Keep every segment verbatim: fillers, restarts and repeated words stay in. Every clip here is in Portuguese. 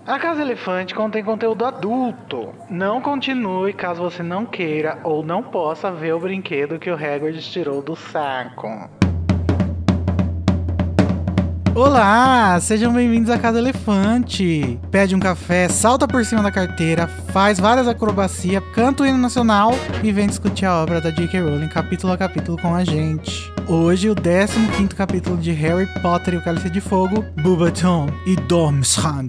A Casa Elefante contém conteúdo adulto. Não continue caso você não queira ou não possa ver o brinquedo que o Hagrid tirou do saco. Olá, sejam bem-vindos à Casa Elefante. Pede um café, salta por cima da carteira, faz várias acrobacias, canta o hino nacional e vem discutir a obra da J K Rowling capítulo a capítulo com a gente. Hoje o décimo quinto capítulo de Harry Potter e o Cálice de Fogo, Beauxbaton e Durmstrang.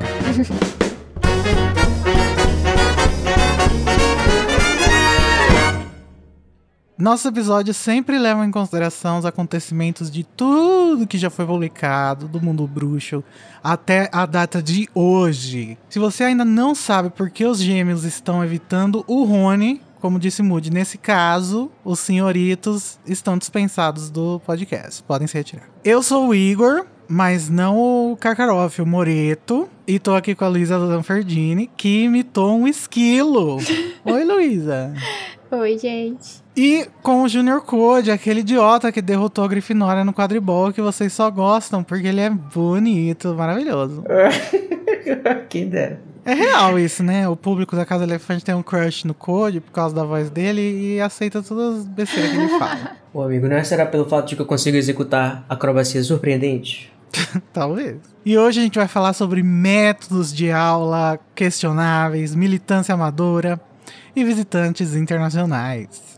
Nossos episódios sempre levam em consideração os acontecimentos de tudo que já foi publicado do mundo bruxo até a data de hoje. Se você ainda não sabe por que os gêmeos estão evitando o Rony, como disse Moody, nesse caso, os senhoritos estão dispensados do podcast. Podem se retirar. Eu sou o Igor, mas não o Karkaroff, o Moreto. E tô aqui com a Luísa Lanferdini, que imitou um esquilo. Oi, Luísa. Oi, gente. E com o Junior Code, aquele idiota que derrotou a Grifinória no quadribol, que vocês só gostam porque ele é bonito, maravilhoso. Quem dera. É real isso, né? O público da Casa Elefante tem um crush no Code por causa da voz dele e aceita todas as besteiras que ele fala. Ô amigo, não será pelo fato de que eu consigo executar acrobacias surpreendentes? Talvez. E hoje a gente vai falar sobre métodos de aula questionáveis, militância amadora e visitantes internacionais.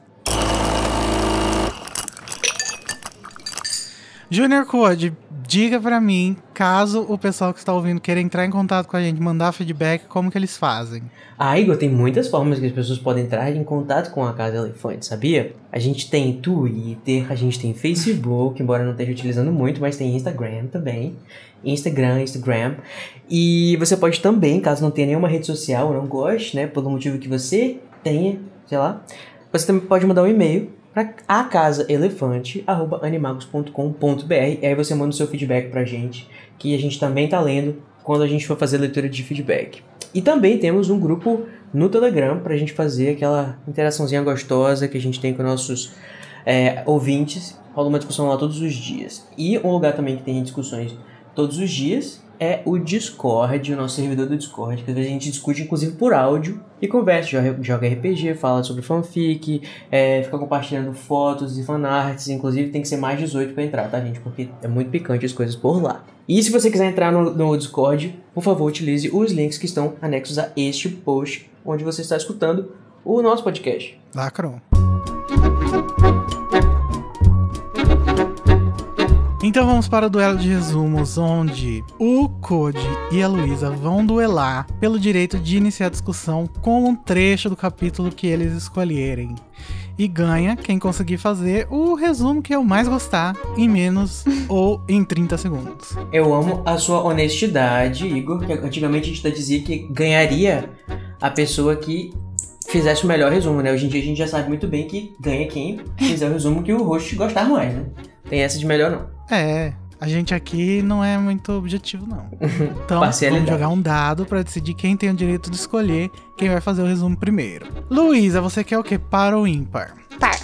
Junior Code, diga pra mim, caso o pessoal que está ouvindo queira entrar em contato com a gente, mandar feedback, como que eles fazem? Ah, Igor, tem muitas formas que as pessoas podem entrar em contato com a Casa Elefante, sabia? A gente tem Twitter, a gente tem Facebook, embora não esteja utilizando muito, mas tem Instagram também. Instagram, Instagram. E você pode também, caso não tenha nenhuma rede social ou não goste, né, pelo motivo que você tenha, sei lá, você também pode mandar um e-mail para a casa elefante arroba animagos ponto com ponto b r e aí você manda o seu feedback pra gente, que a gente também tá lendo quando a gente for fazer leitura de feedback. E também temos um grupo no Telegram pra gente fazer aquela interaçãozinha gostosa que a gente tem com nossos é, ouvintes. Rola uma discussão lá todos os dias. E um lugar também que tem discussões todos os dias é o Discord, o nosso servidor do Discord, que às vezes a gente discute inclusive por áudio e conversa, joga, joga R P G, fala sobre fanfic, é, fica compartilhando fotos e fanarts, inclusive tem que ser mais dezoito pra entrar, tá, gente? Porque é muito picante as coisas por lá. E se você quiser entrar no, no Discord, por favor, utilize os links que estão anexos a este post, onde você está escutando o nosso podcast. Lacrou. Então vamos para o duelo de resumos, onde o Code e a Luísa vão duelar pelo direito de iniciar a discussão com um trecho do capítulo que eles escolherem. E ganha quem conseguir fazer o resumo que eu mais gostar em menos ou em trinta segundos. Eu amo a sua honestidade, Igor, que antigamente a gente dizia que ganharia a pessoa que fizesse o melhor resumo, né? Hoje em dia a gente já sabe muito bem que ganha quem fizer o resumo que o host gostar mais, né? Tem essa de melhor não. É, a gente aqui não é muito objetivo, não. Então, vamos jogar um dado pra decidir quem tem o direito de escolher quem vai fazer o resumo primeiro. Luísa, você quer o quê? Par ou ímpar? Par.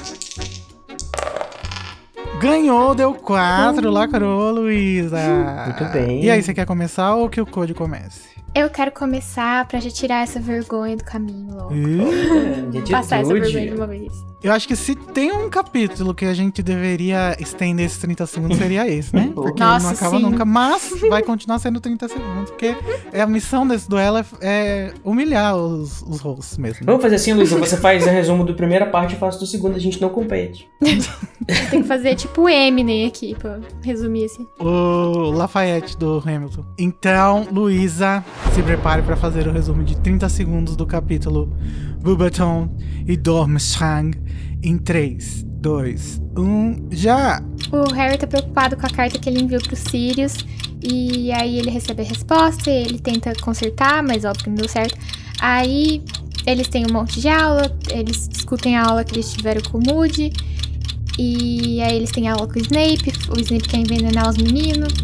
Ganhou, deu quatro, uhum. Lacrou, Luísa. Muito bem. E aí, você quer começar ou que o Code comece? Eu quero começar pra já tirar essa vergonha do caminho logo. Uh, Passar essa vergonha de uma vez. Eu acho que se tem um capítulo que a gente deveria estender esses trinta segundos, seria esse, né? Porque Nossa, não acaba sim. nunca, mas vai continuar sendo trinta segundos, porque a missão desse duelo é, é humilhar os, os hosts mesmo. Vamos fazer assim, Luísa, você faz o resumo da primeira parte e eu faço do segundo, a gente não compete. Tem que fazer tipo o Eminem aqui, pra resumir assim. O Lafayette do Hamilton. Então, Luísa, se prepare para fazer o resumo de trinta segundos do capítulo Beauxbaton e Durmstrang em três, dois, um, já! O Harry tá preocupado com a carta que ele enviou pro Sirius e aí ele recebe a resposta e ele tenta consertar, mas óbvio que não deu certo. Aí eles têm um monte de aula, eles discutem a aula que eles tiveram com o Moody e aí eles têm aula com o Snape, o Snape quer envenenar os meninos.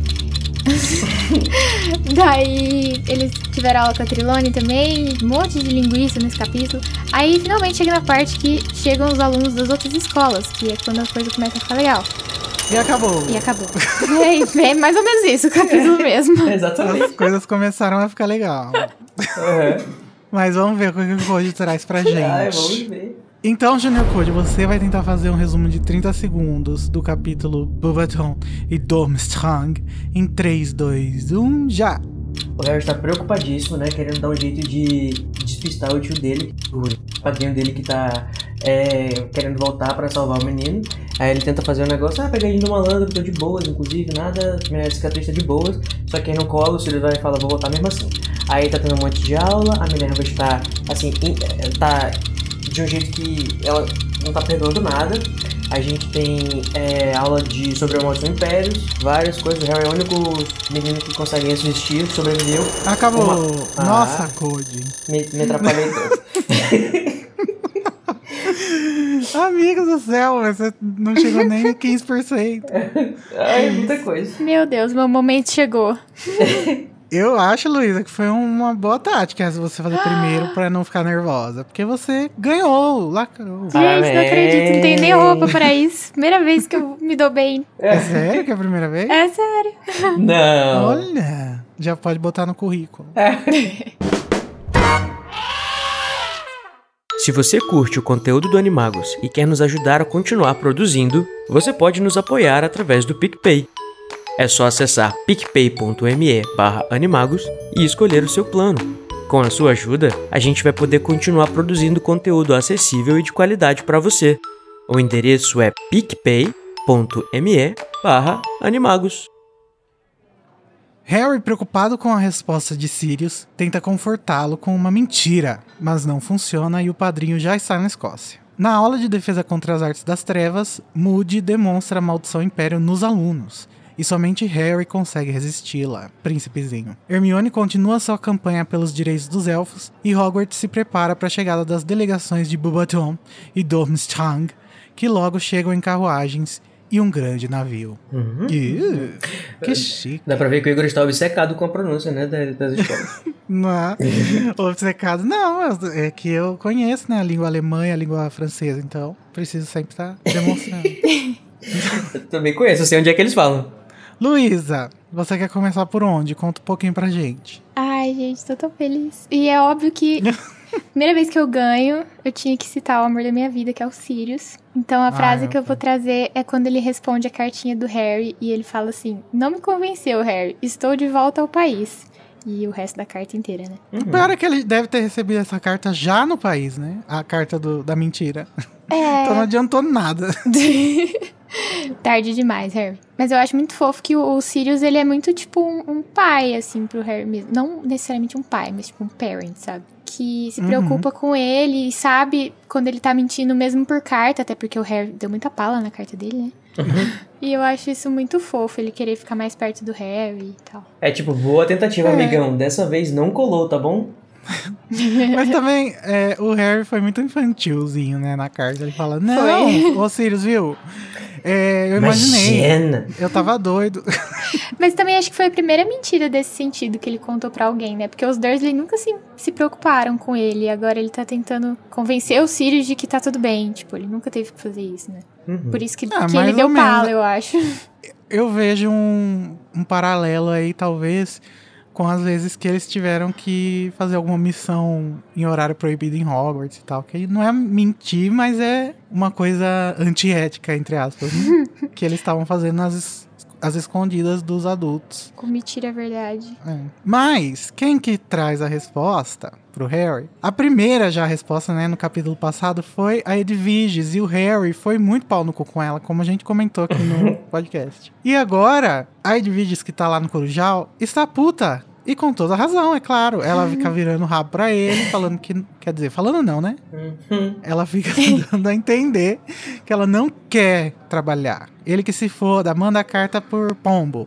Daí eles tiveram aula com a Trelawney também, um monte de linguiça nesse capítulo. Aí finalmente chega na parte que chegam os alunos das outras escolas, que é quando a coisa começa a ficar legal. E acabou. E acabou. É, é mais ou menos isso, o capítulo mesmo. Exatamente. As coisas começaram a ficar legal. Uhum. Mas vamos ver o que o Code traz pra gente. Ai, vamos ver. Então, Junior Code, você vai tentar fazer um resumo de trinta segundos do capítulo Beauxbatons e Durmstrang em três, dois, um, já! O Harry está preocupadíssimo, né? Querendo dar um jeito de despistar o tio dele, o padrinho dele que tá é, querendo voltar pra salvar o menino. Aí ele tenta fazer um negócio, ah, pegadinha do malandro, tô de boas, inclusive, nada, minha cicatriz tá de boas. Só que aí no colo, o Sirius vai e fala, vou voltar mesmo assim. Aí tá tendo um monte de aula, a Minerva está, assim, in, tá de um jeito que ela não tá perdoando nada. A gente tem é, aula de sobre a morte do Império, várias coisas. O Harry é o único menino que consegue resistir, sobreviveu. Acabou! Uma... Nossa, ah, Code! Me, me atrapalhei todo. Amigos do céu, você não chegou nem em quinze por cento. Ai, muita coisa. Meu Deus, meu momento chegou. Eu acho, Luísa, que foi uma boa tática você fazer primeiro pra não ficar nervosa. Porque você ganhou, lacrou. Gente, não acredito, não tenho nem roupa pra isso. Primeira vez que eu me dou bem. É sério que é a primeira vez? É sério. Não. Olha, já pode botar no currículo. Se você curte o conteúdo do Animagos e quer nos ajudar a continuar produzindo, você pode nos apoiar através do PicPay. É só acessar picpay.me barra animagos e escolher o seu plano. Com a sua ajuda, a gente vai poder continuar produzindo conteúdo acessível e de qualidade para você. O endereço é picpay.me barra animagos. Harry, preocupado com a resposta de Sirius, tenta confortá-lo com uma mentira, mas não funciona e o padrinho já está na Escócia. Na aula de defesa contra as artes das trevas, Moody demonstra a maldição Império nos alunos. E somente Harry consegue resisti-la, príncipezinho. Hermione continua sua campanha pelos direitos dos elfos e Hogwarts se prepara para a chegada das delegações de Beauxbatons e Durmstrang, que logo chegam em carruagens e um grande navio. Uhum. Uh, que chique. Dá pra ver que o Igor está obcecado com a pronúncia, né, das escolas. Não é obcecado, não, é que eu conheço, né, a língua alemã e a língua francesa, então preciso sempre estar demonstrando. Eu também conheço, eu sei onde é que eles falam. Luísa, você quer começar por onde? Conta um pouquinho pra gente. Ai, gente, tô tão feliz. E é óbvio que, primeira vez que eu ganho, eu tinha que citar o amor da minha vida, que é o Sirius. Então a frase ah, que eu vou trazer é quando ele responde a cartinha do Harry e ele fala assim: não me convenceu, Harry, estou de volta ao país. E o resto da carta inteira, né? Uhum. O pior é que ele deve ter recebido essa carta já no país, né? A carta do, da mentira. É. Então não adiantou nada. Tarde demais, Harry. Mas eu acho muito fofo que o, o Sirius, ele é muito, tipo, um, um pai, assim, pro Harry mesmo. Não necessariamente um pai, mas tipo um parent, sabe? Que se preocupa uhum. com ele e sabe quando ele tá mentindo mesmo por carta, até porque o Harry deu muita pala na carta dele, né? Uhum. E eu acho isso muito fofo, ele querer ficar mais perto do Harry e tal. É tipo, boa tentativa, é. amigão. Dessa vez não colou, tá bom? Mas também, é, o Harry foi muito infantilzinho, né, na carta. Ele fala, não, ô Sirius, viu? É, eu imaginei. Imagina. Eu tava doido. Mas também acho que foi a primeira mentira desse sentido que ele contou pra alguém, né? Porque os Dursley nunca se, se preocuparam com ele. E agora ele tá tentando convencer o Sirius de que tá tudo bem. Tipo, ele nunca teve que fazer isso, né? Uhum. Por isso que, ah, que ele deu pala, eu acho. Eu vejo um, um paralelo aí, talvez, com as vezes que eles tiveram que fazer alguma missão em horário proibido em Hogwarts e tal. Que não é mentir, mas é uma coisa antiética, entre aspas, né? Que eles estavam fazendo nas as escondidas dos adultos. Com mentira, é verdade. É. Mas, quem que traz a resposta pro Harry? A primeira já a resposta, né, no capítulo passado foi a Edwiges, e o Harry foi muito pau no cu com ela, como a gente comentou aqui no podcast. E agora, a Edwiges, que tá lá no Corujal, está puta. E com toda razão, é claro. Ela fica virando o rabo pra ele, falando que... Quer dizer, falando não, né? Uhum. Ela fica dando a entender que ela não quer trabalhar. Ele que se foda, manda a carta por pombo.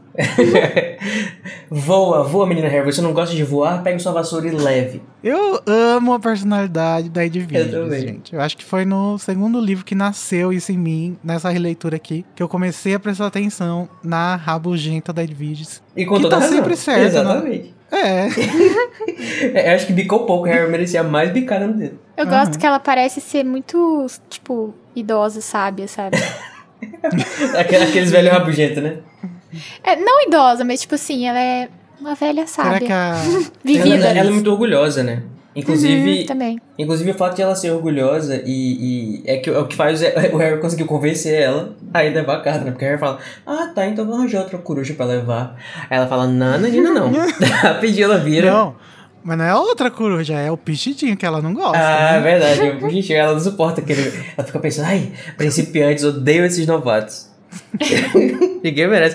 Voa, voa, menina Harry. Você não gosta de voar? Pega sua vassoura e leve. Eu amo a personalidade da Edwiges, gente. Eu acho que foi no segundo livro que nasceu isso em mim, nessa releitura aqui, que eu comecei a prestar atenção na rabugenta da Edwiges. E com toda tá razão. Sempre certo, exatamente. Né? É. Eu acho que bicou pouco. Harry merecia mais bicada no dedo. Eu uhum. gosto que ela parece ser muito, tipo, idosa, sábia, sabe? Aqueles velhos rabugentos, né? É, não idosa, mas tipo assim, ela é uma velha sábia. Será que a... Vivida. Ela, ela é muito orgulhosa, né? Inclusive, Uhum, também. inclusive o fato de ela ser orgulhosa e, e é, que, é o que faz o Harry conseguir convencer ela a ir levar a carta, né? Porque o Harry fala, ah, tá, então vou arranjar outra coruja pra levar. Aí ela fala, não, Nanina, não. Rapidinho ela vira. Não, mas não é a outra coruja, é o pichidinho que ela não gosta. Ah, é né? verdade. Gente, ela não suporta aquele... Ela fica pensando, ai, principiantes, odeio esses novatos. Ninguém merece.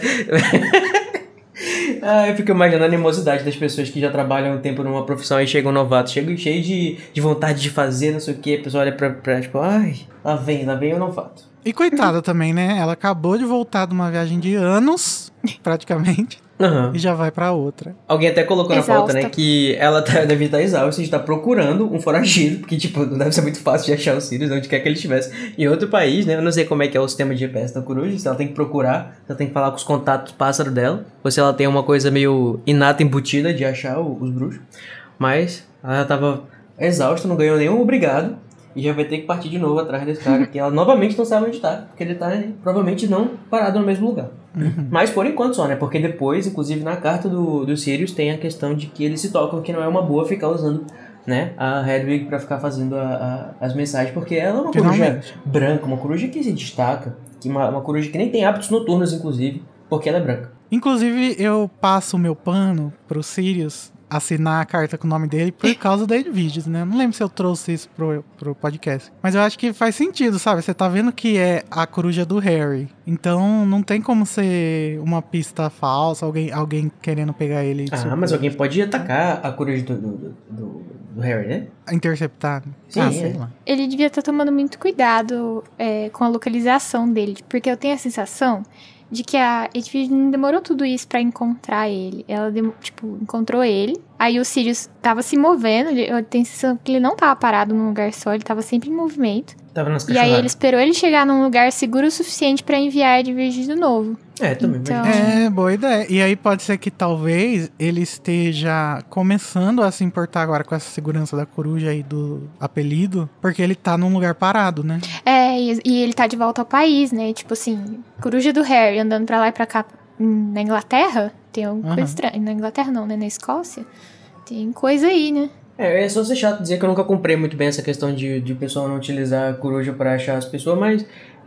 Ah, eu fico imaginando a animosidade das pessoas que já trabalham um tempo numa profissão e chegam novatos, chegam cheio de, de vontade de fazer, não sei o que, a pessoa olha pra, pra tipo, ai, lá vem, lá vem o novato. E coitada também, né? Ela acabou de voltar de uma viagem de anos, praticamente, Uhum. e já vai pra outra. Alguém até colocou na Exausta. pauta, né, que ela tá, deve estar exausta e está procurando um foragido, porque, tipo, não deve ser muito fácil de achar os Sirius onde quer que ele estivesse. Em outro país, né, eu não sei como é que é o sistema de G P S da coruja, se ela tem que procurar, se ela tem que falar com os contatos pássaros dela, ou se ela tem uma coisa meio inata, embutida de achar o- os bruxos. Mas ela tava exausta, não ganhou nenhum obrigado, e já vai ter que partir de novo atrás desse cara, que ela novamente não sabe onde tá, porque ele tá, né, provavelmente não parado no mesmo lugar. Mas por enquanto só, né? Porque depois, inclusive na carta do, do Sirius, tem a questão de que eles se tocam que não é uma boa ficar usando, né, a Hedwig pra ficar fazendo a, a- as mensagens, porque ela é uma coruja Finalmente. branca, uma coruja que se destaca, que uma, uma coruja que nem tem hábitos noturnos, inclusive, porque ela é branca. Inclusive, eu passo o meu pano pro Sirius assinar a carta com o nome dele por causa da Edviges, né? Não lembro se eu trouxe isso pro, pro podcast. Mas eu acho que faz sentido, sabe? Você tá vendo que é a coruja do Harry. Então, não tem como ser uma pista falsa, alguém, alguém querendo pegar ele. de Ah, surpresa. mas alguém pode atacar a coruja do, do, do, do Harry, né? Interceptar. Sim, ah, é. sei lá. Ele devia estar tomando muito cuidado é, com a localização dele, porque eu tenho a sensação de que a Edwige não demorou tudo isso pra encontrar ele. Ela, demo- tipo, encontrou ele. Aí o Sirius tava se movendo. ele- Eu tenho a sensação que ele não tava parado num lugar só. Ele tava sempre em movimento. Tava nas E aí cachorradas. ele esperou ele chegar num lugar seguro o suficiente pra enviar a Edwige de novo. É, também. Então- mas- É, boa ideia. E aí pode ser que talvez ele esteja começando a se importar agora com essa segurança da coruja e do apelido, porque ele tá num lugar parado, né? É, e, e ele tá de volta ao país, né? Tipo assim, coruja do Harry andando pra lá e pra cá hum, na Inglaterra. Tem alguma coisa Aham. estranha. Na Inglaterra não, né? Na Escócia. Tem coisa aí, né? É, é só ser chato dizer que eu nunca comprei muito bem essa questão de, de pessoa não utilizar a coruja pra achar as pessoas, mas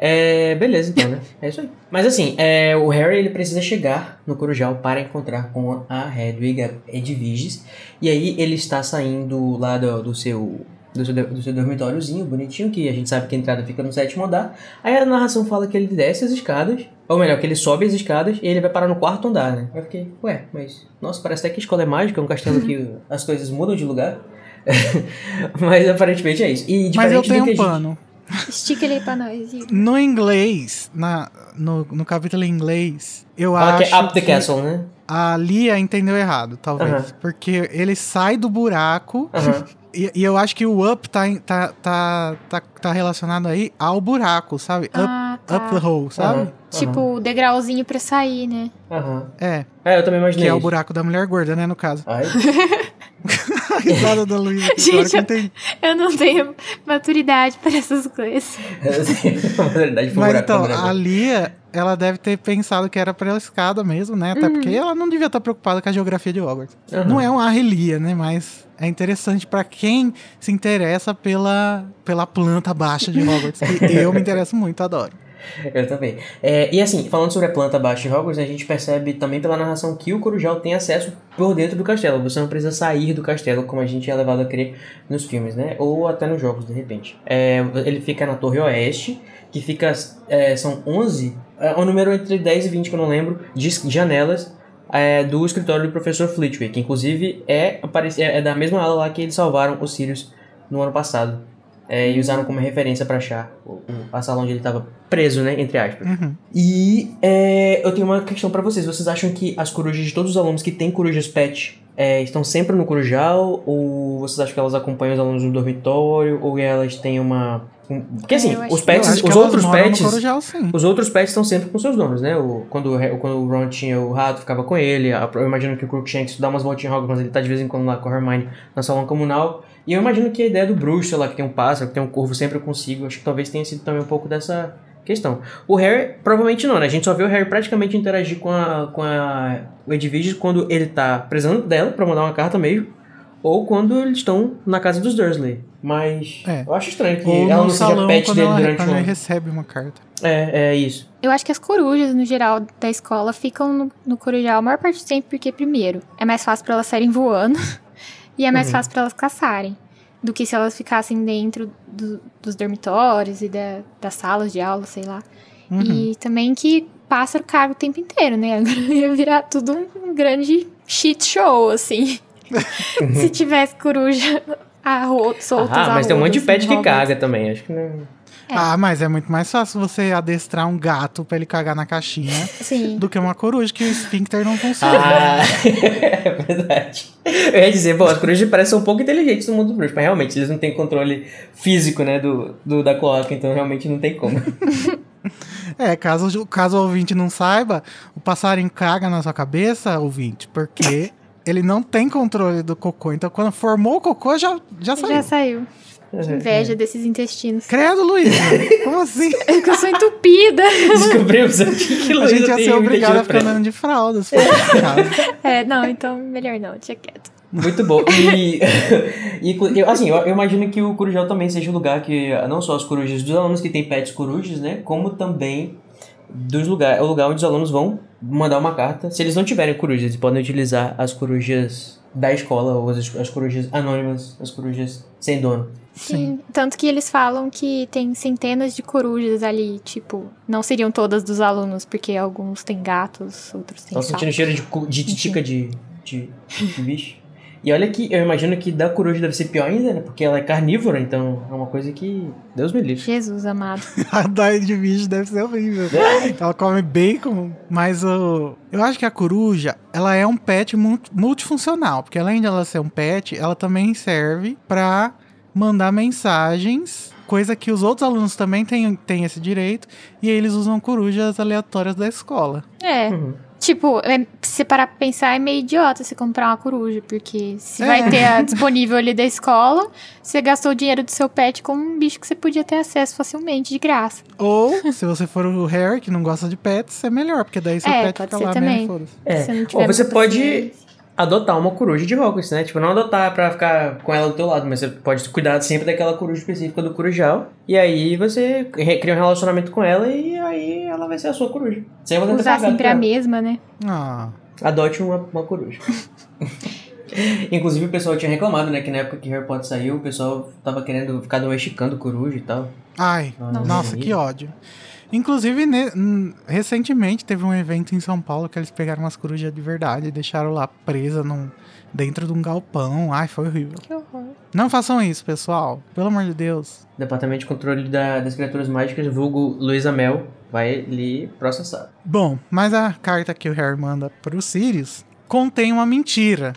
é, beleza então, né? É isso aí. Mas assim, é, o Harry ele precisa chegar no Corujal para encontrar com a Hedwig, a Edviges, e aí ele está saindo lá do, do seu... Do seu, do seu dormitóriozinho bonitinho, que a gente sabe que a entrada fica no sétimo andar. Aí a narração fala que ele desce as escadas, ou melhor, que ele sobe as escadas e ele vai parar no quarto andar, né? Eu fiquei, ué, mas... Nossa, parece até que a escola é mágica, é um castelo que as coisas mudam de lugar. Mas aparentemente é isso. E Mas eu diferente tenho do que um a gente... pano. Estica ele aí pra nós. Igor. No inglês, na, no, no capítulo em inglês, eu Fala que acho é Up the que Castle, né? a Lia entendeu errado, talvez. Aham. Porque ele sai do buraco Aham. e, e eu acho que o up tá, em- tá, tá, tá, tá relacionado aí ao buraco, sabe? Up, Ah, tá. up the hole, sabe? Aham. Tipo, o degrauzinho pra sair, né? Aham. É, É, eu também que imaginei é o isso. buraco da mulher gorda, né, no caso. Ai, A risada da Luísa. Gente, Agora que eu entendi. Eu não tenho maturidade para essas coisas. na verdade foi um Mas buraco então, da mulher. a Lia, ela deve ter pensado que era pela escada mesmo, né? Até porque ela não devia estar preocupada com a geografia de Hogwarts. Aham. Não é uma Arrelia, né? Mas é interessante pra quem se interessa pela, pela planta baixa de Hogwarts. Que eu me interesso muito, adoro. Eu também. É, e assim, falando sobre a planta baixa de Hogwarts, a gente percebe também pela narração que o Corujal tem acesso por dentro do castelo. Você não precisa sair do castelo, como a gente é levado a crer nos filmes, né? Ou até nos jogos, de repente. É, ele fica na Torre Oeste, que fica... é, são onze... É um número entre dez e vinte, que eu não lembro, de janelas é, do escritório do professor Flitwick. Que inclusive é, aparece- é, é da mesma ala lá que eles salvaram os Sirius no ano passado. É, e usaram como referência pra achar o, o, a sala onde ele tava preso, né? Entre aspas. Uhum. E é, eu tenho uma questão pra vocês. Vocês acham que as corujas de todos os alunos que têm corujas pet é, estão sempre no Corujal? Ou vocês acham que elas acompanham os alunos no dormitório? Ou elas têm uma... um- Porque assim, Eu acho os que- pets, Eu acho que os elas outros moram no pets... Corujal, sim. Os outros pets estão sempre com seus donos, né? O, quando, o, Re- quando o Ron tinha o rato, ficava com ele. A- Eu imagino que o Crookshanks dá umas voltinhas em Hogwarts, mas ele tá de vez em quando lá com a Hermione na salão comunal. E eu imagino que a ideia do bruxo, sei lá, que tem um pássaro, que tem um corvo sempre consigo, acho que talvez tenha sido também um pouco dessa, questão. O Harry, provavelmente não, né? A gente só vê o Harry praticamente interagir com a, com a o Edwige quando ele tá precisando dela pra mandar uma carta mesmo, ou quando eles estão na casa dos Dursley. Mas É. eu acho estranho que Ou ela no não seja salão, pet quando dele ela, durante quando o ele ano. recebe uma carta. É, é isso. Eu acho que as corujas, no geral, da escola ficam no, no corujal a maior parte do tempo, porque, primeiro, é mais fácil pra elas saírem voando e é mais Uhum. fácil pra elas caçarem do que se elas ficassem dentro do- dos dormitórios e da- das salas de aula, sei lá. Uhum. E também que pássaro caga o tempo inteiro, né? Agora ia virar tudo um grande shit show, assim. Se tivesse coruja a ro- soltas Ah, a mas tem um monte de rodo, assim, pet que Hogwarts. caga também. Acho que não. É. Ah, mas é muito mais fácil você adestrar um gato pra ele cagar na caixinha Sim. do que uma coruja, que o esfíncter não funciona. Ah, é verdade. Eu ia dizer, bom, as corujas parecem um pouco inteligentes no mundo bruxo, mas realmente eles não têm controle físico, né, do, do, da cloaca, então realmente não tem como. É, caso, caso o ouvinte não saiba, o passarinho caga na sua cabeça, ouvinte, porque ele não tem controle do cocô. Então, quando formou o cocô, já, já saiu. Já saiu. Que inveja desses intestinos. Credo, Luísa! Como assim? É que eu sou entupida. Descobrimos aqui que A Luísa gente ia tem ser um obrigado a intestino ficar preto. andando de fralda, se fosse o caso. É, não, então melhor não, deixa quieto. Muito bom. E, e eu, assim, eu, eu imagino que o Corujal também seja um lugar que não só as corujas dos alunos que têm pets corujas, né, como também dos lugar, é o lugar onde os alunos vão mandar uma carta. Se eles não tiverem corujas, eles podem utilizar as corujas da escola, ou as, as corujas anônimas, as corujas sem dono. Sim. Tanto que eles falam que tem centenas de corujas ali, tipo, não seriam todas dos alunos, porque alguns têm gatos, outros têm Estão sentindo sapo. cheiro de, cu- de titica de, de, de bicho. E olha que eu imagino que da coruja deve ser pior ainda, né? Porque ela é carnívora, então é uma coisa que Deus me livre. Jesus amado. A diet de bicho deve ser horrível. Ela come bacon, mas o... eu acho que a coruja, ela é um pet mu- multifuncional. Porque além de ela ser um pet, ela também serve pra mandar mensagens, coisa que os outros alunos também têm, têm esse direito. E aí eles usam corujas aleatórias da escola. É. Uhum. Tipo, é, se parar pra pensar, é meio idiota você comprar uma coruja, porque se É. vai ter a disponível ali da escola, você gastou o dinheiro do seu pet com um bicho que você podia ter acesso facilmente, de graça. Ou, se você for o Harry, que não gosta de pets, é melhor. Porque daí seu É, pet pode fica ser lá também. mesmo, foda-se. É. Se você não Ou tiver você muita pode paciência. adotar uma coruja de Hogwarts, né? Tipo, não adotar pra ficar com ela do teu lado, mas você pode cuidar sempre daquela coruja específica do corujal. E aí você re- cria um relacionamento com ela e aí ela vai ser a sua coruja. Sem você ter Usar pagado sempre por a ela. mesma, né? Ah, Adote uma, uma coruja. Inclusive o pessoal tinha reclamado, né? Que na época que Harry Potter saiu, o pessoal tava querendo ficar domesticando coruja e tal. ai, Nossa. nossa, que ódio. Inclusive, ne- hum, recentemente teve um evento em São Paulo que eles pegaram umas corujas de verdade e deixaram lá presa num, dentro de um galpão. Ai, foi horrível. Que horror. Não façam isso, pessoal. Pelo amor de Deus. Departamento de Controle da- das Criaturas Mágicas, vulgo Luísa Mel, vai lhe processar. Bom, mas a carta que o Harry manda pro Sirius contém uma mentira.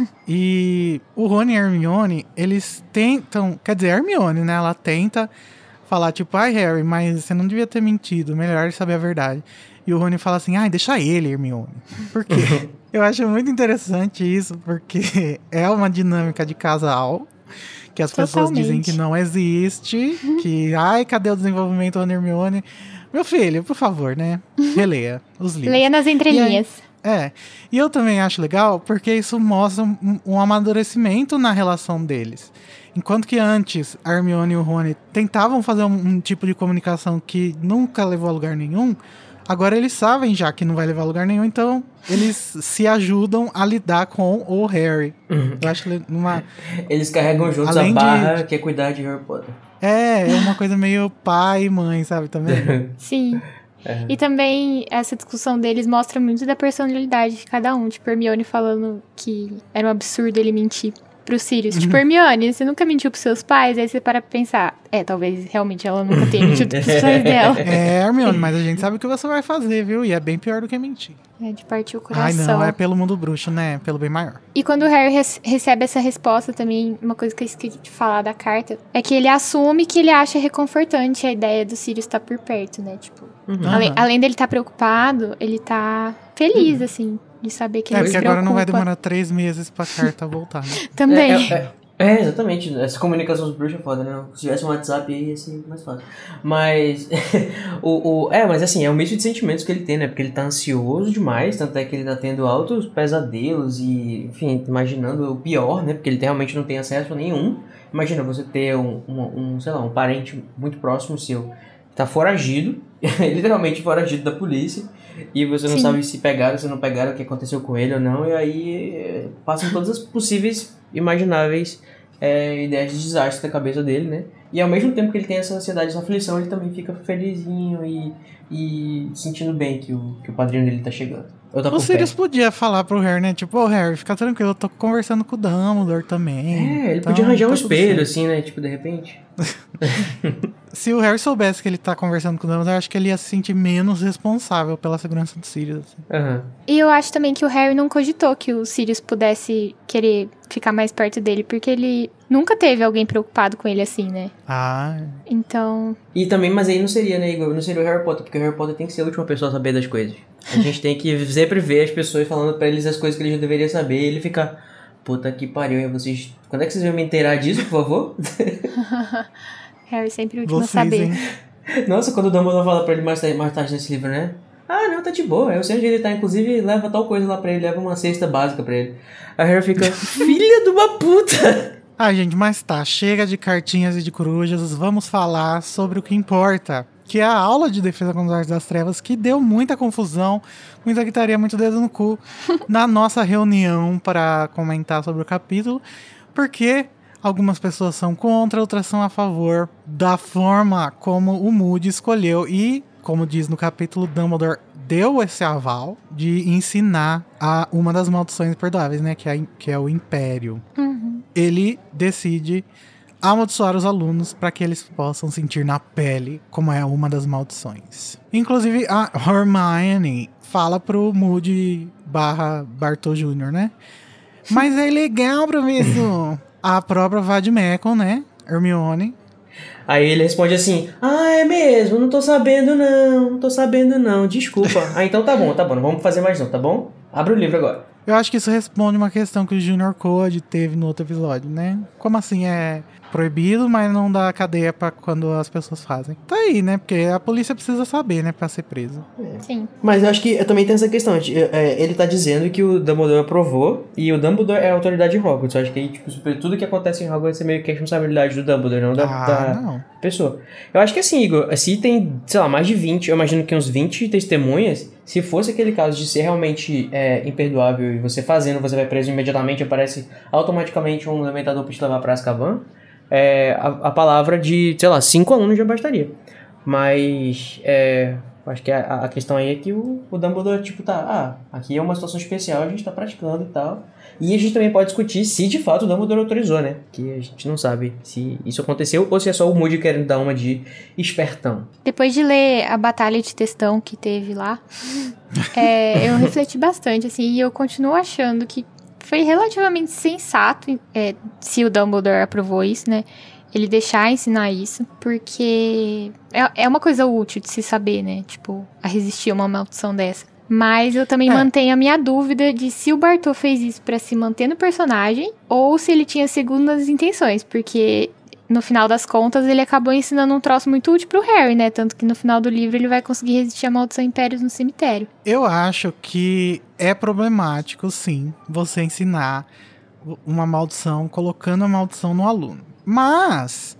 E o Rony e a Hermione, eles tentam... Quer dizer, a Hermione, né? Ela tenta falar, tipo, ai, Harry, mas você não devia ter mentido. Melhor saber a verdade. E o Rony fala assim, ai, deixa ele, Hermione. Por quê? Eu acho muito interessante isso, porque é uma dinâmica de casal que as pessoas Totalmente. dizem que não existe, que, ai, cadê o desenvolvimento Rony e Hermione? Meu filho, por favor, né? Releia os livros. Leia nas entrelinhas. É, e eu também acho legal porque isso mostra um, um amadurecimento na relação deles. Enquanto que antes a Hermione e o Rony tentavam fazer um, um tipo de comunicação que nunca levou a lugar nenhum, agora eles sabem já que não vai levar a lugar nenhum, então eles se ajudam a lidar com o Harry. Eu acho que uma, Eles carregam juntos Além a de- barra que é cuidar de Harry Potter. é, é uma coisa meio pai e mãe, sabe, também. Sim. E também essa discussão deles mostra muito da personalidade de cada um. Tipo, Hermione falando que era um absurdo ele mentir pro Sirius. Tipo, Hermione, você nunca mentiu pros seus pais? Aí você para pra pensar, é, talvez realmente ela nunca tenha mentido pros pais dela. É, Hermione, mas a gente sabe o que você vai fazer, viu? E é bem pior do que mentir. É de partir o Ai, coração. não, é pelo mundo bruxo, né? Pelo bem maior. E quando o Harry res- recebe essa resposta também, uma coisa que eu esqueci de falar da carta, é que ele assume que ele acha reconfortante a ideia do Sirius estar por perto, né? Tipo, além, Aham. além dele estar preocupado, ele tá feliz, assim, de saber que É, ele porque se agora não vai preocupa. demorar três meses pra carta voltar, né? Também. É, é- É, exatamente. Essa comunicação dos bruxos é foda, né? Se tivesse um WhatsApp aí ia ser mais fácil. Mas, o, o, é, mas assim, é um misto de sentimentos que ele tem, né? Porque ele tá ansioso demais, tanto é que ele tá tendo altos pesadelos e, enfim, imaginando o pior, né? Porque ele realmente não tem acesso a nenhum. Imagina você ter um, um, um sei lá, um parente muito próximo seu que tá foragido, literalmente foragido da polícia, e você não Sim. sabe se pegaram, se não pegaram, o que aconteceu com ele ou não, e aí passam todas as possíveis, imagináveis é, ideias de desastre da cabeça dele, né? E ao mesmo tempo que ele tem essa ansiedade, essa aflição, ele também fica felizinho e, e sentindo bem que o, que o padrinho dele tá chegando. Ou tá O por Sirius perto. podia falar pro Harry, né? Tipo, ô Harry, fica tranquilo, eu tô conversando com o Dumbledore também. É, ele Então, podia arranjar um tá tudo espelho, certo. assim, né? Tipo, de repente. Se o Harry soubesse que ele tá conversando com o Dumbledore, eu acho que ele ia se sentir menos responsável pela segurança do Sirius. Assim. Aham. E eu acho também que o Harry não cogitou que o Sirius pudesse querer ficar mais perto dele, porque ele nunca teve alguém preocupado com ele assim, né? Ah, Então, E também, mas aí não seria, né, Igor? Não seria o Harry Potter, porque o Harry Potter tem que ser a última pessoa a saber das coisas. A gente tem que sempre ver as pessoas falando pra eles as coisas que eles já deveriam saber e ele ficar, puta que pariu, e vocês... Quando é que vocês vão me inteirar disso, por favor? Harry sempre o último a vocês, saber. hein? Nossa, quando o Dumbledore fala pra ele mais tarde, mais tarde nesse livro, né? Ah, não, tá de boa, eu sei onde ele tá, inclusive leva tal coisa lá pra ele, leva uma cesta básica pra ele. A Harry fica, filha de uma puta! Ah, gente, mas tá, chega de cartinhas e de corujas, vamos falar sobre o que importa, que é a aula de defesa contra as artes das trevas, que deu muita confusão, muita gritaria, muito dedo no cu, na nossa reunião para comentar sobre o capítulo, porque algumas pessoas são contra, outras são a favor da forma como o Moody escolheu e, como diz no capítulo, Dumbledore deu esse aval de ensinar a uma das maldições imperdoáveis, né, que é, que é o Império. Uhum. Ele decide amaldiçoar os alunos para que eles possam sentir na pele como é uma das maldições. Inclusive, a Hermione fala pro Moody barra Bartô Júnior, né? Mas é ilegal, professor. A própria Vademecum, né? Hermione. Aí ele responde assim, ah, é mesmo, não tô sabendo não, não tô sabendo não, desculpa. Ah, então tá bom, tá bom, não vamos fazer mais não, tá bom? Abre o livro agora. Eu acho que isso responde uma questão que o Junior Code teve no outro episódio, né? Como assim é proibido, mas não dá cadeia pra quando as pessoas fazem? Tá aí, né? Porque a polícia precisa saber, né? Pra ser preso. Sim. Mas eu acho que também tem essa questão, ele tá dizendo que o Dumbledore aprovou e o Dumbledore é a autoridade de Hogwarts. Eu acho que aí, tipo, tudo que acontece em Hogwarts é meio que a responsabilidade do Dumbledore, não da, Ah, da não. pessoa. Eu acho que assim, Igor, se tem, sei lá, mais de vinte, eu imagino que uns vinte testemunhas, se fosse aquele caso de ser realmente é, imperdoável e você fazendo, você vai preso imediatamente, aparece automaticamente um dementador pra te levar pra Azkaban, é, a, a palavra de, sei lá, cinco alunos já bastaria. Mas, é, acho que a, a questão aí é que o, o Dumbledore, tipo, tá, ah, aqui é uma situação especial, a gente tá praticando e tal. E a gente também pode discutir se de fato o Dumbledore autorizou, né? Que a gente não sabe se isso aconteceu ou se é só o Moody querendo dar uma de espertão. Depois de ler a batalha de textão que teve lá, é, eu refleti bastante, assim, e eu continuo achando que foi relativamente sensato, é, se o Dumbledore aprovou isso, né? Ele deixar ensinar isso, porque é, é uma coisa útil de se saber, né? Tipo, a resistir a uma maldição dessa. Mas eu também É. mantenho a minha dúvida de se o Bartô fez isso pra se manter no personagem ou se ele tinha segundas intenções, porque no final das contas ele acabou ensinando um troço muito útil pro Harry, né? Tanto que no final do livro ele vai conseguir resistir à maldição Impérios no cemitério. Eu acho que é problemático, sim, você ensinar uma maldição colocando a maldição no aluno. Mas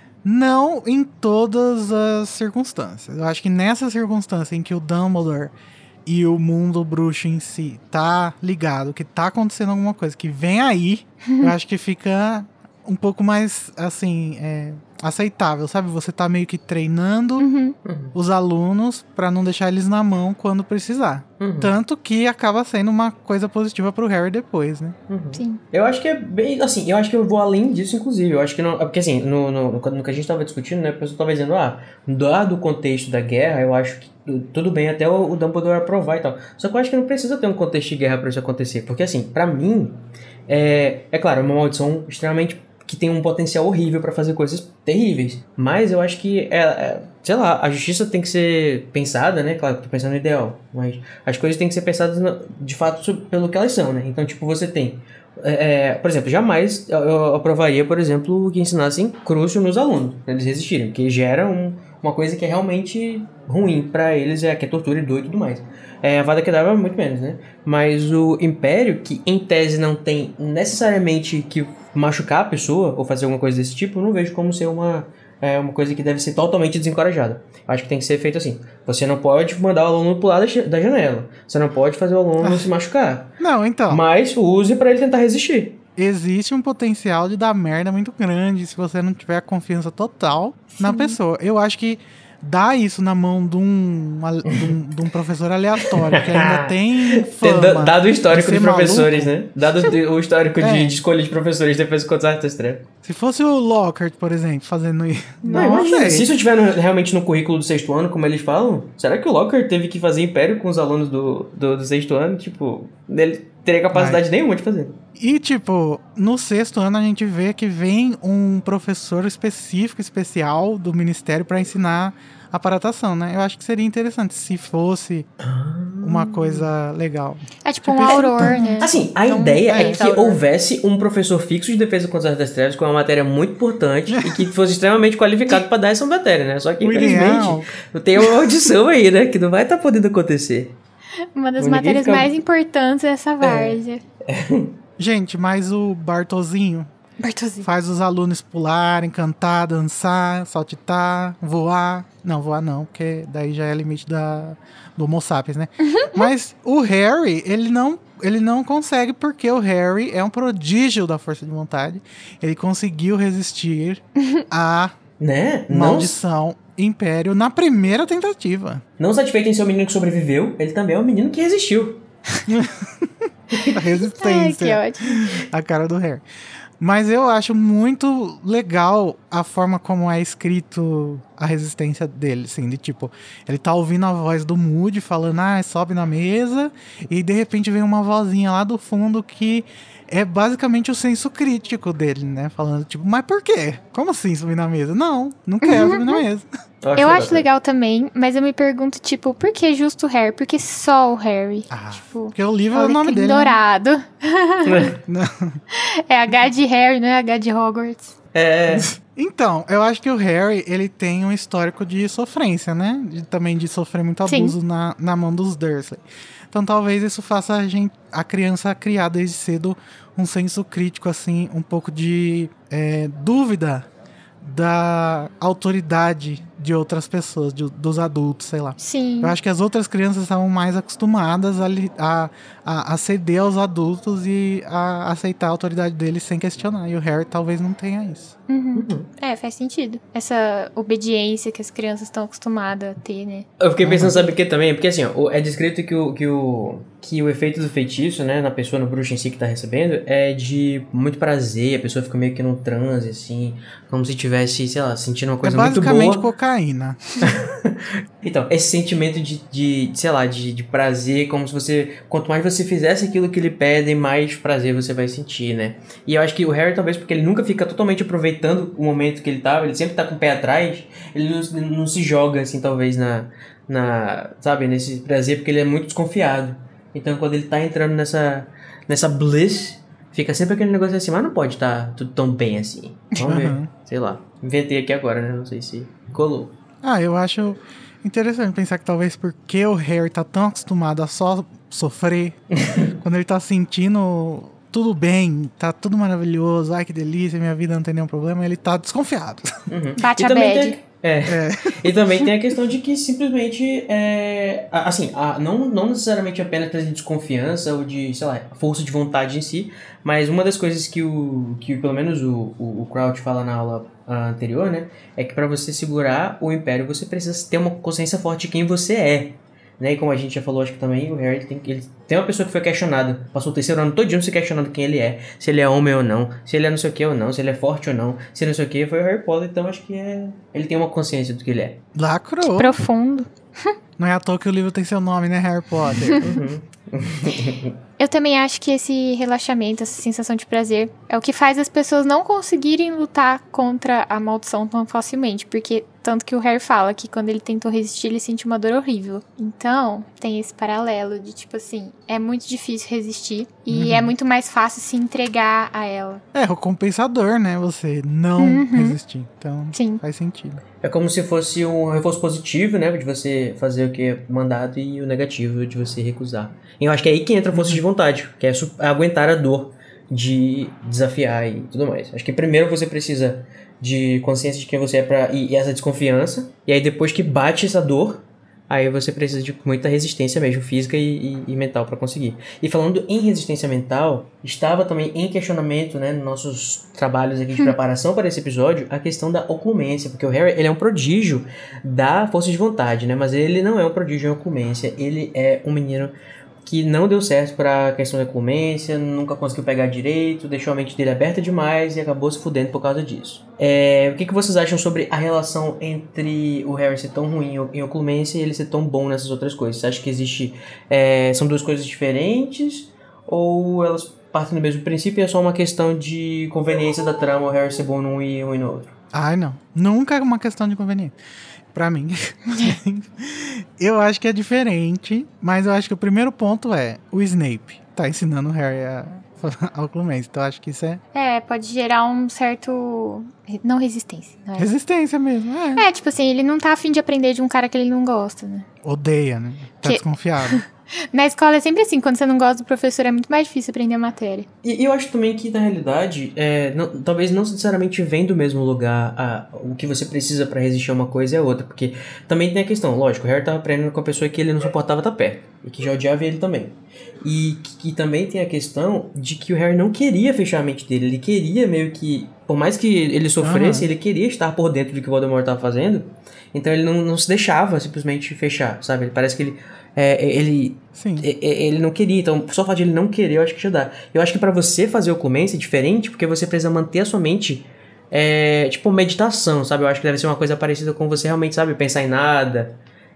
não em todas as circunstâncias. Eu acho que nessa circunstância em que o Dumbledore e o mundo bruxo em si tá ligado, que tá acontecendo alguma coisa que vem aí, eu acho que fica um pouco mais, assim, é, aceitável, sabe? Você tá meio que treinando Uhum. os alunos pra não deixar eles na mão quando precisar. Uhum. Tanto que acaba sendo uma coisa positiva pro Harry depois, né? Uhum. Sim. Eu acho que é bem, assim, eu acho que eu vou além disso, inclusive. Eu acho que não, porque assim, no, no, no que a gente tava discutindo, né, a pessoa tava dizendo, ah, dado o contexto da guerra, eu acho que tudo bem até o, o Dumbledore aprovar e tal. Só que eu acho que não precisa ter um contexto de guerra pra isso acontecer. Porque assim, pra mim, é, é claro, é uma maldição extremamente que tem um potencial horrível pra fazer coisas terríveis. Mas eu acho que, é, é, sei lá, a justiça tem que ser pensada, né? Claro, tô pensando no ideal. Mas as coisas têm que ser pensadas no, de fato pelo que elas são, né? Então, tipo, você tem É, por exemplo, jamais eu, eu aprovaria, por exemplo, que ensinassem Crucio nos alunos, pra eles resistirem, porque gera um, uma coisa que é realmente ruim pra eles, é, que é tortura e dor e tudo mais. É, a Avada Kedavra muito menos, né? Mas o Império, que em tese não tem necessariamente que machucar a pessoa ou fazer alguma coisa desse tipo, eu não vejo como ser uma, é, uma coisa que deve ser totalmente desencorajada. Acho que tem que ser feito assim. Você não pode mandar o aluno pular da, da janela. Você não pode fazer o aluno se machucar. Não, então. Mas use pra ele tentar resistir. Existe um potencial de dar merda muito grande se você não tiver a confiança total Sim. na pessoa. Eu acho que dar isso na mão de um, de um, de um professor aleatório que ainda tem fama. Dado o histórico de, de professores, maluco. né? Dado o histórico é. de, de escolha de professores depois do Conto das Trevas. Se fosse o Lockhart, por exemplo, fazendo isso. Não, não imagina. Se isso estiver no, realmente no currículo do sexto ano, como eles falam, será que o Lockhart teve que fazer império com os alunos do, do, do sexto ano? Tipo, ele teria capacidade Vai. nenhuma de fazer. E, tipo, no sexto ano a gente vê que vem um professor específico, especial do Ministério para ensinar aparatação, né? Eu acho que seria interessante se fosse uma coisa legal. É tipo, tipo um auror, né? Assim, a então, ideia é, é que auror. houvesse um professor fixo de defesa contra as artes das trevas com uma matéria muito importante e que fosse extremamente qualificado para dar essa matéria, né? Só que, infelizmente, tem uma maldição aí, né? Que não vai estar tá podendo acontecer. Uma das matérias fica... mais importantes é essa várzea. É. É. Gente, mas o Bartozinho, Bartozinho faz os alunos pularem, cantar, dançar, saltitar, voar. Não, voar não, porque daí já é limite da, do Homo sapiens, né? Mas o Harry, ele não, ele não consegue porque o Harry é um prodígio da força de vontade. Ele conseguiu resistir à né? maldição não... Império na primeira tentativa. Não satisfeito em ser o menino que sobreviveu, ele também é o menino que resistiu. A resistência. Ai, que ótimo. A cara do Harry. Mas eu acho muito legal a forma como é escrito a resistência dele, assim, de tipo, ele tá ouvindo a voz do Moody falando, ah, sobe na mesa, e de repente vem uma vozinha lá do fundo que é basicamente o senso crítico dele, né? Falando, tipo, mas por quê? Como assim subir na mesa? Não, não quero subir na mesa. Eu, eu acho legal também, mas eu me pergunto, tipo, por que justo o Harry? Por que só o Harry? Ah, tipo, porque o livro é o nome dele. Dourado. Né? É H de Harry, não é H de Hogwarts. É. Então, eu acho que o Harry, ele tem um histórico de sofrência, né? De, também de sofrer muito abuso na, na mão dos Dursley. Então, talvez isso faça a, gente, a criança criar desde cedo um senso crítico, assim, um pouco de é, dúvida da autoridade de outras pessoas, de, dos adultos, sei lá. Sim. Eu acho que as outras crianças estavam mais acostumadas a, a, a, a ceder aos adultos e a aceitar a autoridade deles sem questionar. E o Harry talvez não tenha isso. Uhum. Uhum. É, faz sentido. Essa obediência que as crianças estão acostumadas a ter, né? Eu fiquei pensando, uhum. sabe o que também? Porque assim, ó, é descrito que o, que, o, que o efeito do feitiço, né, na pessoa, no bruxo em si que tá recebendo, é de muito prazer, a pessoa fica meio que num transe, assim, como se tivesse, sei lá, sentindo uma coisa é muito boa. basicamente cocaína. Então, esse sentimento de, de sei lá, de, de prazer, como se você, quanto mais você fizesse aquilo que ele pede, mais prazer você vai sentir, né? E eu acho que o Harry, talvez porque ele nunca fica totalmente aproveitando o momento que ele tá, ele sempre tá com o pé atrás, ele não, não se joga, assim, talvez, na, na, sabe, nesse prazer, porque ele é muito desconfiado. Então, quando ele tá entrando nessa, nessa bliss, fica sempre aquele negócio assim, mas não pode estar tá tudo tão bem assim. Vamos ver, uhum. sei lá. Inventei aqui agora, né? Não sei se colou. Ah, eu acho interessante pensar que talvez porque o Harry tá tão acostumado a só sofrer, quando ele tá sentindo tudo bem, tá tudo maravilhoso, ai que delícia, minha vida não tem nenhum problema, ele tá desconfiado. Uhum. Bate e a bad. Tem, é, é. E também tem a questão de que simplesmente, é, assim, a, não, não necessariamente apenas de desconfiança ou de, sei lá, força de vontade em si, mas uma das coisas que, o, que pelo menos o, o, o Crouch fala na aula anterior, né, é que pra você segurar o Império, você precisa ter uma consciência forte de quem você é. Né? E como a gente já falou, acho que também o Harry tem, ele tem uma pessoa que foi questionada, passou o terceiro ano todinho se questionando quem ele é, se ele é homem ou não, se ele é não sei o que ou não, se ele é forte ou não, se não sei o que, foi o Harry Potter, então acho que é, ele tem uma consciência do que ele é. Lacrou. Profundo. Não é à toa que o livro tem seu nome, né, Harry Potter? Uhum. Eu também acho que esse relaxamento, essa sensação de prazer, é o que faz as pessoas não conseguirem lutar contra a maldição tão facilmente, porque Tanto que o Harry fala que quando ele tentou resistir, ele sentiu uma dor horrível. Então, tem esse paralelo de, tipo assim, é muito difícil resistir e uhum. é muito mais fácil se entregar a ela. É, o compensador, né? Você não uhum. resistir. Então, Sim. faz sentido. É como se fosse um reforço positivo, né? De você fazer o que é mandado e o negativo de você recusar. E eu acho que é aí que entra a força uhum. de vontade, que é aguentar a dor de desafiar e tudo mais. Acho que primeiro você precisa de consciência de quem você é pra, e, e essa desconfiança. E aí depois que bate essa dor, aí você precisa de muita resistência mesmo, física e, e, e mental pra conseguir. E falando em resistência mental, estava também em questionamento, né, nos nossos trabalhos aqui de preparação para esse episódio, a questão da oclumência, porque o Harry, ele é um prodígio da força de vontade, né, mas ele não é um prodígio em oclumência, ele é um menino que não deu certo pra questão da oclumência, nunca conseguiu pegar direito, deixou a mente dele aberta demais e acabou se fudendo por causa disso. É, o que, que vocês acham sobre a relação entre o Harry ser tão ruim em oclumência e ele ser tão bom nessas outras coisas? Você acha que existe... É, são duas coisas diferentes? Ou elas partem do mesmo princípio e é só uma questão de conveniência da trama, o Harry ser bom num e um e no outro? Ai, não. Nunca é uma questão de conveniência. Pra mim. Eu acho que é diferente, mas eu acho que o primeiro ponto é o Snape tá ensinando o Harry a, a oclumência. Então eu acho que isso é... É, pode gerar um certo... Não resistência. Não é? Resistência mesmo, é. É, tipo assim, ele não tá afim de aprender de um cara que ele não gosta, né? Odeia, né? Tá que... desconfiado. Na escola é sempre assim, quando você não gosta do professor é muito mais difícil aprender a matéria. E eu acho também que, na realidade, é, não, talvez não necessariamente vem do mesmo lugar a, o que você precisa pra resistir a uma coisa é outra, porque também tem a questão, lógico, o Harry tava aprendendo com a pessoa que ele não suportava estar perto, e que já odiava ele também. E que, que também tem a questão de que o Harry não queria fechar a mente dele, ele queria meio que, por mais que ele sofresse, uhum. ele queria estar por dentro do que o Voldemort estava fazendo, então ele não, não se deixava simplesmente fechar, sabe? Parece que ele... É, ele, ele não queria, então só o fato de ele não querer eu acho que já dá. Eu acho que pra você fazer oclumência é diferente, porque você precisa manter a sua mente é, tipo meditação, sabe? Eu acho que deve ser uma coisa parecida com você realmente, sabe, pensar em nada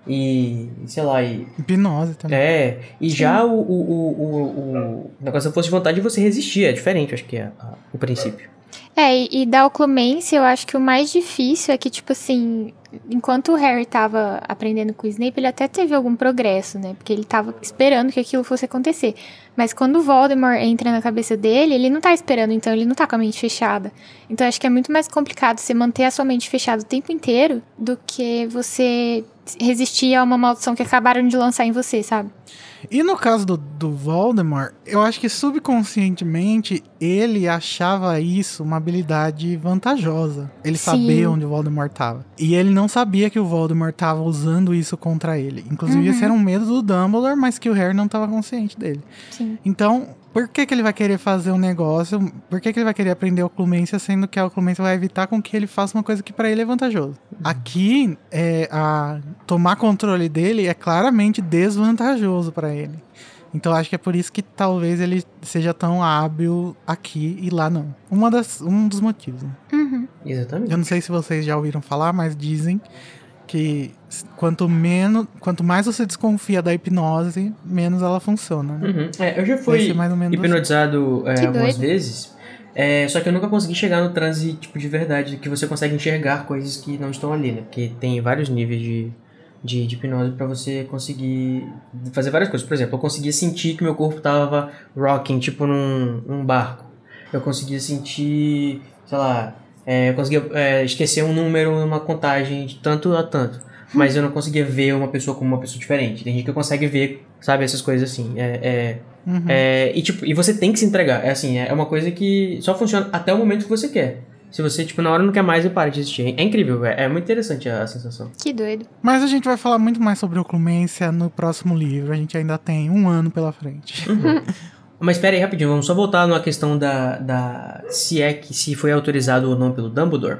e, sei lá, e... hipnose também. É, e Sim. já o, o, o, o, o negócio da força de vontade de você resistir, é diferente, eu acho que é a, o princípio. É, e, e da oclumência eu acho que o mais difícil é que, tipo assim, enquanto o Harry tava aprendendo com o Snape, ele até teve algum progresso, né? Porque ele tava esperando que aquilo fosse acontecer. Mas quando o Voldemort entra na cabeça dele, ele não tá esperando, então ele não tá com a mente fechada. Então eu acho que é muito mais complicado você manter a sua mente fechada o tempo inteiro do que você resistir a uma maldição que acabaram de lançar em você, sabe? E no caso do, do Voldemort, eu acho que subconscientemente ele achava isso uma habilidade vantajosa. Ele Sim. sabia onde o Voldemort estava. E ele não sabia que o Voldemort estava usando isso contra ele. Inclusive, uhum. esse era um medo do Dumbledore, mas que o Harry não estava consciente dele. Sim. Então, por que que ele vai querer fazer um negócio? Por que que ele vai querer aprender a oclumência, sendo que a oclumência vai evitar com que ele faça uma coisa que pra ele é vantajoso? Uhum. Aqui, é, a tomar controle dele é claramente desvantajoso pra ele. Então acho que é por isso que talvez ele seja tão hábil aqui e lá não. Uma das, um dos motivos. Né? Uhum. Exatamente. Eu não sei se vocês já ouviram falar, mas dizem que quanto menos, quanto mais você desconfia da hipnose, menos ela funciona. Né? Uhum. É, eu já fui hipnotizado assim. é, algumas vezes, é, só que eu nunca consegui chegar no transe tipo, de verdade, que você consegue enxergar coisas que não estão ali, né? Porque tem vários níveis de, de, de hipnose pra você conseguir fazer várias coisas. Por exemplo, eu conseguia sentir que meu corpo tava rocking, tipo num, num barco. Eu conseguia sentir, sei lá... É, eu conseguia é, esquecer um número numa contagem de tanto a tanto. Mas eu não conseguia ver uma pessoa como uma pessoa diferente. Tem gente que consegue ver, sabe, essas coisas assim. É, é, uhum. é, e, tipo, e você tem que se entregar. É assim, é uma coisa que só funciona até o momento que você quer. Se você, tipo, na hora não quer mais, ele para de existir. É incrível, é, é muito interessante a, a sensação. Que doido. Mas a gente vai falar muito mais sobre oclumência no próximo livro. A gente ainda tem um ano pela frente. Uhum. Mas espera aí rapidinho, vamos só voltar na questão da, da se é que se foi autorizado ou não pelo Dumbledore,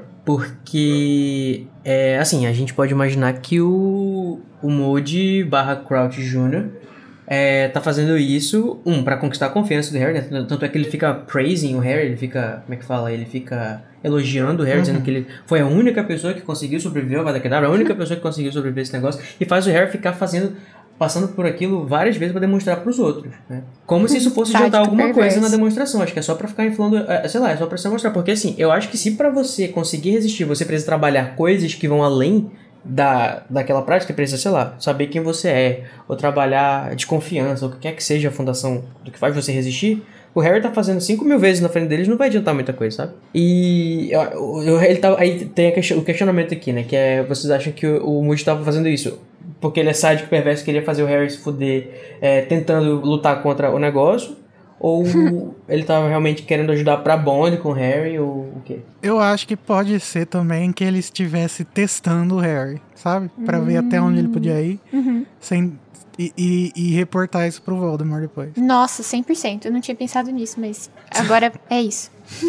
porque é, assim, a gente pode imaginar que o, o Moody barra Crouch Júnior é, tá fazendo isso, um, pra conquistar a confiança do Harry, né? Tanto é que ele fica praising o Harry, ele fica, como é que fala, ele fica elogiando o Harry, uhum. dizendo que ele foi a única pessoa que conseguiu sobreviver ao Avada Kedavra, a única pessoa que conseguiu sobreviver a esse negócio, e faz o Harry ficar fazendo passando por aquilo várias vezes pra demonstrar pros outros, né? Como se isso fosse Sádico, adiantar alguma perverso. coisa na demonstração. Acho que é só pra ficar inflando, é, sei lá, é só pra se mostrar. Porque assim, eu acho que se pra você conseguir resistir, você precisa trabalhar coisas que vão além da, daquela prática, precisa, sei lá, saber quem você é, ou trabalhar de confiança, ou o que quer que seja a fundação do que faz você resistir. O Harry tá fazendo cinco mil vezes na frente deles, não vai adiantar muita coisa, sabe? E eu, eu, ele tá, aí tem a question, o questionamento aqui, né? Que é, vocês acham que o, o Moody tava fazendo isso porque ele é sádico, perverso, queria fazer o Harry se fuder, é, tentando lutar contra o negócio? Ou ele tava realmente querendo ajudar pra bonde com o Harry, ou o quê? Eu acho que pode ser também que ele estivesse testando o Harry, sabe? Pra ver até onde ele podia ir, Uhum. sem, e, e, e reportar isso pro Voldemort depois. Nossa, cem por cento. Eu não tinha pensado nisso, mas agora é isso.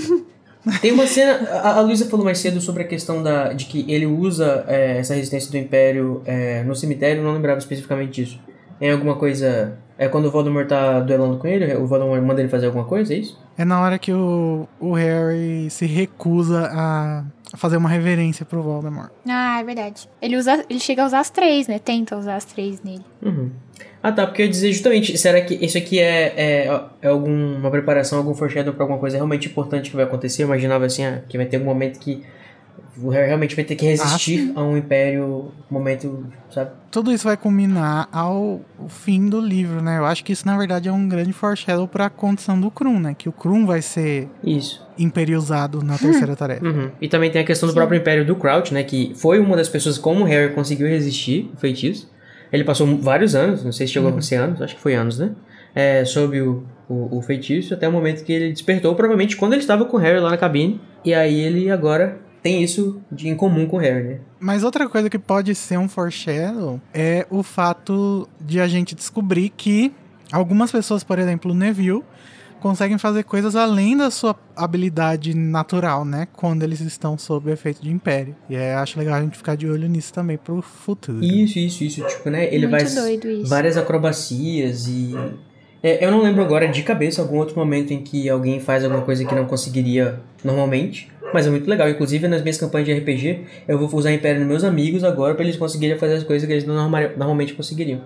Tem uma cena, a, a Luísa falou mais cedo sobre a questão da, de que ele usa é, essa resistência do Império é, no cemitério, não lembrava especificamente disso. Tem alguma coisa... É quando o Voldemort tá duelando com ele, o Voldemort manda ele fazer alguma coisa, é isso? É na hora que o, o Harry se recusa a fazer uma reverência pro Voldemort. Ah, é verdade. Ele, usa, ele chega a usar as três, né? Tenta usar as três nele. Uhum. Ah tá, porque eu ia dizer justamente, será que isso aqui é, é, é alguma preparação, algum foreshadow pra alguma coisa realmente importante que vai acontecer? Eu imaginava assim, ah, que vai ter um momento que o Harry realmente vai ter que resistir Ah, a um império, um momento, sabe? Tudo isso vai culminar ao fim do livro, né? Eu acho que isso, na verdade, é um grande foreshadow pra condição do Krum, né? Que o Krum vai ser Isso. imperiosado na terceira tarefa. Uhum. E também tem a questão do próprio império do Crouch, né? Que foi uma das pessoas como o Harry conseguiu resistir o feitiço. Ele passou vários anos, não sei se chegou Uhum. a ser anos, acho que foi anos, né? É, sob o, o, o feitiço, até o momento que ele despertou, provavelmente quando ele estava com o Harry lá na cabine. E aí ele agora tem isso de, em comum com o Harry, né? Mas outra coisa que pode ser um foreshadow é o fato de a gente descobrir que algumas pessoas, por exemplo, o Neville, conseguem fazer coisas além da sua habilidade natural, né? Quando eles estão sob o efeito de Império. E é, acho legal a gente ficar de olho nisso também pro futuro. Isso, isso, isso. Tipo, né? Ele Muito faz doido isso. várias acrobacias e... É, eu não lembro agora de cabeça algum outro momento em que alguém faz alguma coisa que não conseguiria normalmente. Mas é muito legal. Inclusive, nas minhas campanhas de R P G, eu vou usar Império nos meus amigos agora pra eles conseguirem fazer as coisas que eles não norma- normalmente conseguiriam.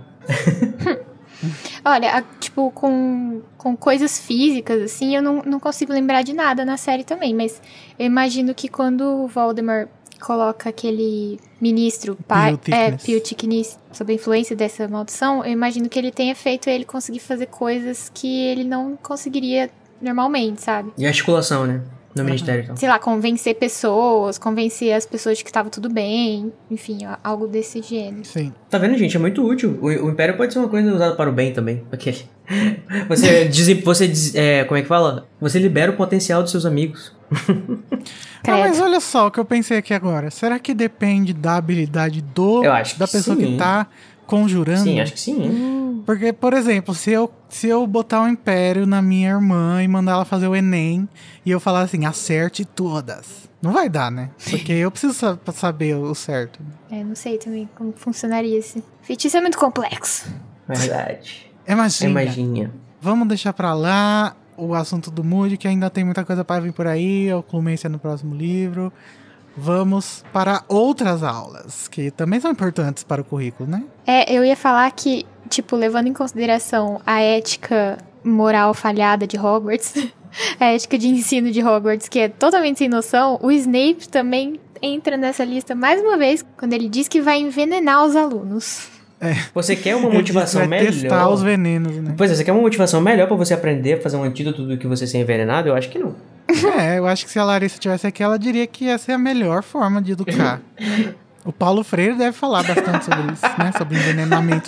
Olha, a- tipo, com, com coisas físicas, assim, eu não, não consigo lembrar de nada na série também. Mas eu imagino que quando o Voldemort coloca aquele ministro, pai, é, Pyroticnus. Pyroticnus, sob a influência dessa maldição, eu imagino que ele tenha feito ele conseguir fazer coisas que ele não conseguiria normalmente, sabe? E a articulação, né? No Ministério, então. Sei lá, convencer pessoas, convencer as pessoas de que tava tudo bem, enfim, a- algo desse gênero. Sim. Tá vendo, gente? É muito útil. O, o Império pode ser uma coisa usada para o bem também. Porque você, diz, você diz, é, como é que fala? Você libera o potencial dos seus amigos. Ah, mas Credo. olha só o que eu pensei aqui agora. Será que depende da habilidade do Eu acho que da pessoa sim. que tá conjurando? Sim, acho que sim. Porque, por exemplo, se eu, se eu botar um império na minha irmã e mandar ela fazer o Enem e eu falar assim, acerte todas. Não vai dar, né? Porque eu preciso sa- saber o certo. É, não sei também como funcionaria esse. Feitiço é muito complexo. Verdade. É magia. É maginha. Vamos deixar pra lá o assunto do Moody, que ainda tem muita coisa pra vir por aí. O Clumência no próximo livro. Vamos para outras aulas, que também são importantes para o currículo, né? É, eu ia falar que, tipo, levando em consideração a ética moral falhada de Hogwarts, a ética de ensino de Hogwarts, que é totalmente sem noção, o Snape também entra nessa lista mais uma vez, quando ele diz que vai envenenar os alunos. Você quer uma Ele disse que motivação vai melhor? testar os venenos, né? Pois é, você quer uma motivação melhor pra você aprender a fazer um antídoto do que você ser envenenado? Eu acho que não. É, eu acho que se a Larissa tivesse aqui, ela diria que essa é a melhor forma de educar. O Paulo Freire deve falar bastante sobre isso, né? Sobre envenenamento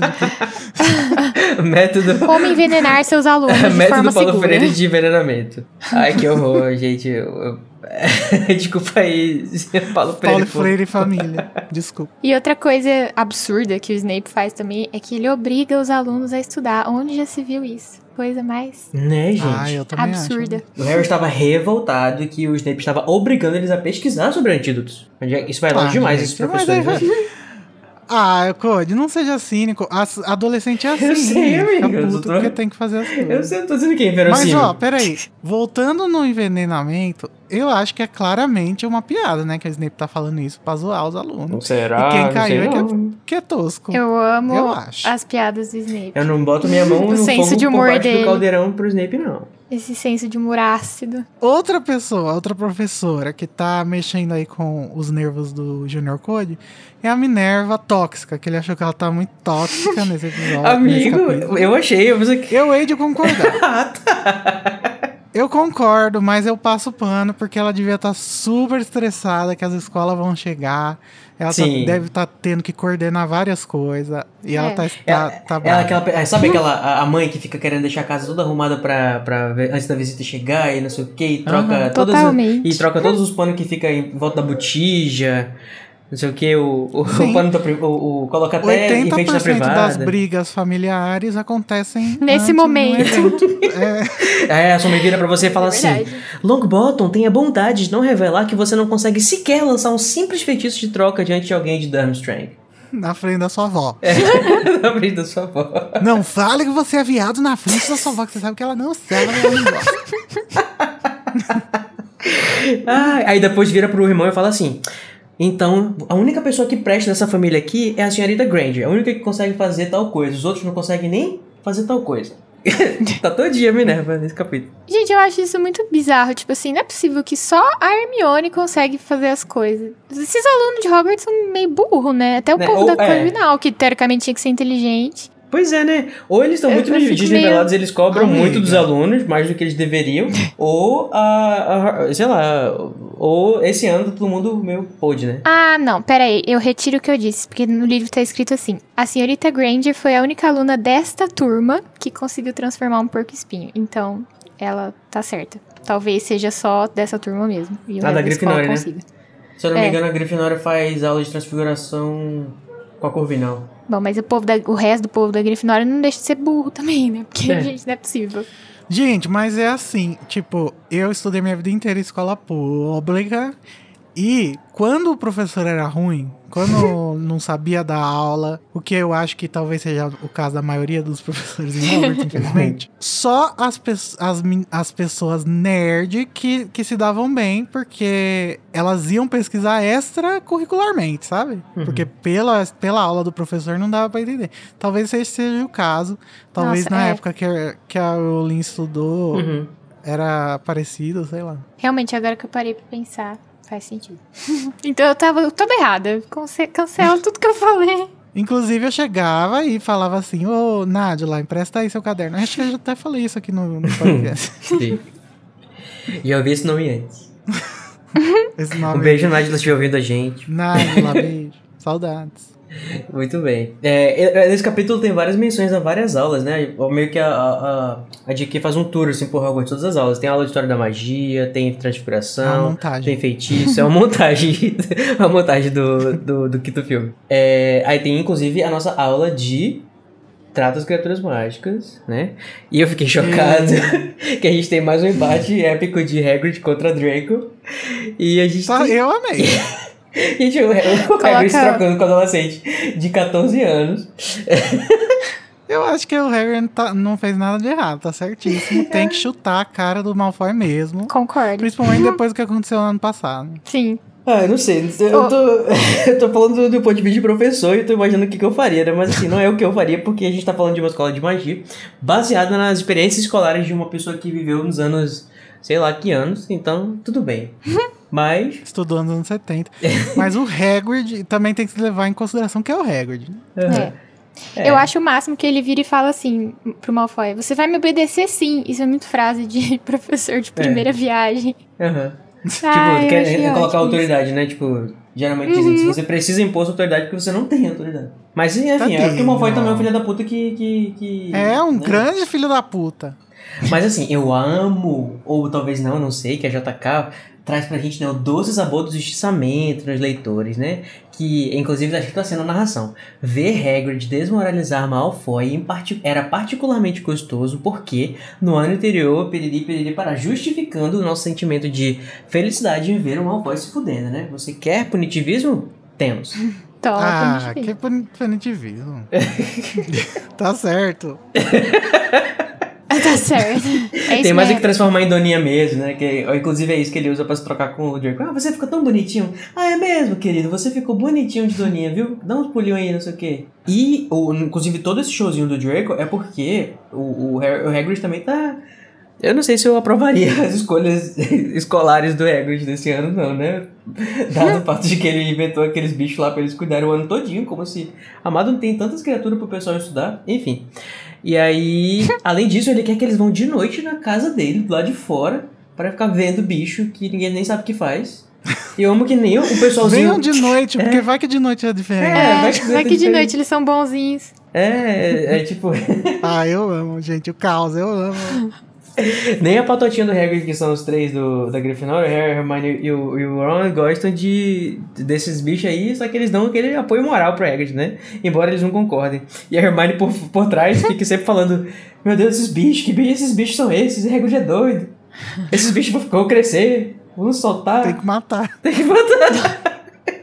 do... Método... Como envenenar seus alunos de Método forma Paulo segura. Freire de envenenamento. Ai, que horror, gente. Eu- eu- Desculpa aí, Paulo Freire. Paulo pô. Freire e família. Desculpa. E outra coisa absurda que o Snape faz também é que ele obriga os alunos a estudar. Onde já se viu isso? Coisa mais Né, gente? Ah, eu também absurda. acho. O Harry estava revoltado que o Snape estava obrigando eles a pesquisar sobre antídotos. Isso vai longe Ah, demais, gente, esses mas professores. aí- né? Ah, Cody, não seja cínico. As- Adolescente é assim. Eu sei, fica amigo, eu puto tô- porque tem que fazer as coisas. Eu sei, eu tô dizendo que é Mas, inverossímil. ó, peraí. Voltando no envenenamento, eu acho que é claramente uma piada, né? Que o Snape tá falando isso pra zoar os alunos. Será? E quem Não caiu sei é que é, não. que é tosco. Eu amo Eu acho. as piadas do Snape. Eu não boto minha mão O no senso fogo de por humor baixo dele. do caldeirão pro Snape, não. Esse senso de humor ácido. Outra pessoa, outra professora que tá mexendo aí com os nervos do Junior Code é a Minerva tóxica, que ele achou que ela tá muito tóxica nesse episódio. nesse Amigo, capítulo. eu achei, eu pensei que... Eu hei de concordar. Ah, tá. Eu concordo, mas eu passo pano porque ela devia estar super estressada que as escolas vão chegar. Ela tá- Sim. deve estar tendo que coordenar várias coisas. E ela É. tá, tá, Ela, tá ela, brava. aquela, é, sabe aquela a- a mãe que fica querendo deixar a casa toda arrumada pra, pra ver- antes da visita chegar e não sei o que, e troca Aham. todas Totalmente. e troca todos os panos que fica em volta da botija, não sei o que, o, o, Sim. o pano da, pri- o, o coloca até oitenta enfeite por na cento das privada. brigas familiares acontecem Nesse antes momento. do evento. É, É, a sua mãe vira pra você e fala É assim: verdade. Longbottom, tenha bondade de não revelar que você não consegue sequer lançar um simples feitiço de troca diante de alguém de Durmstrang. na frente da sua avó. É, na frente da sua avó. Não fale que você é viado na frente da sua avó, que você sabe que ela não sabe, ela não gosta. Ah, aí depois vira pro irmão e fala assim: então, a única pessoa que presta nessa família aqui é a senhorita Granger. A única que consegue fazer tal coisa. Os outros não conseguem nem fazer tal coisa. Tá todinha Minerva nesse capítulo. Gente, eu acho isso muito bizarro. Tipo assim, não é possível que só a Hermione consegue fazer as coisas. Esses alunos de Hogwarts são meio burro, né? Até o Né, povo ou- da é. Corvinal, que teoricamente tinha que ser inteligente. Pois é, né? Ou eles estão Eu- muito eu fico desnivelados, eles cobram Amiga. muito dos alunos, mais do que eles deveriam. Ou, a, a- sei lá, ou esse ano todo mundo meio pôde, né? Ah, não, pera aí, eu retiro o que eu disse, porque no livro tá escrito assim: a senhorita Granger foi a única aluna desta turma que conseguiu transformar um porco-espinho. Então, ela tá certa. Talvez seja só dessa turma mesmo. E o Ah, da resto escola Grifinória, né? consiga. Se eu não me É. engano, a Grifinória faz aula de transfiguração com a Corvinal. Bom, mas o, povo da, o resto do povo da Grifinória não deixa de ser burro também, né? Porque, É. gente, não é possível. Gente, mas é assim, tipo, eu estudei minha vida inteira em escola pública e quando o professor era ruim, quando não sabia dar aula, o que eu acho que talvez seja o caso da maioria dos professores em Hogwarts, infelizmente, só as, pe- as, min- as pessoas nerd que, que se davam bem, porque elas iam pesquisar extracurricularmente, sabe? Uhum. Porque pela, pela aula do professor não dava pra entender. Talvez esse seja o caso. Talvez Nossa, na é. época que, a- que a Rowling estudou Uhum. era parecido, sei lá. Realmente, agora que eu parei pra pensar, faz sentido. Então eu tava toda errada. Conce- Cancela tudo que eu falei. Inclusive, eu chegava e falava assim, ô, Nádia, empresta aí seu caderno. Acho que eu já até falei isso aqui no, no podcast. Sim. Já ouvi esse nome antes. Esse Um nome. beijo, Nádia, se estiver ouvindo a gente. Nádia, beijo. Saudades. Muito bem. É, nesse capítulo tem várias menções a várias aulas, né? Meio que a, a, a J K faz um tour assim por Hogwarts, todas as aulas. Tem aula de História da Magia, tem É uma Transfiguração, montagem. tem Feitiço. É uma montagem. uma montagem do, do, do quinto filme. É, aí tem inclusive a nossa aula de Trata as Criaturas Mágicas, né? E eu fiquei chocado que a gente tem mais um embate épico de Hagrid contra Draco. E a gente Tá, tem... eu amei. Gente, o, o Hagrid se trocando com adolescente de catorze anos. Eu acho que o Harry não, tá- não fez nada de errado, tá certíssimo. Tem que chutar a cara do Malfoy mesmo. Concordo. Principalmente depois do que aconteceu no ano passado. Sim. Ah, eu não sei. Eu Oh. tô, eu tô falando do, do ponto de vista de professor e tô imaginando o que, que eu faria, né? Mas assim, não é o que eu faria porque a gente tá falando de uma escola de magia baseada nas experiências escolares de uma pessoa que viveu nos anos, sei lá que anos, então tudo bem. Mas... Estudou nos anos setenta. Mas o Hagrid também tem que se levar em consideração que é o Hagrid. É. É. Eu acho o máximo que ele vira e fala assim pro Malfoy: você vai me obedecer sim. Isso é muito frase de professor de primeira viagem. Aham. Tipo, Ai, eu quer achei colocar ótimo autoridade, né? Tipo, geralmente dizem que você precisa impor sua autoridade porque você não tem autoridade. Mas enfim, é porque o Malfoy Tadinho. também é um filho da puta que... que, que É um né? grande filho da puta. Mas assim, eu amo, ou talvez não, não sei, que a J K traz pra gente, né, o doce sabor do justiçamento nos leitores, né? Que, inclusive, tá escrito assim na narração. Ver Hagrid desmoralizar Malfoy em parti- era particularmente gostoso porque, no ano anterior, Piriri Piriri para justificando o nosso sentimento de felicidade em ver o Malfoy se fudendo, né? Você quer punitivismo? Temos. Top, Ah, N T V. que punitivismo. Tá certo. Tá certo. É isso Tem mais é mesmo. que transformar em doninha mesmo, né? Que, inclusive é isso que ele usa pra se trocar com o Draco. Ah, você ficou tão bonitinho. Ah, é mesmo, querido. Você ficou bonitinho de doninha, viu? Dá uns pulinhos aí, não sei o quê. E, o, inclusive, todo esse showzinho do Draco é porque o, o, Har- o Hagrid também tá... Eu não sei se eu aprovaria as escolhas escolares do Hagrid desse ano, não, né? Dado o fato de que ele inventou aqueles bichos lá pra eles cuidarem o ano todinho, como se... Amado não tem tantas criaturas pro pessoal estudar. Enfim... E aí, além disso, ele quer que eles vão de noite na casa dele, do lado de fora, pra ficar vendo bicho que ninguém nem sabe o que faz. E eu amo que nem o pessoalzinho... Venham de noite, porque vai que de noite é diferente. É, É, vai vai que que, vai ter de diferença. noite eles são bonzinhos. É, é, é tipo... Ah, eu amo, gente. O caos, eu amo. nem a patotinha do Hagrid, que são os três do, da Grifinória, o Harry, a Hermione e o, e o Ron gostam de, desses bichos aí, só que eles dão aquele apoio moral pro Hagrid, né? Embora eles não concordem. E a Hermione por, por trás fica sempre falando: meu Deus, esses bichos, que bichos esses bichos são esses? O Hagrid é doido. Esses bichos vão crescer, vão soltar. Tem que matar. Tem que matar.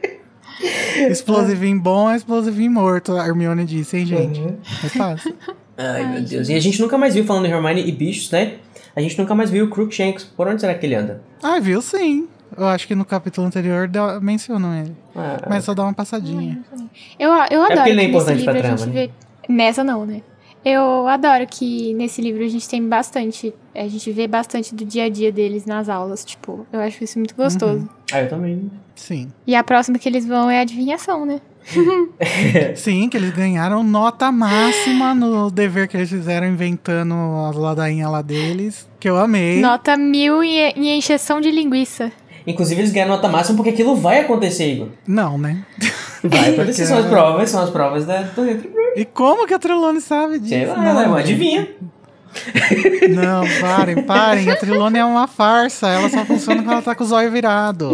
Explosivinho bom é explosivinho morto, a Hermione disse, hein, gente? Uhum. É fácil. Ai, meu Deus. E a gente nunca mais viu, falando em Hermione e bichos, né? A gente nunca mais viu o Crookshanks. Por onde será que ele anda? Ah, viu sim. Eu acho que no capítulo anterior dá- mencionam ele. Ah, Mas só dá uma passadinha. Eu, eu adoro porque ele não é que nesse importante livro pra a trama, gente né? vê... Nessa não, né? Eu adoro que nesse livro a gente tem bastante... A gente vê bastante do dia a dia deles nas aulas, tipo... Eu acho isso muito gostoso. Ah, eu também. Sim. E a próxima que eles vão é a adivinhação, né? Sim, que eles ganharam nota máxima no dever que eles fizeram inventando as ladainhas lá deles. Que eu amei. Nota mil em, em encheção de linguiça. Inclusive, eles ganham nota máxima porque aquilo vai acontecer, Igor. Não, né? Vai acontecer. São as provas, são as provas da, do Retro Brew. E como que a Trelawney sabe disso? Sei lá, Não, ela é uma adivinha. Não, parem, parem. A Trelawney é uma farsa. Ela só funciona quando ela tá com os olhos virados.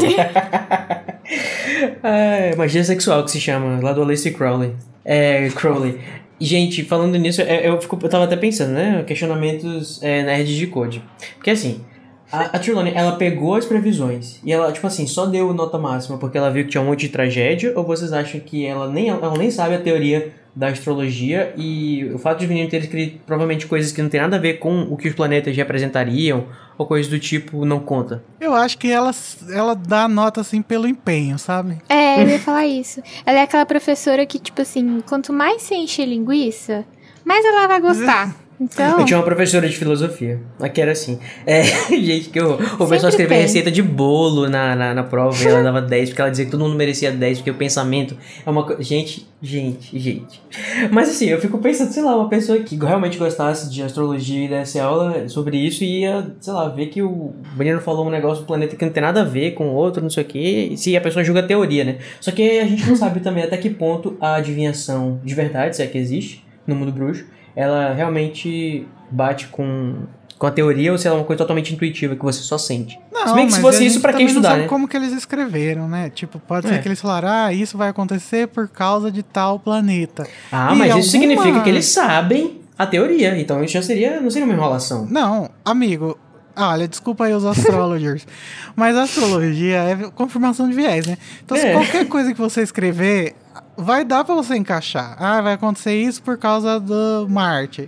É, magia sexual que se chama, lá do Aleister Crowley. É, Crowley. Gente, falando nisso, é, eu, fico, eu tava até pensando, né? Questionamentos é, nerds de code. Porque assim, a, a Trelawney, ela pegou as previsões e ela, tipo assim, só deu nota máxima porque ela viu que tinha um monte de tragédia, ou vocês acham que ela nem, ela nem sabe a teoria da astrologia e o fato de venirem ter escrito provavelmente coisas que não tem nada a ver com o que os planetas representariam ou coisas do tipo não conta? Eu acho que ela, ela dá nota assim pelo empenho, sabe? É, eu ia falar isso. Ela é aquela professora que, tipo assim, quanto mais você encher linguiça, mais ela vai gostar. Então... Eu tinha uma professora de filosofia, aqui era assim. É, gente, que o, o pessoal Sempre escrevia tem. receita de bolo na, na, na prova e ela dava dez, porque ela dizia que todo mundo merecia dez, porque o pensamento é uma coisa... Gente, gente, gente. Mas assim, eu fico pensando, sei lá, uma pessoa que realmente gostasse de astrologia e desse aula sobre isso e ia, sei lá, ver que o menino falou um negócio do planeta que não tem nada a ver com o outro, não sei o quê, e se a pessoa julga a teoria, né? Só que a gente não sabe também até que ponto a adivinhação de verdade, se é que existe no mundo bruxo, ela realmente bate com, com a teoria ou se ela é uma coisa totalmente intuitiva que você só sente. Não, se bem que se mas fosse a isso gente pra quem também não estudar, sabe né? como que eles escreveram, né? Tipo, pode É. ser que eles falaram, ah, isso vai acontecer por causa de tal planeta. Ah, E mas alguma- isso significa que eles sabem a teoria. Então isso já seria, não seria uma enrolação. Não, amigo, olha, desculpa aí os astrologers, mas a astrologia é confirmação de viés, né? Então, se É. qualquer coisa que você escrever, vai dar pra você encaixar. Ah, vai acontecer isso por causa do Marte.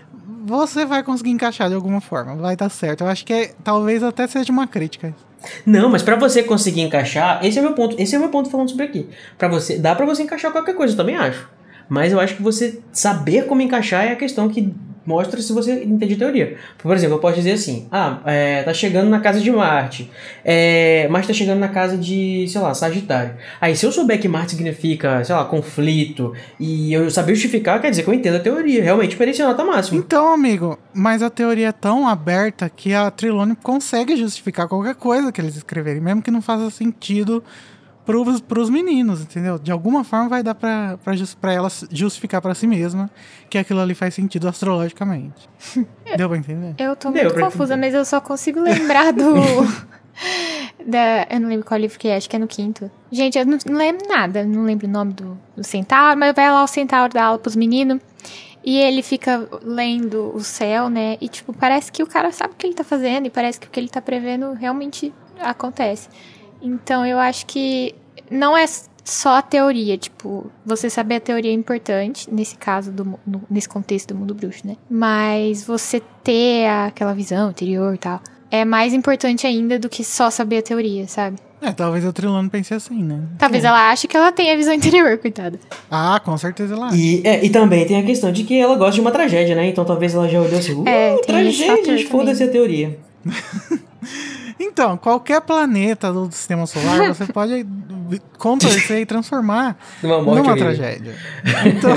Você vai conseguir encaixar de alguma forma, vai dar certo. Eu acho que é, talvez até seja uma crítica. Não, mas pra você conseguir encaixar, esse é o meu ponto. Esse é o meu ponto falando sobre aqui. Para você, dá pra você encaixar qualquer coisa, eu também acho. Mas eu acho que você saber como encaixar é a questão que mostra se você entende teoria. Por exemplo, eu posso dizer assim, ah, é, tá chegando na casa de Marte, é, Marte tá chegando na casa de, sei lá, Sagitário. Aí se eu souber que Marte significa, sei lá, conflito, e eu saber justificar, quer dizer que eu entendo a teoria, realmente merecia nota máxima. Então, amigo, mas a teoria é tão aberta que a Trelawney consegue justificar qualquer coisa que eles escreverem, mesmo que não faça sentido pros, pros meninos, entendeu? De alguma forma vai dar pra, pra, just- pra ela justificar pra si mesma que aquilo ali faz sentido astrologicamente. Deu pra entender? Eu tô Deu muito pra confusa, entender. mas eu só consigo lembrar do... da, eu não lembro qual livro que é, acho que é no quinto. Gente, eu não, não lembro nada, não lembro o nome do, do centauro, mas vai lá o centauro dar aula pros meninos e ele fica lendo o céu, né? E, tipo, parece que o cara sabe o que ele tá fazendo e parece que o que ele tá prevendo realmente acontece. Então, eu acho que não é... só a teoria, tipo, você saber a teoria é importante, nesse caso, do, no, nesse contexto do mundo bruxo, né? Mas você ter aquela visão interior e tal, é mais importante ainda do que só saber a teoria, sabe? É, talvez a Trelawney pense assim, né? Talvez é. ela ache que ela tem a visão interior, coitada. Ah, com certeza ela acha. E, é, e também tem a questão de que ela gosta de uma tragédia, né? Então talvez ela já olhou assim, uh, É, tem esse fator tragédia, foda-se a teoria. Então, qualquer planeta do sistema solar você pode contorcer e transformar Numa morte numa horrível. tragédia. Então,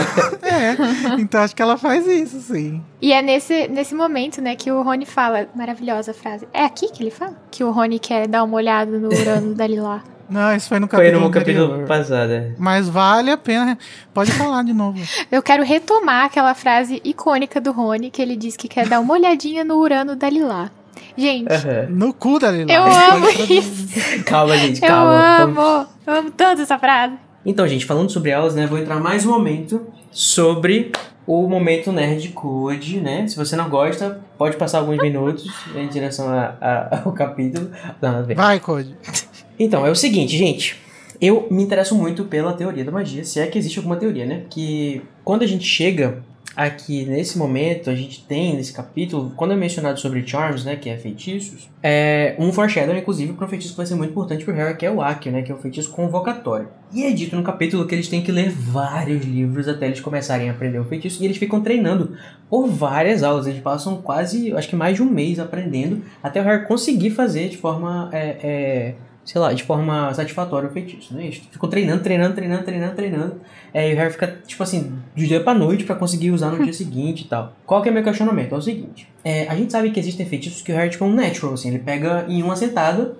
é, então acho que ela faz isso, sim. E é nesse, nesse momento, né, que o Rony fala, maravilhosa frase. É aqui que ele fala? Que o Rony quer dar uma olhada no Urano da Lilá. Não, isso foi no Foi capítulo no capítulo anterior. passado, é. Mas vale a pena. Pode falar de novo. Eu quero retomar aquela frase icônica do Rony, que ele diz que quer dar uma olhadinha no Urano da Lilá. Gente, Aham. No cu da Lilá. eu A gente amo pode traduzir. isso. Calma, gente, Eu calma. amo. Eu amo tanto essa frase. Então, gente, falando sobre elas, né, vou entrar mais um momento sobre o momento Nerd Code, né? Se você não gosta, pode passar alguns minutos em direção a, a, ao capítulo. Não, nada a ver. Vai, Code. Então, é o seguinte, gente. Eu me interesso muito pela teoria da magia, se é que existe alguma teoria, né? Que quando a gente chega aqui nesse momento, a gente tem nesse capítulo, quando é mencionado sobre charms, né, que é feitiços, é um foreshadowing, inclusive, para um feitiço que vai ser muito importante pro Harry, que é o Accio, né, que é o feitiço convocatório. E é dito no capítulo que eles têm que ler vários livros até eles começarem a aprender o feitiço, e eles ficam treinando por várias aulas, eles passam quase, acho que mais de um mês aprendendo, até o Harry conseguir fazer de forma... É, é, sei lá, de forma satisfatória o feitiço, né? Eles ficam treinando, treinando, treinando, treinando, treinando. É, e o Harry fica, tipo assim, de dia pra noite pra conseguir usar no dia seguinte e tal. Qual que é o meu questionamento? É o seguinte, é, a gente sabe que existem feitiços que o Harry, tipo, é um natural, assim, ele pega em uma sentada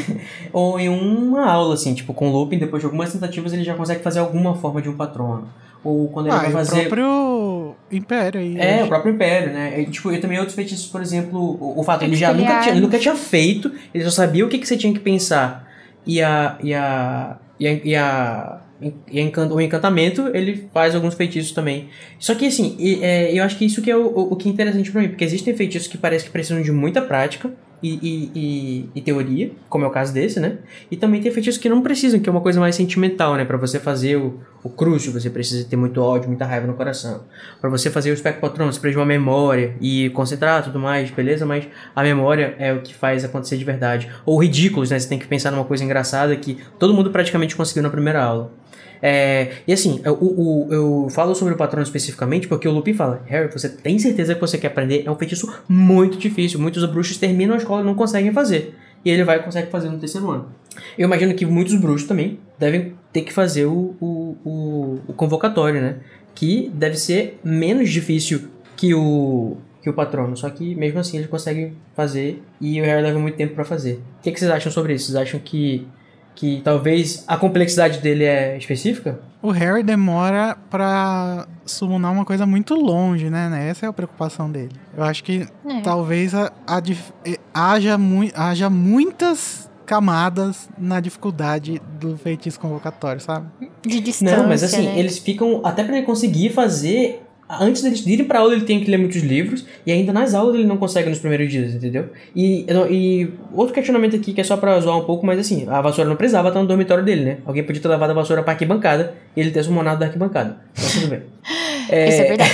ou em uma aula, assim, tipo, com looping, depois de algumas tentativas ele já consegue fazer alguma forma de um patrono. Ou quando ele Ah, vai e fazer... o próprio Império aí. É, né? o próprio Império, né? E, tipo, e também outros feitiços, por exemplo, o, o fato, ele já nunca tinha, ele nunca tinha feito, ele só sabia o que, que você tinha que pensar. E a e a e a, e a e a encan- o encantamento, ele faz alguns feitiços também. Só que assim, e, é, eu acho que isso que é o, o, o que é interessante pra mim, porque existem feitiços que parece que precisam de muita prática e, e, e, e teoria, como é o caso desse, né? E também tem feitiços que não precisam, que é uma coisa mais sentimental, né? Pra você fazer o, o crucio, você precisa ter muito ódio, muita raiva no coração. Pra você fazer o Spectro Patron, você precisa de uma memória e concentrar tudo mais, beleza? Mas a memória é o que faz acontecer de verdade. Ou ridículos, né? Você tem que pensar numa coisa engraçada que todo mundo praticamente conseguiu na primeira aula. É, e assim, eu, eu, eu falo sobre o patrono especificamente porque o Lupin fala: Harry, você tem certeza que você quer aprender? É um feitiço muito difícil. Muitos bruxos terminam a escola e não conseguem fazer. E ele vai e consegue fazer no terceiro ano. Eu imagino que muitos bruxos também devem ter que fazer o, o, o, o convocatório, né? Que deve ser menos difícil que o, que o patrono. Só que mesmo assim eles conseguem fazer e o Harry leva muito tempo pra fazer. O que, que vocês acham sobre isso? Vocês acham que que talvez a complexidade dele é específica? O Harry demora pra summonar uma coisa muito longe, né? Essa é a preocupação dele. Eu acho que É. talvez a, a dif- eh, haja, mui- haja muitas camadas na dificuldade do feitiço convocatório, sabe? De distância, Não, mas assim, né? eles ficam... Até pra ele conseguir fazer... Antes deles irem pra aula, ele tem que ler muitos livros. E ainda nas aulas ele não consegue nos primeiros dias, entendeu? E, e outro questionamento aqui, que é só pra zoar um pouco, mas assim, a vassoura não precisava estar no dormitório dele, né? Alguém podia ter levado a vassoura pra arquibancada e ele ter summonado da arquibancada. Então tudo bem. É, Isso é verdade.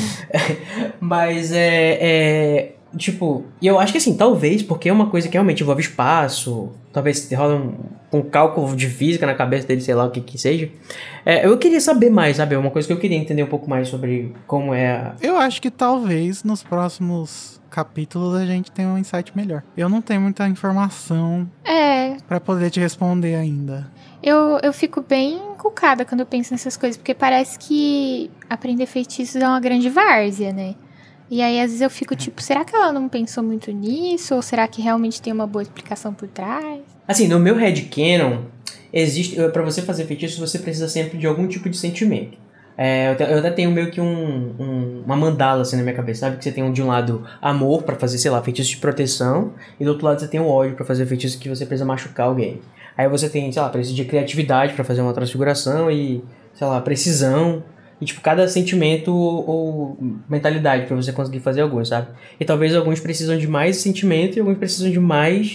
mas é, é... Tipo, e eu acho que assim, talvez, porque é uma coisa que realmente envolve espaço, talvez rola um, um cálculo de física na cabeça dele, sei lá o que que seja. É, eu queria saber mais, sabe? É uma coisa que eu queria entender um pouco mais sobre como é a... Eu acho que talvez nos próximos capítulos a gente tenha um insight melhor. Eu não tenho muita informação É, pra poder te responder ainda. eu, eu fico bem encucada quando eu penso nessas coisas, porque parece que aprender feitiços é uma grande várzea, né? E aí, às vezes, eu fico tipo, será que ela não pensou muito nisso? Ou será que realmente tem uma boa explicação por trás? Assim, no meu headcanon, existe... Pra você fazer feitiço, você precisa sempre de algum tipo de sentimento. É, eu, até, eu até tenho meio que um, um, uma mandala assim na minha cabeça, sabe? Que você tem de um lado amor pra fazer, sei lá, feitiço de proteção, e do outro lado você tem o ódio pra fazer feitiço que você precisa machucar alguém. Aí você tem, sei lá, precisa de criatividade pra fazer uma transfiguração e, sei lá, precisão. E, tipo, cada sentimento ou, ou mentalidade pra você conseguir fazer alguns, sabe? E talvez alguns precisam de mais sentimento e alguns precisam de mais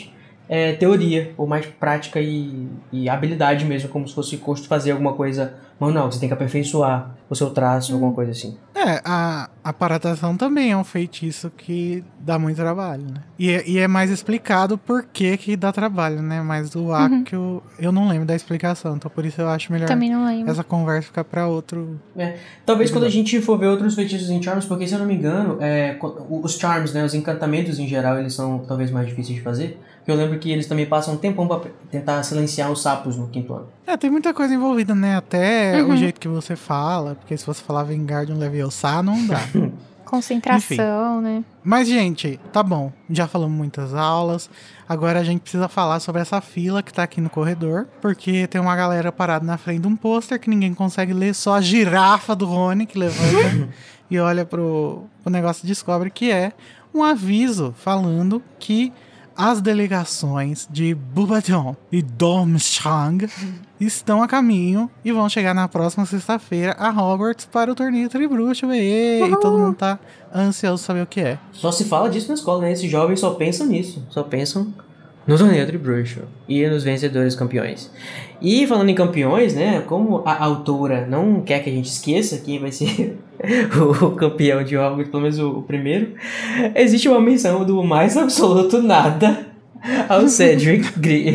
é, teoria, ou mais prática e, e habilidade mesmo, como se fosse custo fazer alguma coisa manual. Você tem que aperfeiçoar o seu traço, hum. alguma coisa assim. É, a, a paratação também é um feitiço que dá muito trabalho, né? E, e é mais explicado por que que dá trabalho, né? Mas o Akio, uhum. eu não lembro da explicação, então por isso eu acho melhor também não lembro. Essa conversa ficar pra outro... É, talvez quando a gente for ver outros feitiços em Charms, porque se eu não me engano, é, os Charms, né, os encantamentos em geral, eles são talvez mais difíceis de fazer. Eu lembro que eles também passam um tempão pra tentar silenciar os sapos no quinto ano. É, tem muita coisa envolvida, né? Até uhum. o jeito que você fala, porque se você falar Wingardium Leviosa, não dá. Concentração, enfim. Né? Mas, gente, tá bom. Já falamos muitas aulas. Agora a gente precisa falar sobre essa fila que tá aqui no corredor. Porque tem uma galera parada na frente de um pôster que ninguém consegue ler. Só a girafa do Rony que levanta e olha pro, pro negócio e descobre que é um aviso falando que as delegações de Bubadon e Domchang estão a caminho e vão chegar na próxima sexta-feira a Hogwarts para o torneio Tribruxo. E, e todo mundo tá ansioso saber o que é. Só se fala disso na escola, né? Esses jovens só pensam nisso. Só pensam no torneio Tribruxo e nos vencedores campeões. E falando em campeões, né? Como a autora não quer que a gente esqueça quem vai ser o campeão de Hogwarts, pelo menos o, o primeiro, existe uma menção do mais absoluto nada ao Cedric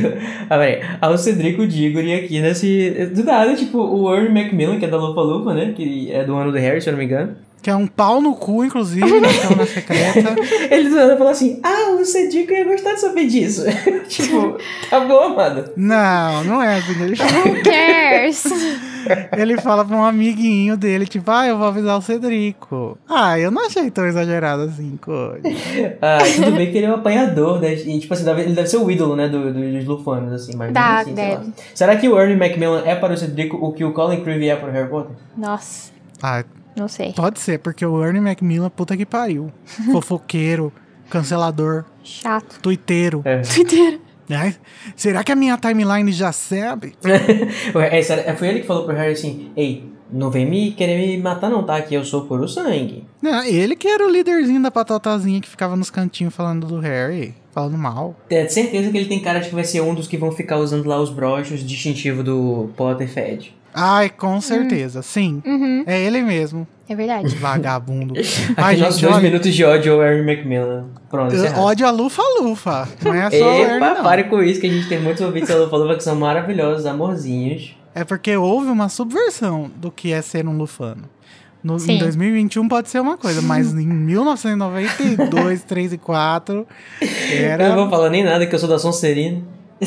ao Cedrico Diggory aqui nesse... Do nada, tipo, o Ernie Macmillan, que é da Lufa Lufa, né? Que é do ano do Harry, se eu não me engano. Que é um pau no cu, inclusive, na câmara secreta. Ele do nada falou assim, ah, o Cedrico ia gostar de saber disso. Tipo, tá bom, mano. Não, não é assim. Ele fala... Who cares? Ele fala pra um amiguinho dele, tipo, ah, eu vou avisar o Cedrico. Ah, eu não achei tão exagerado assim, coisa. Ah, tudo bem que ele é um apanhador, né? E, tipo assim, ele deve ser o ídolo, né, do, do, dos lufanos, assim. Mas Dá, assim, deve. Será que o Ernie Macmillan é para o Cedrico o que o Colin Creevy é para o Harry Potter? Nossa. Ah, não sei. Pode ser, porque o Ernie Macmillan, puta que pariu. Fofoqueiro, cancelador. Chato. Tuiteiro. É. Tuiteiro. É. Será que a minha timeline já sabe? é, foi ele que falou pro Harry assim, ei, não vem me querer me matar não, tá? Que eu sou puro sangue. Não, ele que era o líderzinho da patotazinha que ficava nos cantinhos falando do Harry, falando mal. É, certeza que ele tem cara de que vai ser um dos que vão ficar usando lá os broches distintivos do Potterhead. Ai, com certeza, hum. sim. Uhum. É ele mesmo. É verdade. Vagabundo. Ai, Aqui nossos dois minutos de ódio ao Harry Macmillan. Pronto, eu, ódio a Lufa-Lufa. Não é só o Harry, não. Pare com isso, que a gente tem muitos ouvintes da Lufa-Lufa que são maravilhosos, amorzinhos. É porque houve uma subversão do que é ser um lufano. No, em dois mil e vinte e um pode ser uma coisa, mas em mil novecentos e noventa e dois, três e quatro era... Eu não vou falar nem nada, que eu sou da Sonserina.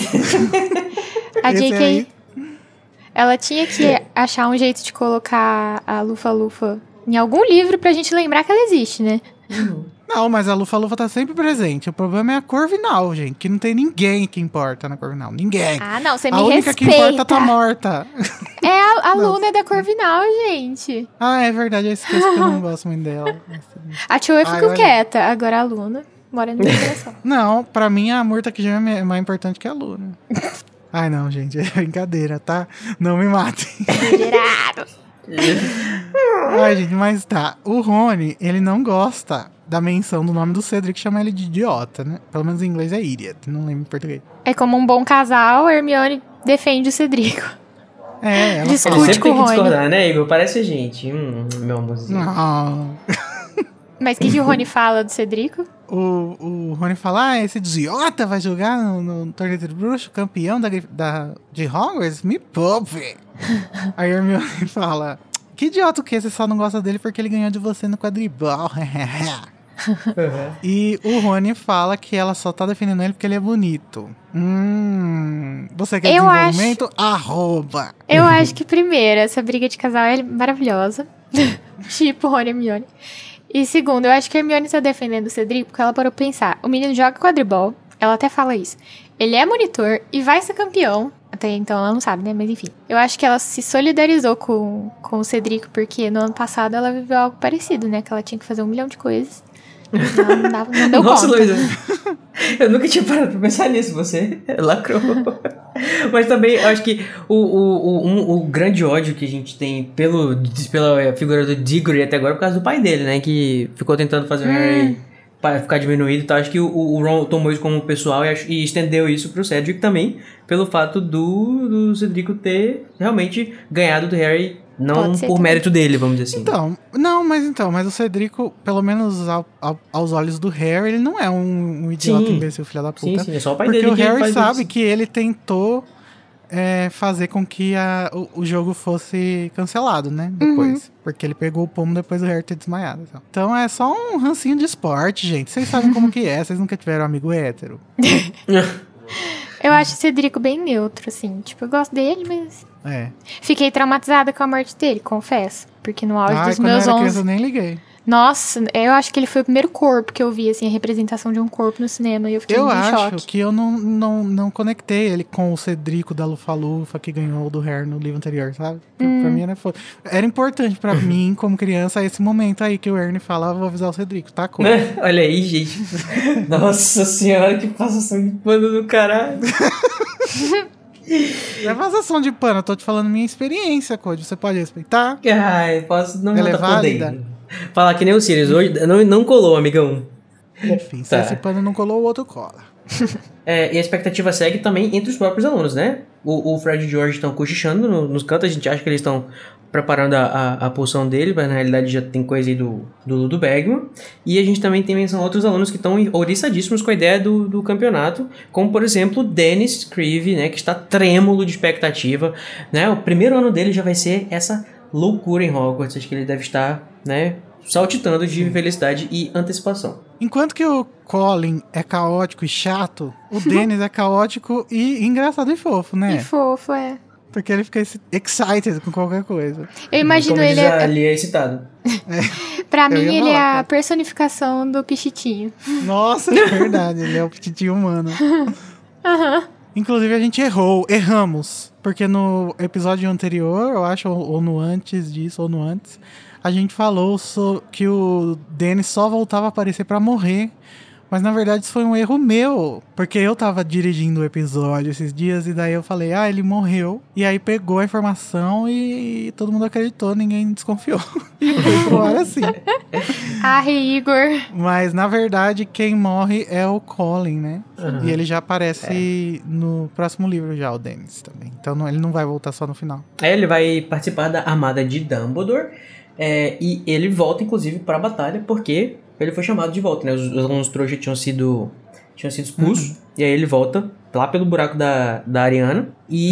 A J K... Ela tinha que achar um jeito de colocar a Lufa-Lufa em algum livro pra gente lembrar que ela existe, né? Uhum. Não, mas a Lufa-Lufa tá sempre presente. O problema é a Corvinal, gente. Que não tem ninguém que importa na Corvinal. Ninguém. Ah, não, você me respeita. A única respeita. que importa tá morta. É a, a Luna da Corvinal, gente. Ah, é verdade. Eu esqueço que eu não gosto muito dela. A Tia ficou quieta. Agora a Luna mora no meu coração. Não, pra mim a Murta que já é mais importante que a Luna. Ai, não, gente, é brincadeira, tá? Não me matem. Exagerado. Ai, gente, mas tá. O Rony, ele não gosta da menção do nome do Cedric, chama ele de idiota, né? Pelo menos em inglês é idiot, não lembro em português. É como um bom casal, Hermione defende o Cedrico. É, ela discute fala. Sempre com o tem que Rony. discordar, né, Igor? Parece a gente. Hum, meu amorzinho. Não. Mas o que, que o Rony fala do Cedrico? O, o Rony fala, ah, esse idiota vai jogar no, no torneio de bruxo, campeão da, da, de Hogwarts? Me poupe. Aí a Hermione fala, que idiota o que? Você só não gosta dele porque ele ganhou de você no quadribol. Uhum. E o Rony fala que ela só tá defendendo ele porque ele é bonito. Hum, você quer eu desenvolvimento? Acho... Arroba. Eu acho que primeiro, essa briga de casal é maravilhosa. Tipo Rony e Hermione. E segundo, eu acho que a Hermione tá defendendo o Cedrico porque ela parou pra pensar. O menino joga quadribol, ela até fala isso. Ele é monitor e vai ser campeão. Até então ela não sabe, né? Mas enfim. Eu acho que ela se solidarizou com, com o Cedrico porque no ano passado ela viveu algo parecido, né? Que ela tinha que fazer um milhão de coisas. Não, não, dava, não deu Nossa, conta. Luísa, eu nunca tinha parado pra pensar nisso, você lacrou. Mas também, eu acho que o, o, o, um, o grande ódio que a gente tem pelo, pela figura do Diggory até agora é por causa do pai dele, né? Que ficou tentando fazer o Harry para ficar diminuído e tal. Acho que o, o Ron tomou isso como pessoal e, e estendeu isso pro Cedric também, pelo fato do, do Cedrico ter realmente ganhado do Harry, não por também. mérito dele, vamos dizer assim. Então, não, mas então, mas o Cedrico, pelo menos ao, ao, aos olhos do Harry, ele não é um, um idiota, Sim. imbecil, filho da puta. Sim, sim, é só o pai porque dele o que Harry faz sabe isso. que ele tentou é, fazer com que a, o, o jogo fosse cancelado, né? Depois. Uhum. Porque ele pegou o pomo depois do Harry ter desmaiado. Então. então é só um rancinho de esporte, gente. Vocês sabem como que é, vocês nunca tiveram um amigo hétero. Eu acho o Cedrico bem neutro, assim. Tipo, eu gosto dele, mas... É. Fiquei traumatizada com a morte dele, confesso. Porque no auge Ai, dos quando meus eu era onze... criança, eu nem liguei. Nossa, eu acho que ele foi o primeiro corpo que eu vi, assim, a representação de um corpo no cinema. E eu fiquei eu em acho choque. que eu não, não, não conectei ele com o Cedrico da Lufa-Lufa, que ganhou do Harry no livro anterior, sabe? Hum. Pra mim era foda. Era importante pra mim, como criança, esse momento aí que o Ernie fala, vou avisar o Cedrico, tá? Cool. Olha aí, gente. Nossa senhora, que passação de pano do caralho. Não é passação de pano, eu tô te falando minha experiência, Code. Você pode respeitar? Ai, posso não Ela tá é válida? podendo. Falar que nem o Sirius hoje não, não colou, amigão. Enfim, se tá. esse pano não colou, o outro cola. É, e a expectativa segue também entre os próprios alunos, né? O, o Fred e o George estão cochichando no, nos cantos, a gente acha que eles estão preparando a, a, a poção dele, mas na realidade já tem coisa aí do, do Ludo Bagman. E a gente também tem menção a outros alunos que estão oriçadíssimos com a ideia do, do campeonato, como por exemplo o Dennis Creevy, né? Que está trêmulo de expectativa, né? O primeiro ano dele já vai ser essa loucura em Hogwarts, acho que ele deve estar, né, saltitando de Sim. felicidade e antecipação. Enquanto que o Colin é caótico e chato, o Dennis é caótico e engraçado e fofo, né? E fofo, é. Porque ele fica excited com qualquer coisa. Eu imagino Como ele... É... Ali é excitado. É. Pra mim, ele é a personificação do Pichitinho. Nossa, é verdade. Ele é o Pichitinho humano. Aham. Uhum. Inclusive, a gente errou, erramos. Porque no episódio anterior, eu acho, ou no antes disso, ou no antes, a gente falou so, que o Dennis só voltava a aparecer pra morrer. Mas, na verdade, isso foi um erro meu. Porque eu tava dirigindo o episódio esses dias, e daí eu falei, ah, ele morreu. E aí pegou a informação e todo mundo acreditou, ninguém desconfiou. E foi pro ar assim. Ah, Igor. Mas, na verdade, quem morre é o Colin, né? Uhum. E ele já aparece é. no próximo livro já, o Dennis também. Então não, ele não vai voltar só no final. É, ele vai participar da armada de Dumbledore. É, e ele volta, inclusive, pra batalha, porque ele foi chamado de volta, né? Os, os alunos trouxa tinham sido, tinham sido expulsos. Uhum. E aí ele volta lá pelo buraco da, da Ariana. E...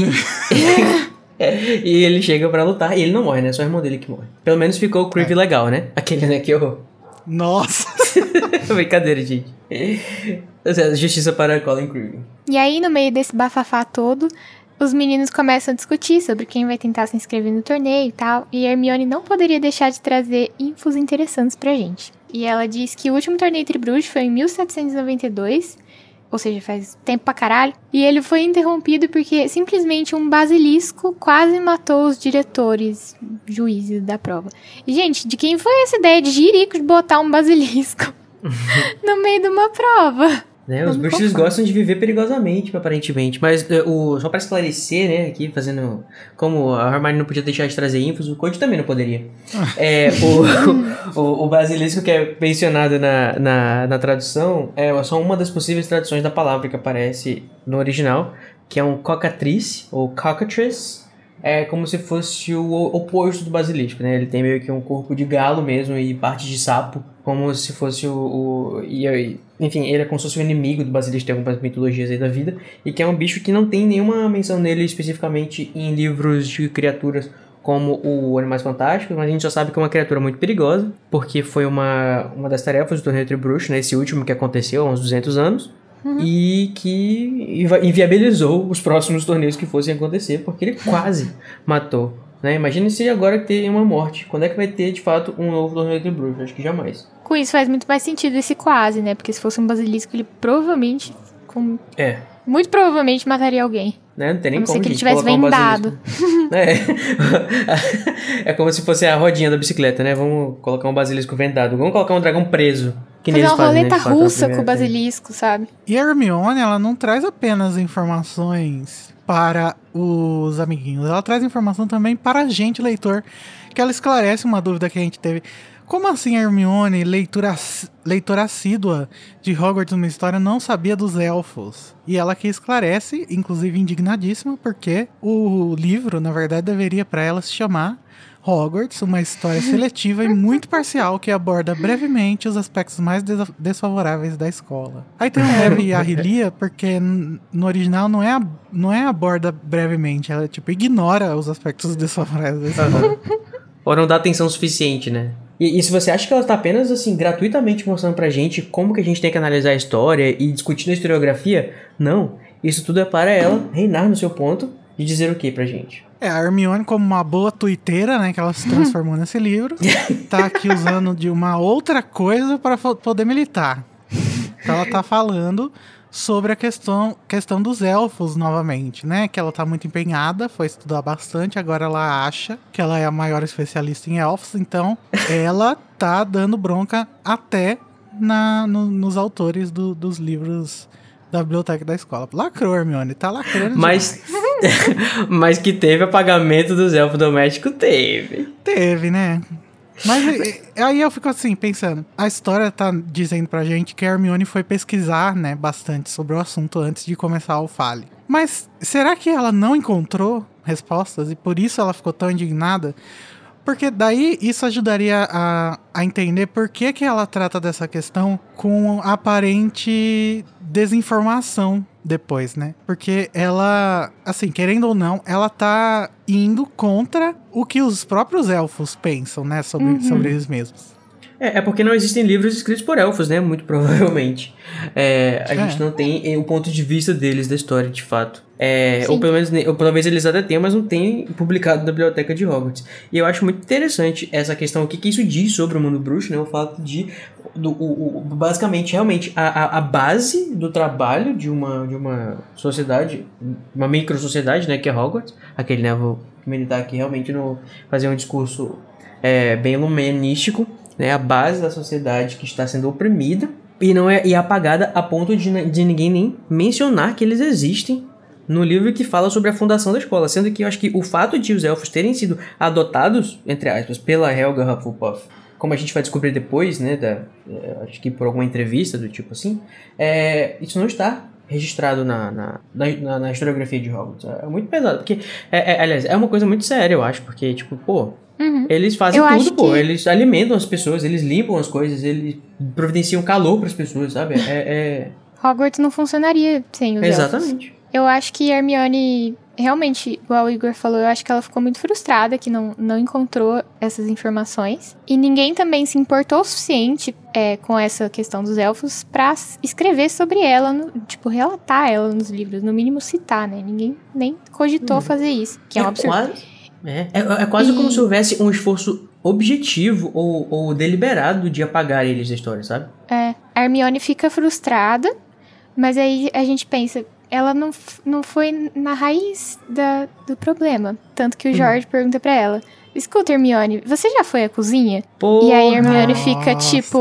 e ele chega pra lutar. E ele não morre, né? Só o irmão dele que morre. Pelo menos ficou o Creevy é. legal, né? Aquele, né, que eu... Nossa! Brincadeira, gente. Justiça para Colin Creevy. E aí, no meio desse bafafá todo, os meninos começam a discutir sobre quem vai tentar se inscrever no torneio e tal. E a Hermione não poderia deixar de trazer infos interessantes pra gente. E ela diz que o último torneio Tribruxo foi em mil setecentos e noventa e dois... Ou seja, faz tempo pra caralho. E ele foi interrompido porque simplesmente um basilisco quase matou os diretores, juízes da prova. E, gente, de quem foi essa ideia de jirico de botar um basilisco no meio de uma prova? Né, os bruxos eles gostam de viver perigosamente, aparentemente. Mas o, só pra esclarecer, né, aqui, fazendo... Como a Hermione não podia deixar de trazer infos, o Code também não poderia. é, o, o, o basilisco que é mencionado na, na, na tradução é só uma das possíveis traduções da palavra que aparece no original, que é um cockatrice, ou cockatrice. É como se fosse o oposto do basilisco, né? Ele tem meio que um corpo de galo mesmo e parte de sapo, como se fosse o... o e, enfim, ele é como se fosse o inimigo do basilisco, tem algumas mitologias aí da vida, e que é um bicho que não tem nenhuma menção nele especificamente em livros de criaturas como o Animais Fantásticos, mas a gente só sabe que é uma criatura muito perigosa, porque foi uma, uma das tarefas do torneio Tribruxo, né? Esse último que aconteceu há uns duzentos anos. Uhum. E que inviabilizou os próximos torneios que fossem acontecer, porque ele quase matou, né? Imagina se agora tem uma morte. Quando é que vai ter, de fato, um novo torneio de bruxo? Acho que jamais. Com isso faz muito mais sentido esse quase, né? Porque se fosse um basilisco, ele provavelmente... Com... É. Muito provavelmente mataria alguém. Né? Não tem nem como como se ele tivesse vendado. Um é. É como se fosse a rodinha da bicicleta, né? Vamos colocar um basilisco vendado. Vamos colocar um dragão preso. Que fazer uma fazem, roleta né, russa com o basilisco, sabe? E a Hermione, ela não traz apenas informações para os amiguinhos. Ela traz informação também para a gente, leitor, que ela esclarece uma dúvida que a gente teve. Como assim a Hermione, leitura, leitora assídua de Hogwarts uma história, não sabia dos elfos? E ela que esclarece, inclusive indignadíssima, porque o livro, na verdade, deveria para ela se chamar Hogwarts, uma história seletiva e muito parcial que aborda brevemente os aspectos mais des- desfavoráveis da escola. Aí tem um leve arrelia, porque n- no original não é, a, não é aborda brevemente, ela tipo ignora os aspectos desfavoráveis da escola. Ou não dá atenção suficiente, né? E, e se você acha que ela tá apenas, assim, gratuitamente mostrando pra gente como que a gente tem que analisar a história e discutindo a historiografia, não. Isso tudo é para ela reinar no seu ponto e dizer o que pra gente? É, a Hermione, como uma boa tuiteira, né, que ela se transformou nesse livro, tá aqui usando de uma outra coisa para fo- poder militar. Então ela tá falando sobre a questão, questão dos elfos novamente, né, que ela tá muito empenhada, foi estudar bastante, agora ela acha que ela é a maior especialista em elfos, então ela tá dando bronca até na, no, nos autores do, dos livros da biblioteca da escola. Lacrou, Hermione, tá lacrando Mas, mas que teve apagamento dos elfos domésticos, teve. Teve, né? Mas e, e, aí eu fico assim, pensando, a história tá dizendo pra gente que a Hermione foi pesquisar, né, bastante sobre o assunto antes de começar o Fale. Mas será que ela não encontrou respostas e por isso ela ficou tão indignada? Porque daí isso ajudaria a, a entender por que, que ela trata dessa questão com aparente desinformação depois, né? Porque ela, assim, querendo ou não, ela tá indo contra o que os próprios elfos pensam, né? Sobre, Uhum. sobre eles mesmos. É, é porque não existem livros escritos por elfos, né? Muito provavelmente. É, a É. gente não tem o ponto de vista deles da história, de fato. É, Sim. ou pelo menos, ou talvez eles até tenham, mas não tem publicado na biblioteca de Hogwarts. E eu acho muito interessante essa questão, o que, que isso diz sobre o mundo bruxo, né? O fato de, do, o, o, basicamente, realmente, a, a, a base do trabalho de uma, de uma sociedade, uma micro-sociedade, né? Que é Hogwarts. Aquele, né? Vou militar aqui realmente no fazer um discurso é, bem iluminístico. Né, a base da sociedade que está sendo oprimida e não é e apagada a ponto de, de ninguém nem mencionar que eles existem no livro que fala sobre a fundação da escola, sendo que eu acho que o fato de os elfos terem sido adotados, entre aspas, pela Helga Hufflepuff, como a gente vai descobrir depois, né, da, é, acho que por alguma entrevista do tipo assim, é, isso não está registrado na, na, na, na historiografia de Hogwarts. É muito pesado, porque, é, é, aliás, é uma coisa muito séria, eu acho, porque, tipo, pô, Uhum. eles fazem Eu acho tudo, pô. que- Eles alimentam as pessoas, eles limpam as coisas, eles providenciam calor pras pessoas, sabe? É, Hogwarts não funcionaria sem os é... elfos. Exatamente. Eu acho que a Hermione, realmente, igual o Igor falou, eu acho que ela ficou muito frustrada que não, não encontrou essas informações. E ninguém também se importou o suficiente é, com essa questão dos elfos pra s- escrever sobre ela, no- tipo, relatar ela nos livros, no mínimo citar, né? Ninguém nem cogitou fazer isso, que é um absurdo. Quase, é, é, é quase E- como se houvesse um esforço objetivo ou, ou deliberado de apagar eles da história, sabe? É, a Hermione fica frustrada, mas aí a gente pensa, ela não, f- não foi na raiz da, do problema. Tanto que o George pergunta pra ela, escuta, Hermione, você já foi à cozinha? Porra. E aí a Hermione fica Nossa. tipo,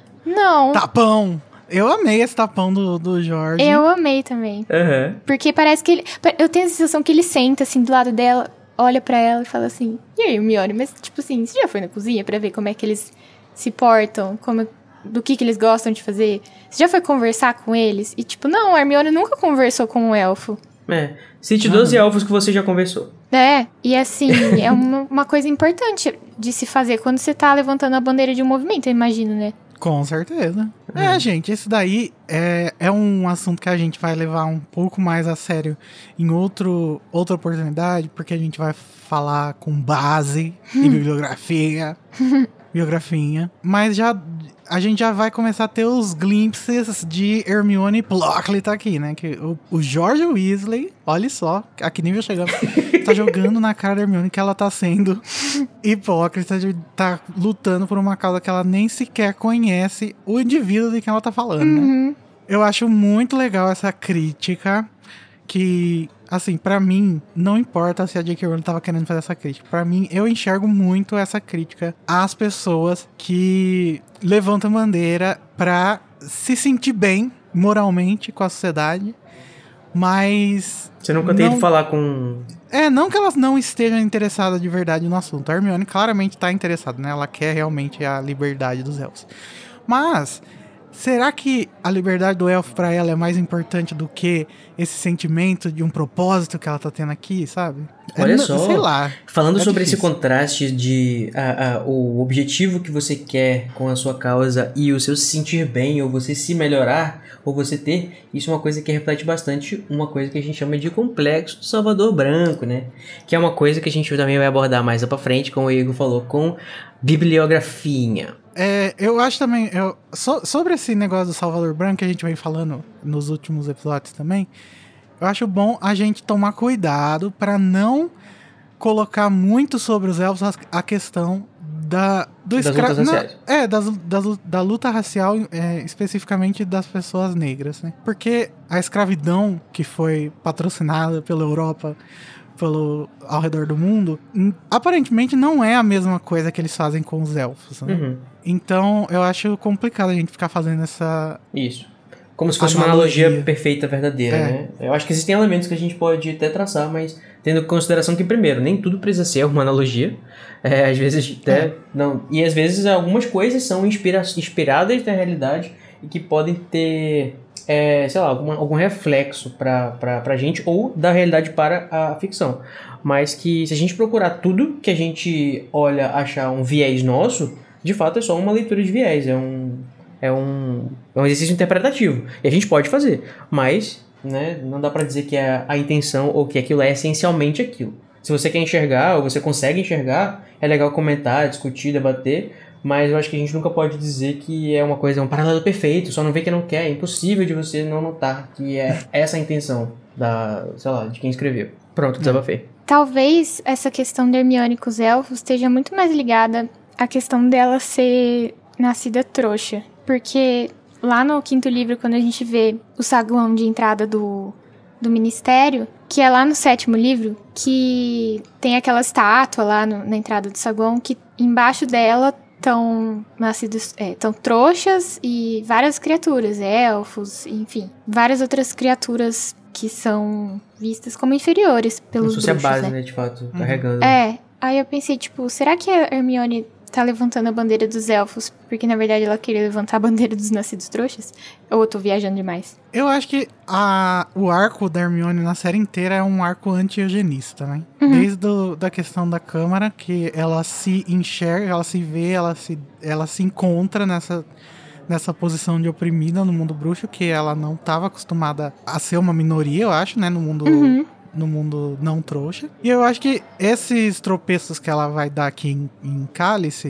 não, Tapão! Eu amei esse tapão do, do Jorge. eu amei também. Aham. Porque parece que ele, eu tenho a sensação que ele senta assim do lado dela, olha pra ela e fala assim, e aí, Hermione, mas tipo assim, você já foi na cozinha pra ver como é que eles se portam, como, do que que eles gostam de fazer? Você já foi conversar com eles? E tipo, não, a Hermione nunca conversou com um elfo. É. Cite doze elfos que você já conversou. É, e assim, é uma, uma coisa importante de se fazer quando você tá levantando a bandeira de um movimento, eu imagino, né? Com certeza. É, gente, esse daí é, é um assunto que a gente vai levar um pouco mais a sério em outro, outra oportunidade, porque a gente vai falar com base e bibliografia, biografinha. Mas já a gente já vai começar a ter os glimpses de Hermione Plockley tá aqui, né? Que o, o George Weasley, olha só, a que nível chegamos, tá jogando na cara da Hermione que ela tá sendo hipócrita, de tá lutando por uma causa que ela nem sequer conhece o indivíduo de quem ela tá falando, né? Uhum. Eu acho muito legal essa crítica que, assim, pra mim, não importa se a J K Rowling tava querendo fazer essa crítica. Pra mim, eu enxergo muito essa crítica às pessoas que levantam bandeira pra se sentir bem moralmente com a sociedade, mas Você nunca tem Não. ido falar com É, não que elas não estejam interessadas de verdade no assunto. A Hermione claramente tá interessada, né? Ela quer realmente a liberdade dos elfos. Mas, será que a liberdade do elfo pra ela é mais importante do que esse sentimento de um propósito que ela tá tendo aqui, sabe? Olha é, só, sei lá, falando é sobre difícil. esse contraste de a, a, o objetivo que você quer com a sua causa e o seu se sentir bem, ou você se melhorar, ou você ter, isso é uma coisa que reflete bastante uma coisa que a gente chama de complexo do Salvador Branco, né? Que é uma coisa que a gente também vai abordar mais pra frente, como o Igor falou, com bibliografinha. É, eu acho também, eu, so, sobre esse negócio do Salvador Branco que a gente vem falando nos últimos episódios também, eu acho bom a gente tomar cuidado pra não colocar muito sobre os elfos a, a questão da, do Das escra... lutas na- raciais. É, das, das, da luta racial, é, especificamente das pessoas negras, né? Porque a escravidão que foi patrocinada pela Europa, pelo, ao redor do mundo, hum, aparentemente não é a mesma coisa que eles fazem com os elfos, né? Uhum, Então, eu acho complicado a gente ficar fazendo essa... isso. Como se fosse uma analogia Analogia. perfeita, verdadeira, É. né? Eu acho que existem elementos que a gente pode até traçar, mas tendo em consideração que, primeiro, nem tudo precisa ser uma analogia. É, às vezes até... É. Não, e às vezes algumas coisas são inspira inspiradas da realidade e que podem ter, é, sei lá, alguma, algum reflexo pra, pra, pra gente ou da realidade para a ficção. Mas que se a gente procurar tudo que a gente olha achar um viés nosso, de fato é só uma leitura de viés, é um... É um, é um exercício interpretativo. E a gente pode fazer. Mas, né, não dá pra dizer que é a intenção ou que aquilo é essencialmente aquilo. Se você quer enxergar ou você consegue enxergar, é legal comentar, discutir, debater. Mas eu acho que a gente nunca pode dizer que é uma coisa, um paralelo perfeito. Só não vê que não quer. É impossível de você não notar que é essa a intenção da, sei lá, de quem escreveu. Pronto, desabafei. Talvez essa questão da Hermione com os elfos esteja muito mais ligada à questão dela ser nascida trouxa. Porque lá no quinto livro, quando a gente vê o saguão de entrada do, do ministério, que é lá no sétimo livro, que tem aquela estátua lá no, na entrada do saguão, que embaixo dela estão nascidos, é, tão trouxas e várias criaturas, elfos, enfim, várias outras criaturas que são vistas como inferiores pelos Como se fosse a bruxos, base, né? né, de fato, Uhum. carregando. É, aí eu pensei, tipo, será que a Hermione tá levantando a bandeira dos elfos porque, na verdade, ela queria levantar a bandeira dos nascidos trouxas? Ou eu tô viajando demais? Eu acho que a, o arco da Hermione na série inteira é um arco anti-eugenista, né? Uhum. Desde do, da questão da Câmara, que ela se enxerga, ela se vê, ela se, ela se encontra nessa, nessa posição de oprimida no mundo bruxo, que ela não estava acostumada a ser uma minoria, eu acho, né? No mundo... Uhum. no mundo não trouxa. E eu acho que esses tropeços que ela vai dar aqui em, em Cálice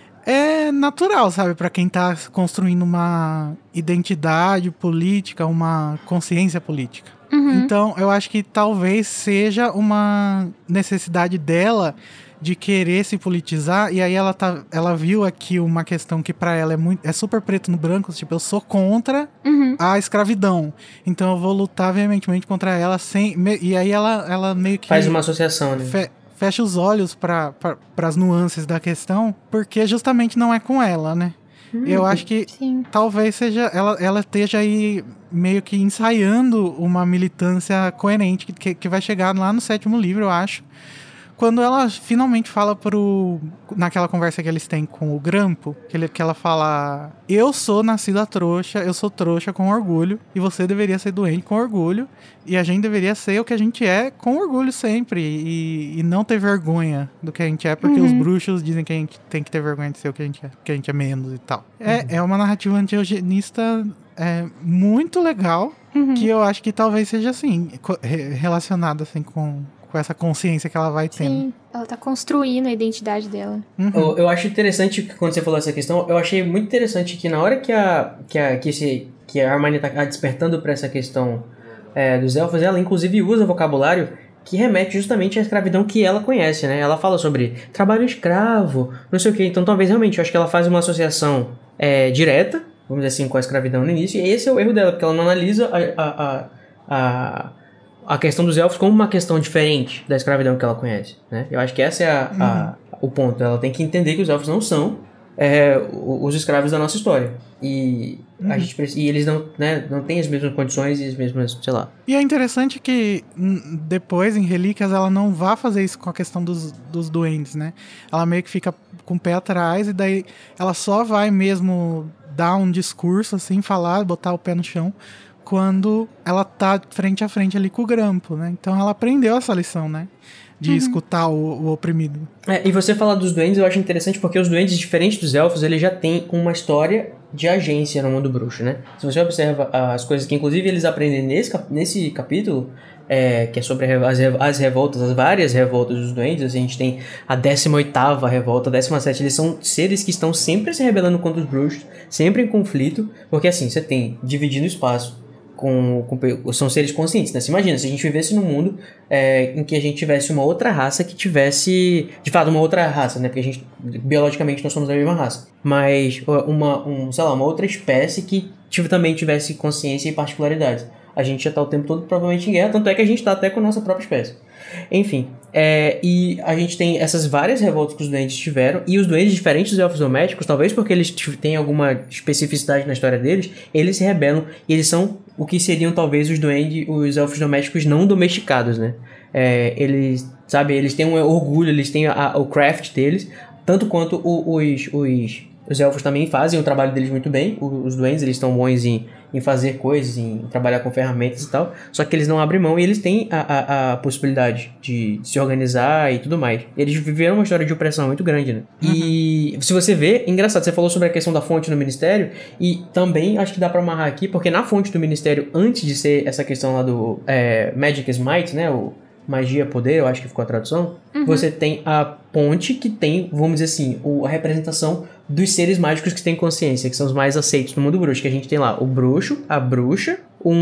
é natural, sabe? Pra quem tá construindo uma identidade política, uma consciência política. Uhum. Então, eu acho que talvez seja uma necessidade dela de querer se politizar, e aí ela, tá, ela viu aqui uma questão que pra ela é, muito, é super preto no branco, tipo, eu sou contra Uhum. a escravidão, então eu vou lutar veementemente contra ela, sem, me, e aí ela, ela meio que Faz uma associação, né? fe, fecha os olhos para as nuances da questão, porque justamente não é com ela, né? Hum, Eu acho que Sim. talvez seja ela, ela esteja aí meio que ensaiando uma militância coerente que, que vai chegar lá no sétimo livro, eu acho. Quando ela finalmente fala pro... Naquela conversa que eles têm com o Grampo, que, ele, que ela fala: eu sou nascida trouxa, eu sou trouxa com orgulho, e você deveria ser doente com orgulho, e a gente deveria ser o que a gente é com orgulho sempre, e, e não ter vergonha do que a gente é, porque Uhum. os bruxos dizem que a gente tem que ter vergonha de ser o que a gente é, que a gente é menos e tal. É, é uma narrativa anti-eugenista é, muito legal, Uhum. que eu acho que talvez seja assim, co- re- relacionada assim com... com essa consciência que ela vai tendo. Sim. Ela tá construindo a identidade dela. Uhum. Eu, eu acho interessante que quando você falou essa questão, eu achei muito interessante que na hora que a, que a, que esse, que a Hermione tá despertando para essa questão é, dos elfos, ela inclusive usa vocabulário que remete justamente à escravidão que ela conhece, né? Ela fala sobre trabalho escravo, não sei o que. Então talvez realmente, eu acho que ela faz uma associação é, direta, vamos dizer assim, com a escravidão no início, e esse é o erro dela, porque ela não analisa a... a, a, a a questão dos elfos como uma questão diferente da escravidão que ela conhece, né? Eu acho que esse é a, a, o ponto. Ela tem que entender que os elfos não são é, os escravos da nossa história. E, uhum. a gente, e eles não, né, não têm as mesmas condições e as mesmas, sei lá. E é interessante que depois, em Relíquias, ela não vá fazer isso com a questão dos, dos duendes, né? Ela meio que fica com o pé atrás e daí ela só vai mesmo dar um discurso, assim, falar, botar o pé no chão, quando ela tá frente a frente ali com o Grampo, né? Então ela aprendeu essa lição, né? De uhum. escutar o, o oprimido. É, e você falar dos duendes eu acho interessante porque os duendes, diferentes dos elfos, eles já têm uma história de agência no mundo bruxo, né? Se você observa as coisas que inclusive eles aprendem nesse, nesse capítulo, é, que é sobre as, as revoltas, as várias revoltas dos duendes, a gente tem a décima oitava revolta, a décima sétima, eles são seres que estão sempre se rebelando contra os bruxos, sempre em conflito, porque assim, você tem, dividindo o espaço, Com, com, são seres conscientes, né? Você imagina, se a gente vivesse num mundo é, em que a gente tivesse uma outra raça que tivesse... De fato, uma outra raça, né? Porque a gente, biologicamente, nós somos da mesma raça. Mas, uma, um, sei lá, uma outra espécie que tive, também tivesse consciência e particularidades. A gente já tá o tempo todo, provavelmente, em guerra. Tanto é que a gente tá até com a nossa própria espécie. Enfim, é, e a gente tem essas várias revoltas que os duendes tiveram, e os duendes, diferentes dos elfos domésticos, talvez porque eles têm alguma especificidade na história deles, eles se rebelam, e eles são o que seriam talvez os duendes, os elfos domésticos não domesticados, né? É, eles, sabe, eles têm um orgulho, eles têm a, o craft deles, tanto quanto o, os, os, os elfos também fazem o trabalho deles muito bem. Os duendes, eles estão bons em, em fazer coisas, em trabalhar com ferramentas e tal, só que eles não abrem mão e eles têm a, a, a possibilidade de se organizar e tudo mais. Eles viveram uma história de opressão muito grande, né? Uhum. E se você vê, engraçado, você falou sobre a questão da fonte no Ministério, e também acho que dá pra amarrar aqui, porque na fonte do Ministério, antes de ser essa questão lá do é, Magic is Might, né, o Magia Poder, eu acho que ficou a tradução, uhum. Você tem a ponte que tem, vamos dizer assim, o, a representação dos seres mágicos que têm consciência, que são os mais aceitos no mundo bruxo, que a gente tem lá o bruxo, a bruxa,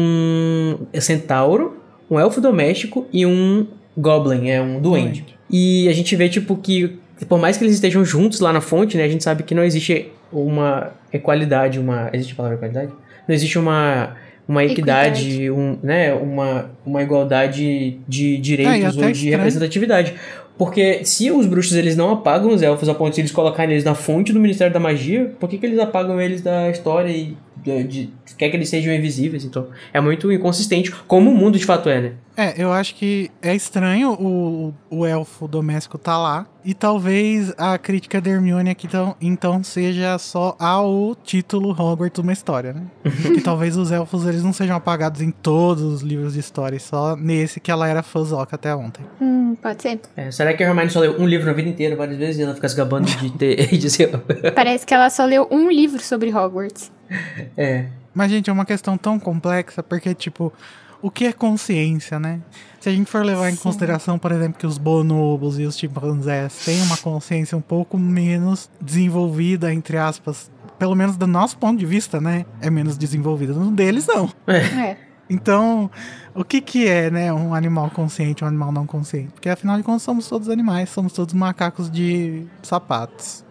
um centauro, um elfo doméstico e um goblin, é um duende. E a gente vê, tipo, que por mais que eles estejam juntos lá na fonte, né, a gente sabe que não existe uma equalidade, uma... Existe a palavra equalidade? Não existe uma... uma equidade, equidade. Um, né, uma, uma igualdade de direitos é, ou de estranho. Representatividade. Porque se os bruxos eles não apagam os elfos a ponto de eles colocarem eles na fonte do Ministério da Magia, por que, que eles apagam eles da história e de, de, quer que eles sejam invisíveis? Então, é muito inconsistente, como o mundo de fato é, né? É, eu acho que é estranho o, o elfo doméstico tá lá, e talvez a crítica da Hermione aqui então, então seja só ao título Hogwarts uma história, né? Que talvez os elfos eles não sejam apagados em todos os livros de história, só nesse que ela era fãzoca até ontem. Hum, pode ser. É, será que a Hermione só leu um livro na vida inteira, várias vezes, e ela fica se gabando de ter... de ser... Parece que ela só leu um livro sobre Hogwarts. É. Mas, gente, é uma questão tão complexa, porque, tipo, o que é consciência, né? Se a gente for levar Sim. em consideração, por exemplo, que os bonobos e os chimpanzés têm uma consciência um pouco menos desenvolvida, entre aspas, pelo menos do nosso ponto de vista, né? É menos desenvolvida. No deles, não. É. É. Então, o que que é, né, um animal consciente, um animal não consciente? Porque, afinal de contas, somos todos animais, somos todos macacos de sapatos.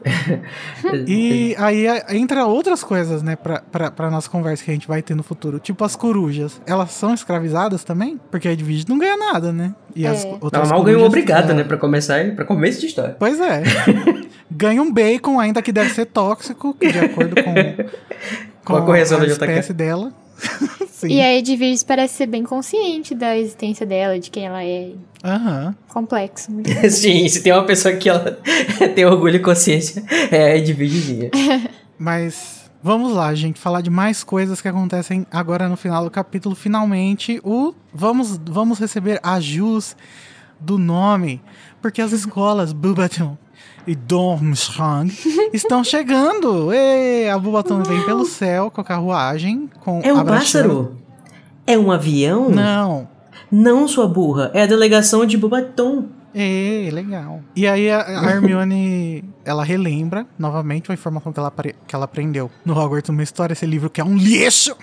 E aí entra outras coisas, né, pra, pra, pra nossa conversa que a gente vai ter no futuro. Tipo as corujas. Elas são escravizadas também? Porque a Edwige não ganha nada, né? E é. as outras Ela mal ganhou obrigada, né, pra começar, pra começo de história. Pois é. Ganha um bacon ainda que deve ser tóxico, que de acordo com, com, com a, correção a da espécie dela. Sim. E a Edwige parece ser bem consciente da existência dela, de quem ela é. Aham. Complexo. Muito Sim, se tem uma pessoa que ela tem orgulho e consciência, é a Edwigezinha. Mas vamos lá, gente, falar de mais coisas que acontecem agora no final do capítulo. Finalmente, o vamos, vamos receber a jus do nome, porque as escolas Beauxbatons e Durmstrang estão chegando. Ei, a Beauxbaton vem pelo céu com a carruagem. Com é um abraçando. pássaro? É um avião? Não. Não, sua burra. É a delegação de Beauxbaton. É, legal. E aí a, a Hermione, ela relembra novamente uma informação que ela, que ela aprendeu no Hogwarts Uma História, esse livro que é um lixo.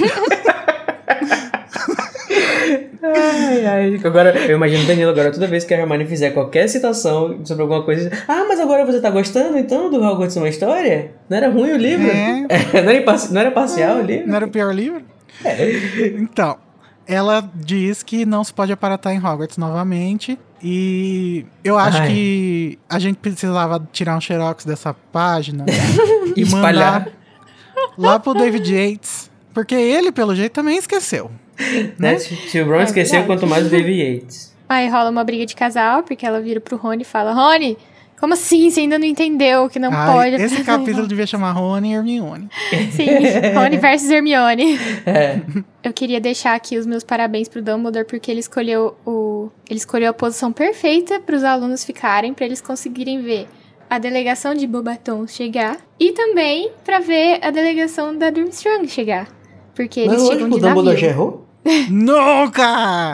Ai, ai. Agora, eu imagino o Danilo agora, toda vez que a Hermione fizer qualquer citação sobre alguma coisa, ah, mas agora você tá gostando então do Hogwarts Uma História? Não era ruim o livro? É. É, não, era imparci- não era parcial é. o livro? Não era o pior livro? É. Então, ela diz que não se pode aparatar em Hogwarts novamente, E eu acho Ai. que a gente precisava tirar um xerox dessa página e Espalhar. mandar lá pro David Yates. Porque ele, pelo jeito, também esqueceu. Né? Se, se o Ron É esqueceu, verdade. quanto mais o David Yates. Aí rola uma briga de casal, porque ela vira pro Rony e fala: Rony, como assim? Você ainda não entendeu que não Ai, pode? esse capítulo devia chamar Rony e Hermione. Sim, Rony versus Hermione. É. Eu queria deixar aqui os meus parabéns pro Dumbledore, porque ele escolheu o ele escolheu a posição perfeita para os alunos ficarem, para eles conseguirem ver a delegação de Bobaton chegar e também para ver a delegação da Durmstrang chegar, porque eles Mas hoje chegam o de Dumbledore já navio. errou? Nunca!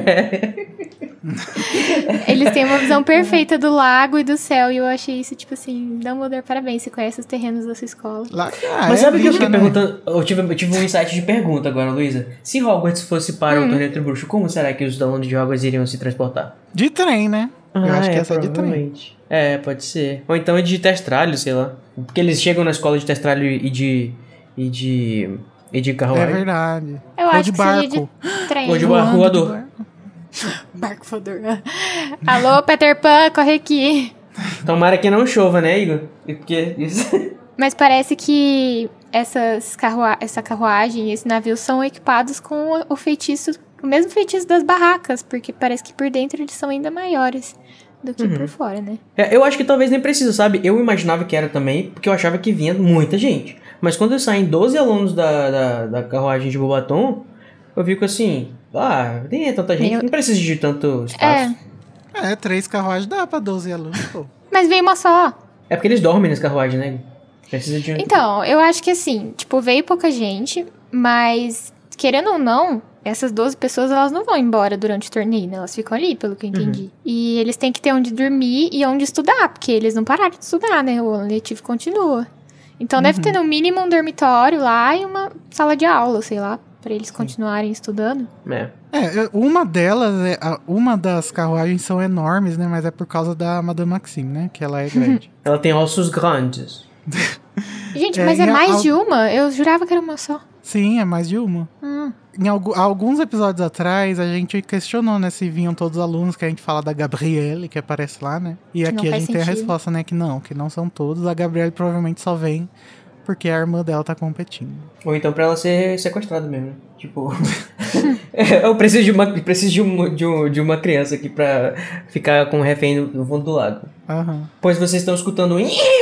Eles têm uma visão perfeita do lago e do céu, e eu achei isso, tipo assim, Dumbledore, parabéns, você conhece os terrenos da sua escola. Lá, ah, Mas é sabe o que eu bicha, fiquei né? perguntando? Eu tive, eu tive um insight de pergunta agora, Luísa. Se Hogwarts fosse para Hum. o torneio bruxo, como será que os alunos de Hogwarts iriam se transportar? De trem, né? Eu Ah, acho que é, essa é de trem. provavelmente. É, pode ser. Ou então de testralho, sei lá. Porque eles chegam na escola de testralho e de... e de... e de É carruagem. verdade. Eu Ou acho de que seria barco. de trem. Ou de barco Voando de voador. barco. Barco voador. Alô, Peter Pan, corre aqui. Tomara que não chova, né, Igor? Porque isso... Mas parece que essas carrua essa carruagem e esse navio são equipados com o feitiço, o mesmo feitiço das barracas, porque parece que por dentro eles são ainda maiores do que por fora, né? É, eu acho que talvez nem precisa, sabe? Eu imaginava que era também, porque eu achava que vinha muita gente. Mas quando saem doze alunos da, da, da carruagem de Bobaton, eu fico assim... Ah, nem é tanta gente, Eu- não precisa de tanto espaço. É, É, três carruagens dá pra doze alunos, pô. mas veio uma só. É porque eles dormem nas carruagens, né? Precisa de... Então, eu acho que assim, tipo, veio pouca gente, mas querendo ou não, essas doze pessoas, elas não vão embora durante o torneio, né? Elas ficam ali, pelo que eu entendi. E eles têm que ter onde dormir e onde estudar, porque eles não pararam de estudar, né? O ano letivo continua. Então deve ter no mínimo um dormitório lá e uma sala de aula, sei lá, pra eles continuarem estudando. É. É, uma delas, é, a- uma das carruagens são enormes, né? Mas é por causa da Madame Maxime, né? Que ela é grande. Ela tem ossos grandes. Gente, É, mas é e a- mais a- de uma? Eu jurava que era uma só. Sim, é mais de uma. Hum. Em algu- alguns episódios atrás, a gente questionou, né? Se vinham todos os alunos, que a gente fala da Gabriele, que aparece lá, né? E Que não aqui a faz gente tem a sentido. resposta, né? Que não, que não são todos. A Gabriele provavelmente só vem porque a irmã dela tá competindo. Ou então pra ela ser sequestrada mesmo, né? Tipo... eu preciso de uma, preciso de, um, de, um, de uma criança aqui pra ficar com um refém no, no fundo do lago. Aham. Pois vocês estão escutando...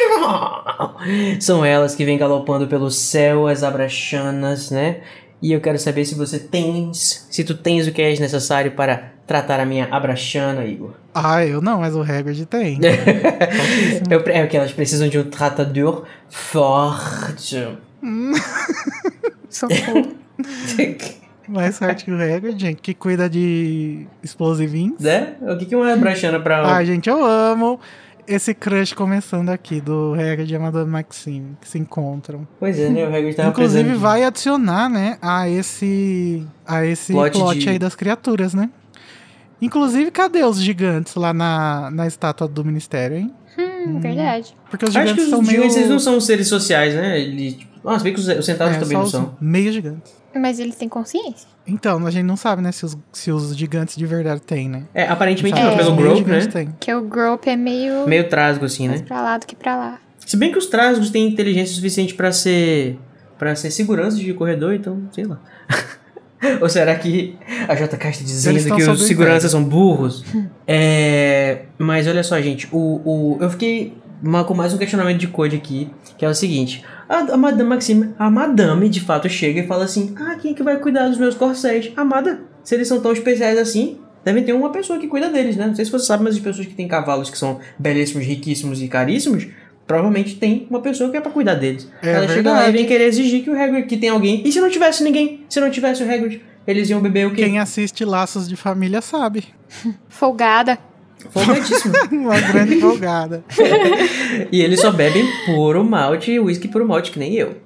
São elas que vêm galopando pelo céu, as abraxanas, né? E eu quero saber se você tens... Se tu tens o que é necessário para tratar a minha abraxana, Igor. Ah, eu não, mas o Hagrid tem. Eu, é que elas precisam de um tratador forte. Socorro. Mais forte que o Hagrid, gente, que cuida de explosivinhos. Né? O que que uma abraxana pra... Ai, gente, eu amo esse crush começando aqui do Hagrid e a Madame Maxime, que se encontram. Pois é, né? O Hagrid tava Inclusive precisando de- vai adicionar, né, a esse a esse Plot plot, de- aí das criaturas, né? Inclusive, cadê os gigantes lá na, na estátua do ministério, hein? Hum, verdade. Porque os Acho que gigantes os são meio... gigantes eles não são seres sociais, né? Eles, tipo... Ah, se bem que os, os centauros é, também só não os são. meio gigantes. Mas eles têm consciência? Então, a gente não sabe, né, se os, se os gigantes de verdade têm, né? É, aparentemente Sabe, não, os pelo meio Grope, né? gigantes têm. Que o Grope é meio, Meio trasgo, assim, mais né? pra lá do que pra lá. Se bem que os trasgos têm inteligência suficiente pra ser... Pra ser segurança de corredor, então, sei lá. Ou será que a J K está dizendo estão que sob os o seguranças são burros? é... Mas olha só, gente. O, o... Eu fiquei uma- com mais um questionamento de code aqui, que é o seguinte. A, a Madame Maxime, a Madame, de fato, chega e fala assim, ah, quem é que vai cuidar dos meus corcéis? Amada, se eles são tão especiais assim, devem ter uma pessoa que cuida deles, né? Não sei se você sabe, mas as pessoas que têm cavalos que são belíssimos, riquíssimos e caríssimos, provavelmente tem uma pessoa que é pra cuidar deles. É Ela chega lá e verdade. vem querer exigir que o Hagrid, que tem alguém. E se não tivesse ninguém? Se não tivesse o Hagrid, eles iam beber o quê? Quem assiste Laços de Família sabe. Folgada. Folgadíssimo. Uma grande folgada. E eles só bebem puro malte e whisky puro malte, que nem eu.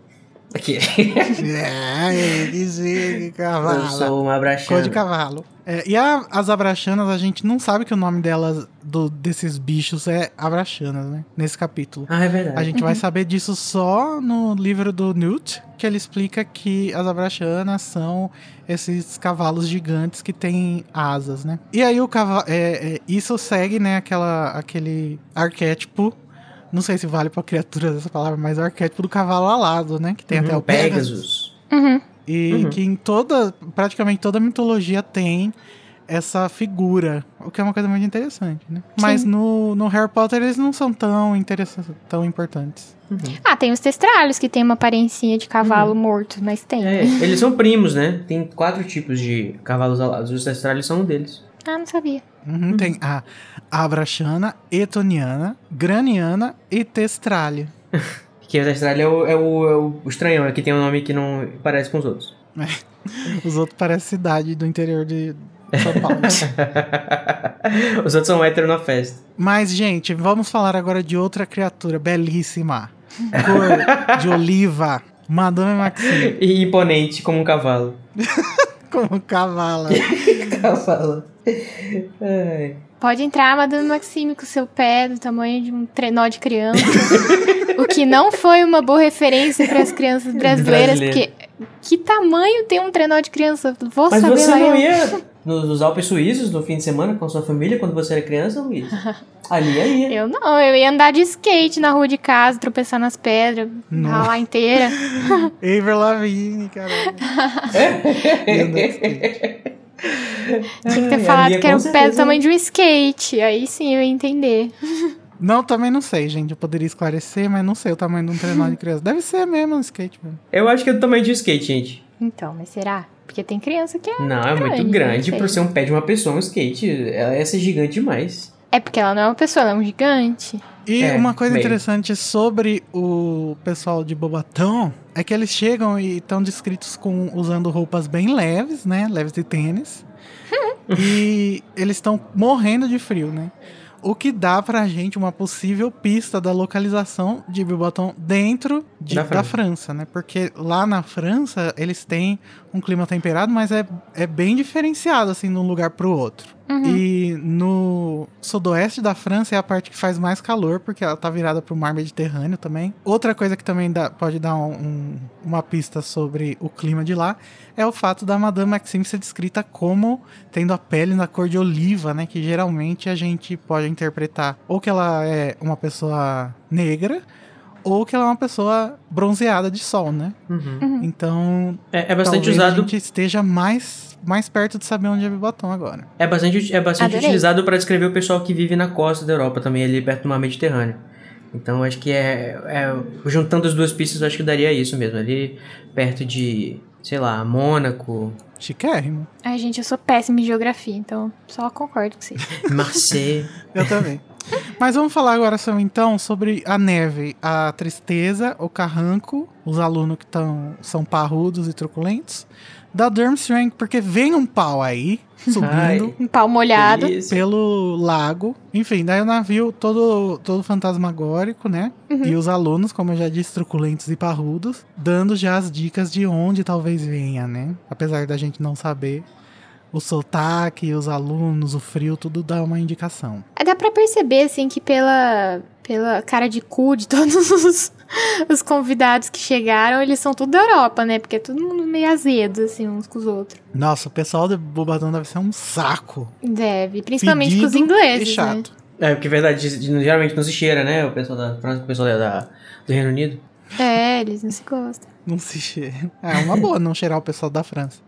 Aqui. É, ele dizia que cavalo. Eu sou uma Cor Abrachana. de cavalo. É, e a- as abraxanas, a gente não sabe que o nome delas, do, desses bichos, é abraxanas, né? Nesse capítulo. Ah, é verdade. A gente vai saber disso só no livro do Newt, que ele explica que as abraxanas são esses cavalos gigantes que têm asas, né? E aí o cavalo, é, é, isso segue, né, aquela, aquele arquétipo, não sei se vale pra criatura dessa palavra, mas o arquétipo do cavalo alado, né? Que tem Uhum, até o Pegasus. Pegasus. Uhum. E Uhum. que em toda, praticamente toda mitologia tem essa figura, o que é uma coisa muito interessante, né? Mas no, no Harry Potter eles não são tão interessantes, tão importantes. Ah, tem os testralhos que tem uma aparência de cavalo morto, mas tem. É, eles são primos, né? Tem quatro tipos de cavalos alados. Os testralhos são um deles. Ah, não sabia. Uhum, Tem a Abrachana, Etoniana, Graniana e Testralha. Que o testralho é o, é, o, é o estranhão, é que tem um nome que não parece com os outros. Os outros parecem cidade do interior de São Paulo. Os outros são hétero na festa. Mas, gente, vamos falar agora de outra criatura belíssima. Cor de oliva. Madame Maxime. E imponente como um cavalo. Como um cavalo. Cavalo. Ai. Pode entrar, Madame Maxime, com seu pé do tamanho de um trenó de criança. O que não foi uma boa referência para as crianças brasileiras, Brasileiro. porque que tamanho tem um trenó de criança? Vou Mas saber você lá não eu. ia nos Alpes Suíços no fim de semana com a sua família quando você era criança, Luiz? Ali aí. Eu não, eu ia andar de skate na rua de casa, tropeçar nas pedras, Nossa. ralar inteira. Avril Lavigne, caralho. E andando de skate. Tinha que ter Ai, falado ali é que era com o pé do certeza. tamanho de um skate. Aí sim eu ia entender. Não, também não sei, gente. Eu poderia esclarecer, mas não sei o tamanho de um trenó de criança. Deve ser mesmo um skate, velho. Eu acho que é do tamanho de skate, gente. Então, mas será? Porque tem criança que é. Não, é muito grande, grande não por sei. ser um pé de uma pessoa, um skate. Ela ia ser gigante demais. É porque ela não é uma pessoa, ela é um gigante. E É, uma coisa meio. interessante sobre o pessoal de Bobatão é que eles chegam e estão descritos com usando roupas bem leves, né? Leves de tênis. E eles estão morrendo de frio, né? O que dá pra gente uma possível pista da localização de Bobatão dentro de- Da da, França. França, né? Porque lá na França eles têm um clima temperado, mas é, é bem diferenciado, assim, de um lugar pro outro. E no sudoeste da França é a parte que faz mais calor, porque ela tá virada pro mar Mediterrâneo também. Outra coisa que também dá- pode dar um- um- uma pista sobre o clima de lá é o fato da Madame Maxime ser descrita como tendo a pele na cor de oliva, né? Que geralmente a gente pode interpretar ou que ela é uma pessoa negra ou que ela é uma pessoa bronzeada de sol, né? Então, É, é bastante talvez a usado. gente esteja mais, mais perto de saber onde é Bibatão agora. É bastante, é bastante Adorei. utilizado para descrever o pessoal que vive na costa da Europa também, ali perto do mar Mediterrâneo. Então acho que é, é juntando as duas pistas, eu acho que daria isso mesmo. Ali perto de, sei lá, Mônaco, Chiquérrimo. Ai, gente, eu sou péssima em geografia, então só concordo com vocês. Marseille. Eu também. Mas vamos falar agora só, então sobre a neve, a tristeza, o carranco, os alunos que tão, são parrudos e truculentos, da Durmstrang, porque vem um pau aí, subindo Ai. Um pau molhado. Isso. pelo lago. Enfim, daí o navio todo, todo fantasmagórico, né? E os alunos, como eu já disse, truculentos e parrudos, dando já as dicas de onde talvez venha, né? Apesar da gente não saber, o sotaque, os alunos, o frio, tudo dá uma indicação. É, dá pra perceber, assim, que pela, pela cara de cu de todos os, os convidados que chegaram, eles são tudo da Europa, né? Porque é todo mundo meio azedo, assim, uns com os outros. Nossa, o pessoal de Bobadão deve ser um saco. Deve, principalmente Fedido com os ingleses, e chato. É, porque é verdade, geralmente não se cheira, né? O pessoal da França com o pessoal da, do Reino Unido. né? É, eles não se gostam. Não se cheira. É uma boa não cheirar o pessoal da França.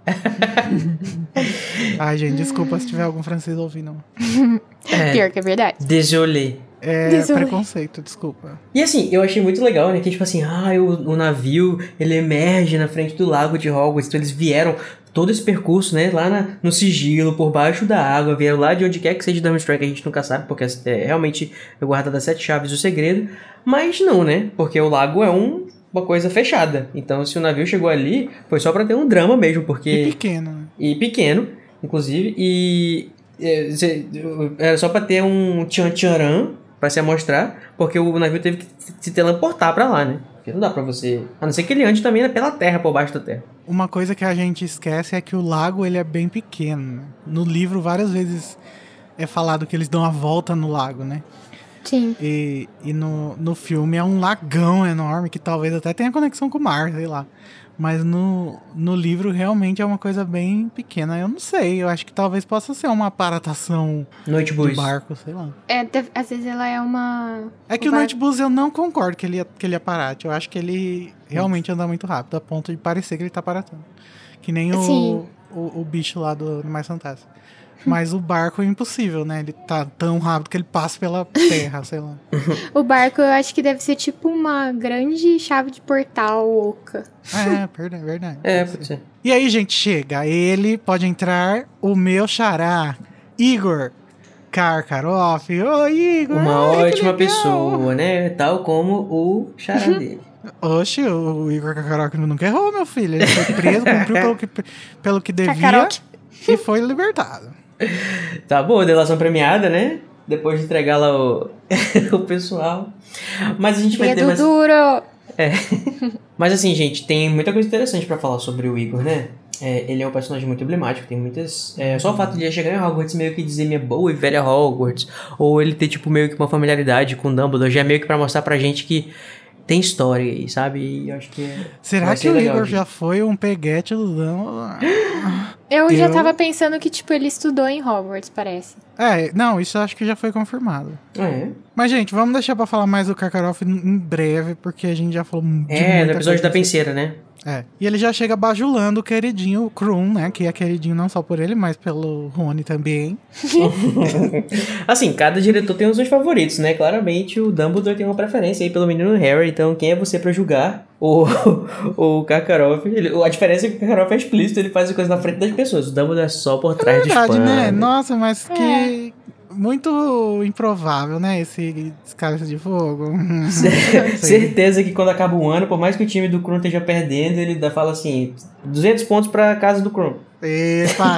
Ai, gente, desculpa se tiver algum francês ouvindo. É, Pior que é verdade. désolé. É Desolé. preconceito, desculpa. E assim, eu achei muito legal, né? Que tipo assim, ah, o, o navio, ele emerge na frente do lago de Hogwarts. Então eles vieram todo esse percurso, né? Lá na- no sigilo, por baixo da água. Vieram lá de onde quer que seja de Durmstrang, a gente nunca sabe. Porque é realmente guarda das sete chaves o segredo. Mas não, né? Porque o lago é um, uma coisa fechada. Então se o navio chegou ali, foi só pra ter um drama mesmo. Porque... E pequeno, né? E pequeno, inclusive, e é, cê- era só pra ter um tchan-tcharam pra se amostrar, porque o navio teve que se teleportar pra lá, né? Porque não dá pra você... A não ser que ele ande também pela terra, por baixo da terra. Uma coisa que a gente esquece é que o lago ele é bem pequeno, né? No livro, várias vezes é falado que eles dão a volta no lago, né? Sim. E, e no, no filme é um lagão enorme que talvez até tenha conexão com o mar, sei lá. Mas no, no livro realmente é uma coisa bem pequena. Eu não sei, eu acho que talvez possa ser uma aparatação Noite de Bus. barco, sei lá. É, deve- às vezes ela é uma... É que o bar- Night Bus eu não concordo que ele, que ele aparate. Eu acho que ele realmente anda muito rápido, a ponto de parecer que ele tá aparatando. Que nem o, Sim. o, o bicho lá do Animais Fantásticos. Mas o barco é impossível, né? Ele tá tão rápido que ele passa pela terra, sei lá. O barco eu acho que deve ser tipo uma grande chave de portal oca. É, verdade, verdade. É, pode ser. E aí, gente, chega. Ele pode entrar, o meu xará, Igor Karkaroff. Ô, Igor! Uma ai, que ótima legal. pessoa, né? Tal como o xará dele. Oxe, o Igor Karkaroff nunca errou, meu filho. Ele foi preso, cumpriu pelo que, pelo que devia Kakaroff. e foi libertado. Tá boa, delação premiada, né? Depois de entregar lá o, o pessoal. Mas a gente vai ter Dedo mais... duro. É. Mas assim, gente, tem muita coisa interessante pra falar sobre o Igor, né? É, ele é um personagem muito emblemático, tem muitas... É, só o fato de ele chegar em Hogwarts meio que dizer minha boa e velha Hogwarts, ou ele ter, tipo, meio que uma familiaridade com Dumbledore, já é meio que pra mostrar pra gente que tem história aí, sabe? E eu acho que... Será vai que ser o legal Igor disso. já foi um peguete do Dumbledore? Eu, já Eu- tava pensando que, tipo, ele estudou em Hogwarts, parece. É, não, isso eu acho que já foi confirmado. É, Mas, gente, vamos deixar pra falar mais do Karkaroff em breve, porque a gente já falou de é muita no episódio coisa da desse- penseira, né? É. E ele já chega bajulando o queridinho o Krum, né? Que é queridinho não só por ele, mas pelo Rony também. Assim, cada diretor tem os seus favoritos, né? Claramente o Dumbledore tem uma preferência aí pelo menino Harry, então quem é você pra julgar? O, o Karkaroff, ele, a diferença é que o Karkaroff é explícito, ele faz as coisas na frente das pessoas, o Dumbledore é só por trás É dos verdade, panos. né? Nossa, mas que... Muito improvável, né? Esse Cálice de Fogo. Sei. Certeza que quando acaba o ano, por mais que o time do Krum esteja perdendo, ele dá- fala assim, duzentos pontos pra casa do Krum. Epa!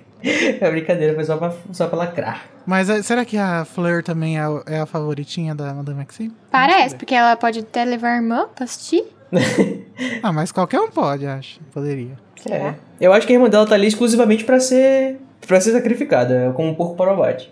É brincadeira, foi só pra, só pra lacrar. Mas é, será que a Fleur também é, o- é a favoritinha da Madame Maxime? Parece, porque ela pode até levar a irmã pra assistir. Ah, mas qualquer um pode, acho. Poderia. É. Eu acho que a irmã dela tá ali exclusivamente pra ser, pra ser sacrificada, como um porco para o abate.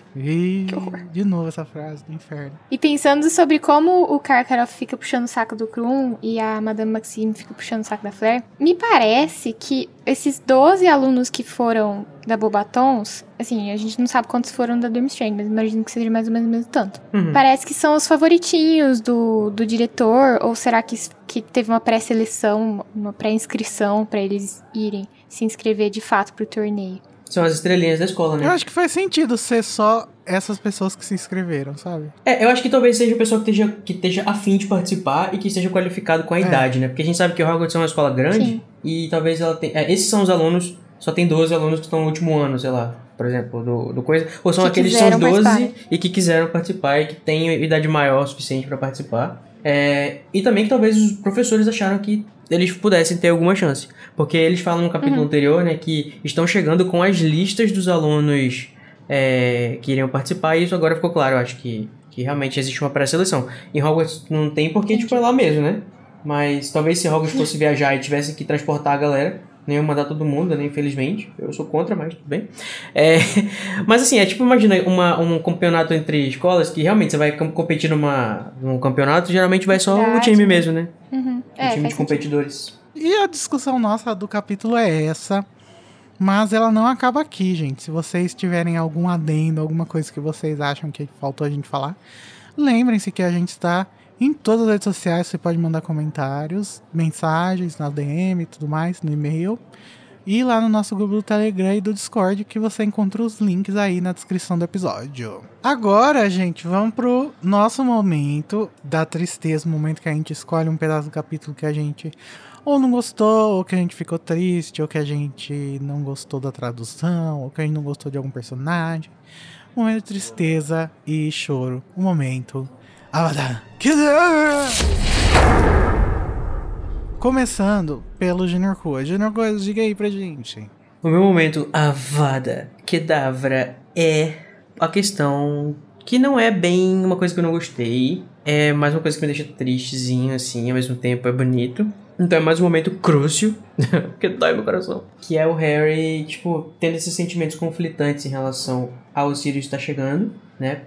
E de novo essa frase do inferno. E pensando sobre como o Karkaroff fica puxando o saco do Krum e a Madame Maxime fica puxando o saco da Fleur, me parece que esses doze alunos que foram da Bobatons, assim, a gente não sabe quantos foram da Durmstrang, mas imagino que seja mais ou menos o mesmo tanto. Uhum. Parece que são os favoritinhos do, do diretor, ou será que, que teve uma pré-seleção, uma pré-inscrição pra eles irem se inscrever de fato pro torneio? São as estrelinhas da escola, né? Eu acho que faz sentido ser só essas pessoas que se inscreveram, sabe? É, eu acho que talvez seja o pessoal que esteja, que esteja afim de participar e que esteja qualificado com a É. idade, né? Porque a gente sabe que o Hogwarts é uma escola grande Sim. e talvez ela tenha... É, esses são os alunos, só tem doze alunos que estão no último ano, sei lá, por exemplo, do, do coisa. Ou são Que aqueles que são os quiseram doze participar. e que quiseram participar e que têm idade maior o suficiente pra participar. É, e também que talvez os professores acharam que eles pudessem ter alguma chance. Porque eles falam no capítulo Uhum. anterior, né, que estão chegando com as listas dos alunos é, que iriam participar, e isso agora ficou claro. Eu acho que, que realmente existe uma pré-seleção. Em Hogwarts não tem porque, tipo, é lá mesmo, né? Mas talvez se Hogwarts fosse viajar e tivesse que transportar a galera, nem eu mandar todo mundo, né? Infelizmente. Eu sou contra, mas tudo bem. É, mas assim, é tipo, imagina uma, um campeonato entre escolas que realmente você vai com- competir numa, num campeonato, geralmente vai só o Verdade. time mesmo, né? Uhum. O É, time faz de competidores. E a discussão nossa do capítulo é essa. Mas ela não acaba aqui, gente. Se vocês tiverem algum adendo, alguma coisa que vocês acham que faltou a gente falar, lembrem-se que a gente está em todas as redes sociais. Você pode mandar comentários, mensagens na D M e tudo mais, no e-mail. E lá no nosso grupo do Telegram e do Discord, que você encontra os links aí na descrição do episódio. Agora, gente, vamos pro nosso momento da tristeza, o momento que a gente escolhe um pedaço do capítulo que a gente ou não gostou, ou que a gente ficou triste, ou que a gente não gostou da tradução, ou que a gente não gostou de algum personagem. Um momento de tristeza e choro. Um momento. Avada Kedavra! Começando pelo Junior Coa. Junior Coa, diga aí pra gente. O meu momento Avada Kedavra é a questão que não é bem uma coisa que eu não gostei, é mais uma coisa que me deixa tristezinho, assim, ao mesmo tempo é bonito. Então é mais um momento crucial, porque dói meu coração. Que é o Harry, tipo, tendo esses sentimentos conflitantes em relação ao Sirius estar chegando, né?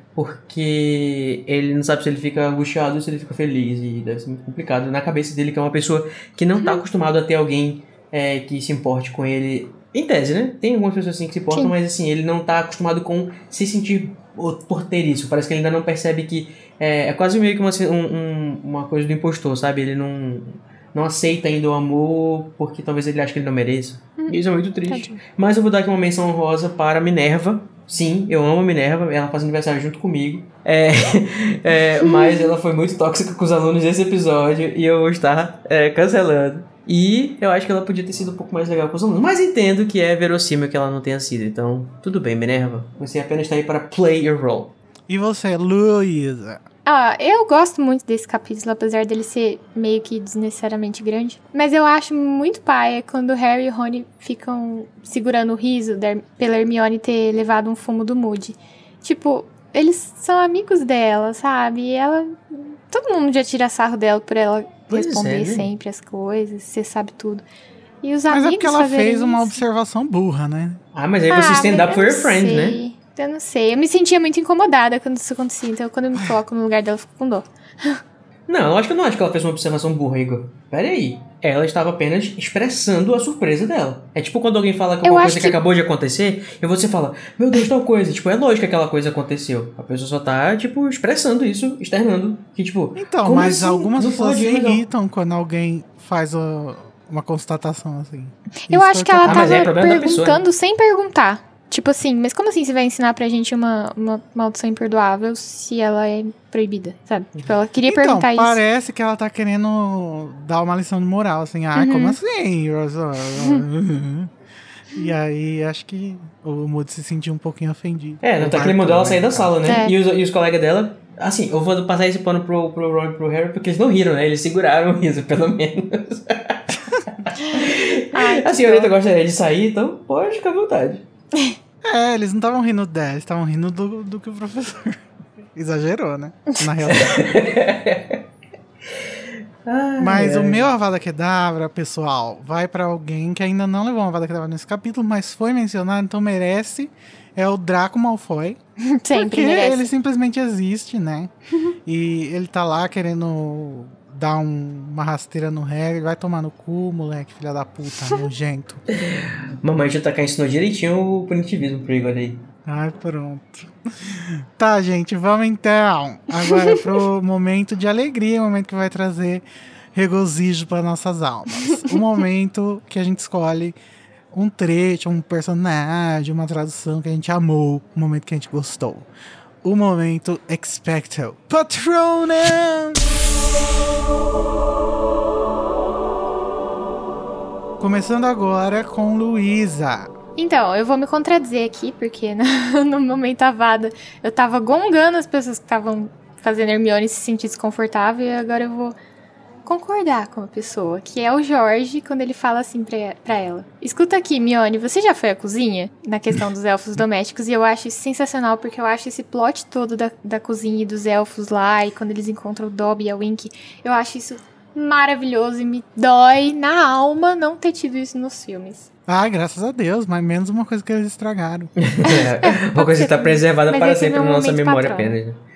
Porque ele não sabe se ele fica angustiado ou se ele fica feliz, e deve ser muito complicado. Na cabeça dele, que é uma pessoa que não tá acostumado a ter alguém é, que se importe com ele. Em tese, né? Tem algumas pessoas assim que se importam, Sim. mas assim, ele não tá acostumado com se sentir por ter isso. Parece que ele ainda não percebe que é, é quase meio que uma, um, uma coisa do impostor, sabe? Ele não... não aceita ainda o amor porque talvez ele ache que ele não mereça. Hum, Isso é muito triste. Tadinho. Mas eu vou dar aqui uma menção honrosa para Minerva. Sim, eu amo a Minerva. Ela faz aniversário junto comigo. É, é, mas ela foi muito tóxica com os alunos nesse episódio e eu vou estar é, cancelando. E eu acho que ela podia ter sido um pouco mais legal com os alunos. Mas entendo que é verossímil que ela não tenha sido. Então, tudo bem, Minerva. Você apenas está aí para play your role. E você, Luísa? Ah, eu gosto muito desse capítulo, apesar dele ser meio que desnecessariamente grande. Mas eu acho muito paia quando o Harry e o Rony ficam segurando o riso da, pela Hermione ter levado um fumo do Moody. Tipo, eles são amigos dela, sabe? E ela... todo mundo já tira sarro dela por ela pois responder é, né? sempre as coisas, você sabe tudo. E os mas amigos é porque ela fez isso. uma observação burra, né? Ah, mas aí você ah, stand up for your friend, sei. né? Eu não sei. Eu me sentia muito incomodada quando isso acontecia. Então, quando eu me coloco no lugar dela, eu fico com dó. Não, eu acho que eu não acho que ela fez uma observação burra, Igor. Pera aí. Ela estava apenas expressando a surpresa dela. É tipo quando alguém fala que alguma coisa que... que acabou de acontecer, e você fala, meu Deus, tal coisa. Tipo, é lógico que aquela coisa aconteceu. A pessoa só tá, tipo, expressando isso, externando. Que, tipo, então, mas assim? Algumas pessoas se irritam quando alguém faz o, uma constatação assim. Eu isso acho que ela ah, tava é perguntando pessoa, né? sem perguntar. Tipo assim, mas como assim você vai ensinar pra gente uma, uma maldição imperdoável se ela é proibida, sabe? Tipo, ela queria então, perguntar isso. Parece que ela tá querendo dar uma lição de moral, assim. Ah, uhum. como assim? E aí, acho que o Moody se sentiu um pouquinho ofendido. É, não tá querendo mandar ela sair da sala, né? É. E, os, e os colegas dela... Assim, eu vou passar esse pano pro, pro Ron e pro Harry porque eles não riram, né? Eles seguraram o riso, pelo menos. Ai, a senhorita gostaria de sair, então pode ficar à vontade. É, eles não estavam rindo dela, eles estavam rindo do, do que o professor exagerou, né? Na realidade. Ai, mas ai. O meu Avada Kedavra, pessoal, vai pra alguém que ainda não levou uma Avada Kedavra nesse capítulo, mas foi mencionado, então merece. É o Draco Malfoy. Sempre porque merece. Ele simplesmente existe, né? E ele tá lá querendo dar um, uma rasteira no Harry. Vai tomar no cu, moleque, filha da puta, nojento. Mamãe já tá cá, ensinou direitinho o punitivismo pro Igor aí. Ai, pronto. Tá, gente, vamos então agora pro momento de alegria, o momento que vai trazer regozijo para nossas almas. O momento que a gente escolhe um trecho, um personagem, uma tradução que a gente amou, um momento que a gente gostou. O momento Expecto Patronum! Começando agora com Luísa. Então, eu vou me contradizer aqui, porque no, no momento Avada eu tava gongando as pessoas que estavam fazendo Hermione se sentir desconfortável, e agora eu vou concordar com a pessoa, que é o Jorge, quando ele fala assim pra, pra ela. Escuta aqui, Hermione, você já foi à cozinha? Na questão dos elfos domésticos, e eu acho isso sensacional, porque eu acho esse plot todo da, da cozinha e dos elfos lá, e quando eles encontram o Dobby e a Winky, eu acho isso maravilhoso e me dói na alma não ter tido isso nos filmes. Ah, graças a Deus, mas menos uma coisa que eles estragaram. É, uma coisa que tá preservada mas para sempre na nossa memória apenas. Né?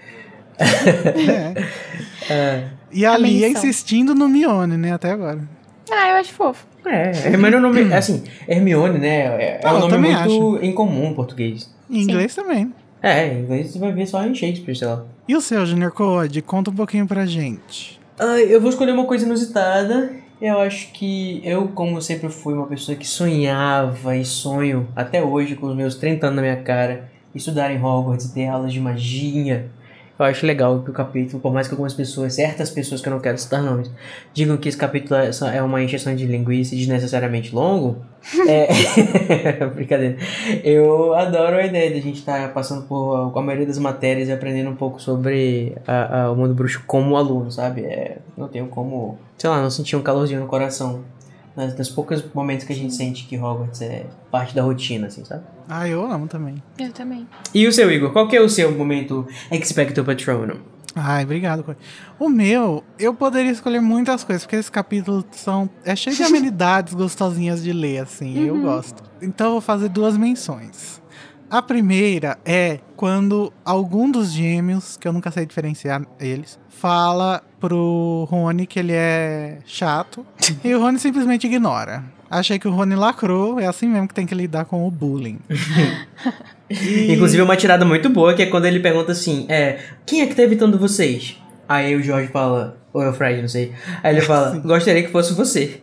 É. É. E a Lia insistindo no Mione, né, até agora. Ah, eu acho fofo. É, Hermione é um nome, assim, Hermione, né, é, é um nome muito acho. incomum em português. Em inglês Sim. também. É, em inglês você vai ver só em Shakespeare, sei lá. E o seu, Junior Code? Conta um pouquinho pra gente. Ah, eu vou escolher uma coisa inusitada. Eu acho que eu, como sempre fui uma pessoa que sonhava e sonho, até hoje, com os meus trinta anos na minha cara, estudar em Hogwarts e ter aulas de magia. Eu acho legal que o capítulo, por mais que algumas pessoas, certas pessoas que eu não quero citar nomes, digam que esse capítulo é uma encheção de linguiça e desnecessariamente longo, é... brincadeira. Eu adoro a ideia de a gente estar tá passando por a maioria das matérias e aprendendo um pouco sobre a, a, o mundo bruxo como aluno, sabe? É... Não tenho como, sei lá, não sentir um calorzinho no coração Nas, nos poucos momentos que a gente sente que Hogwarts é parte da rotina, assim, sabe? Ah, eu amo também. Eu também. E o seu, Igor? Qual que é o seu momento Expecto Patronum? Ai, obrigado. O meu, eu poderia escolher muitas coisas, porque esse capítulo são, é cheio de amenidades gostosinhas de ler, assim, uhum. Eu gosto. Então eu vou fazer duas menções. A primeira é quando algum dos gêmeos, que eu nunca sei diferenciar eles, fala pro Rony que ele é chato, e o Rony simplesmente ignora. Achei que o Rony lacrou, é assim mesmo que tem que lidar com o bullying. E... Inclusive uma tirada muito boa, que é quando ele pergunta assim, é, quem é que tá evitando vocês? Aí o Jorge fala, ou é o Fred, não sei. Aí ele fala, Sim. gostaria que fosse você.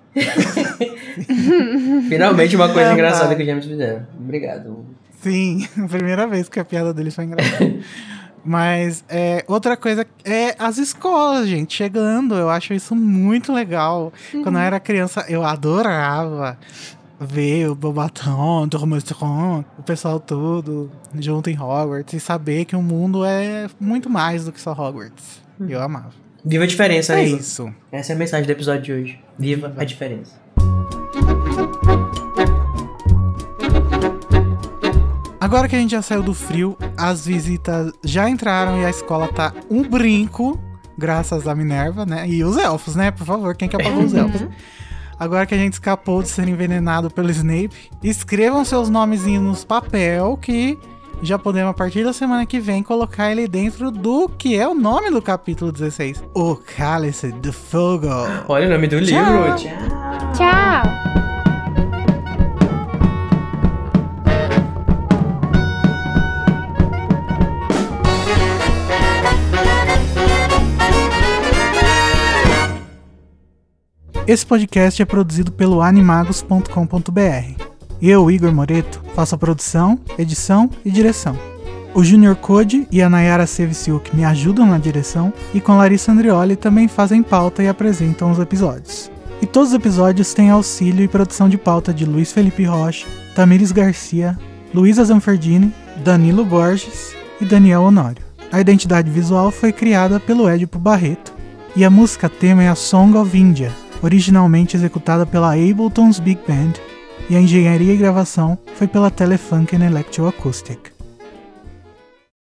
Finalmente uma coisa é, engraçada tá. que os gêmeos fizeram. Obrigado. Sim, a primeira vez que a piada deles foi engraçada. Mas é, outra coisa é as escolas, gente, chegando. Eu acho isso muito legal. Uhum. Quando eu era criança, eu adorava ver o Bobaton, Dormestron, o pessoal todo junto em Hogwarts e saber que o mundo é muito mais do que só Hogwarts. Uhum. Eu amava. Viva a diferença, É amigo. isso. Essa é a mensagem do episódio de hoje. Viva, Viva. a diferença. Agora que a gente já saiu do frio, as visitas já entraram e a escola tá um brinco, graças a Minerva, né? E os elfos, né? Por favor, quem que apagou os elfos? Agora que a gente escapou de ser envenenado pelo Snape, escrevam seus nomezinhos nos papel que já podemos, a partir da semana que vem, colocar ele dentro do que é o nome do capítulo dezesseis. O Cálice de Fogo. Olha o nome do Tchau. livro. Tchau. Tchau. Esse podcast é produzido pelo animagos ponto com ponto b r. Eu, Igor Moreto, faço a produção, edição e direção. O Junior Code e a Nayara Sevciuk me ajudam na direção e com Larissa Andrioli também fazem pauta e apresentam os episódios. E todos os episódios têm auxílio e produção de pauta de Luiz Felipe Rocha, Tamires Garcia, Luísa Zanferdini, Danilo Borges e Daniel Honório. A identidade visual foi criada pelo Édipo Barreto e a música tema é a Song of India, originalmente executada pela Ableton's Big Band, e a engenharia e gravação foi pela Telefunken Electroacoustic.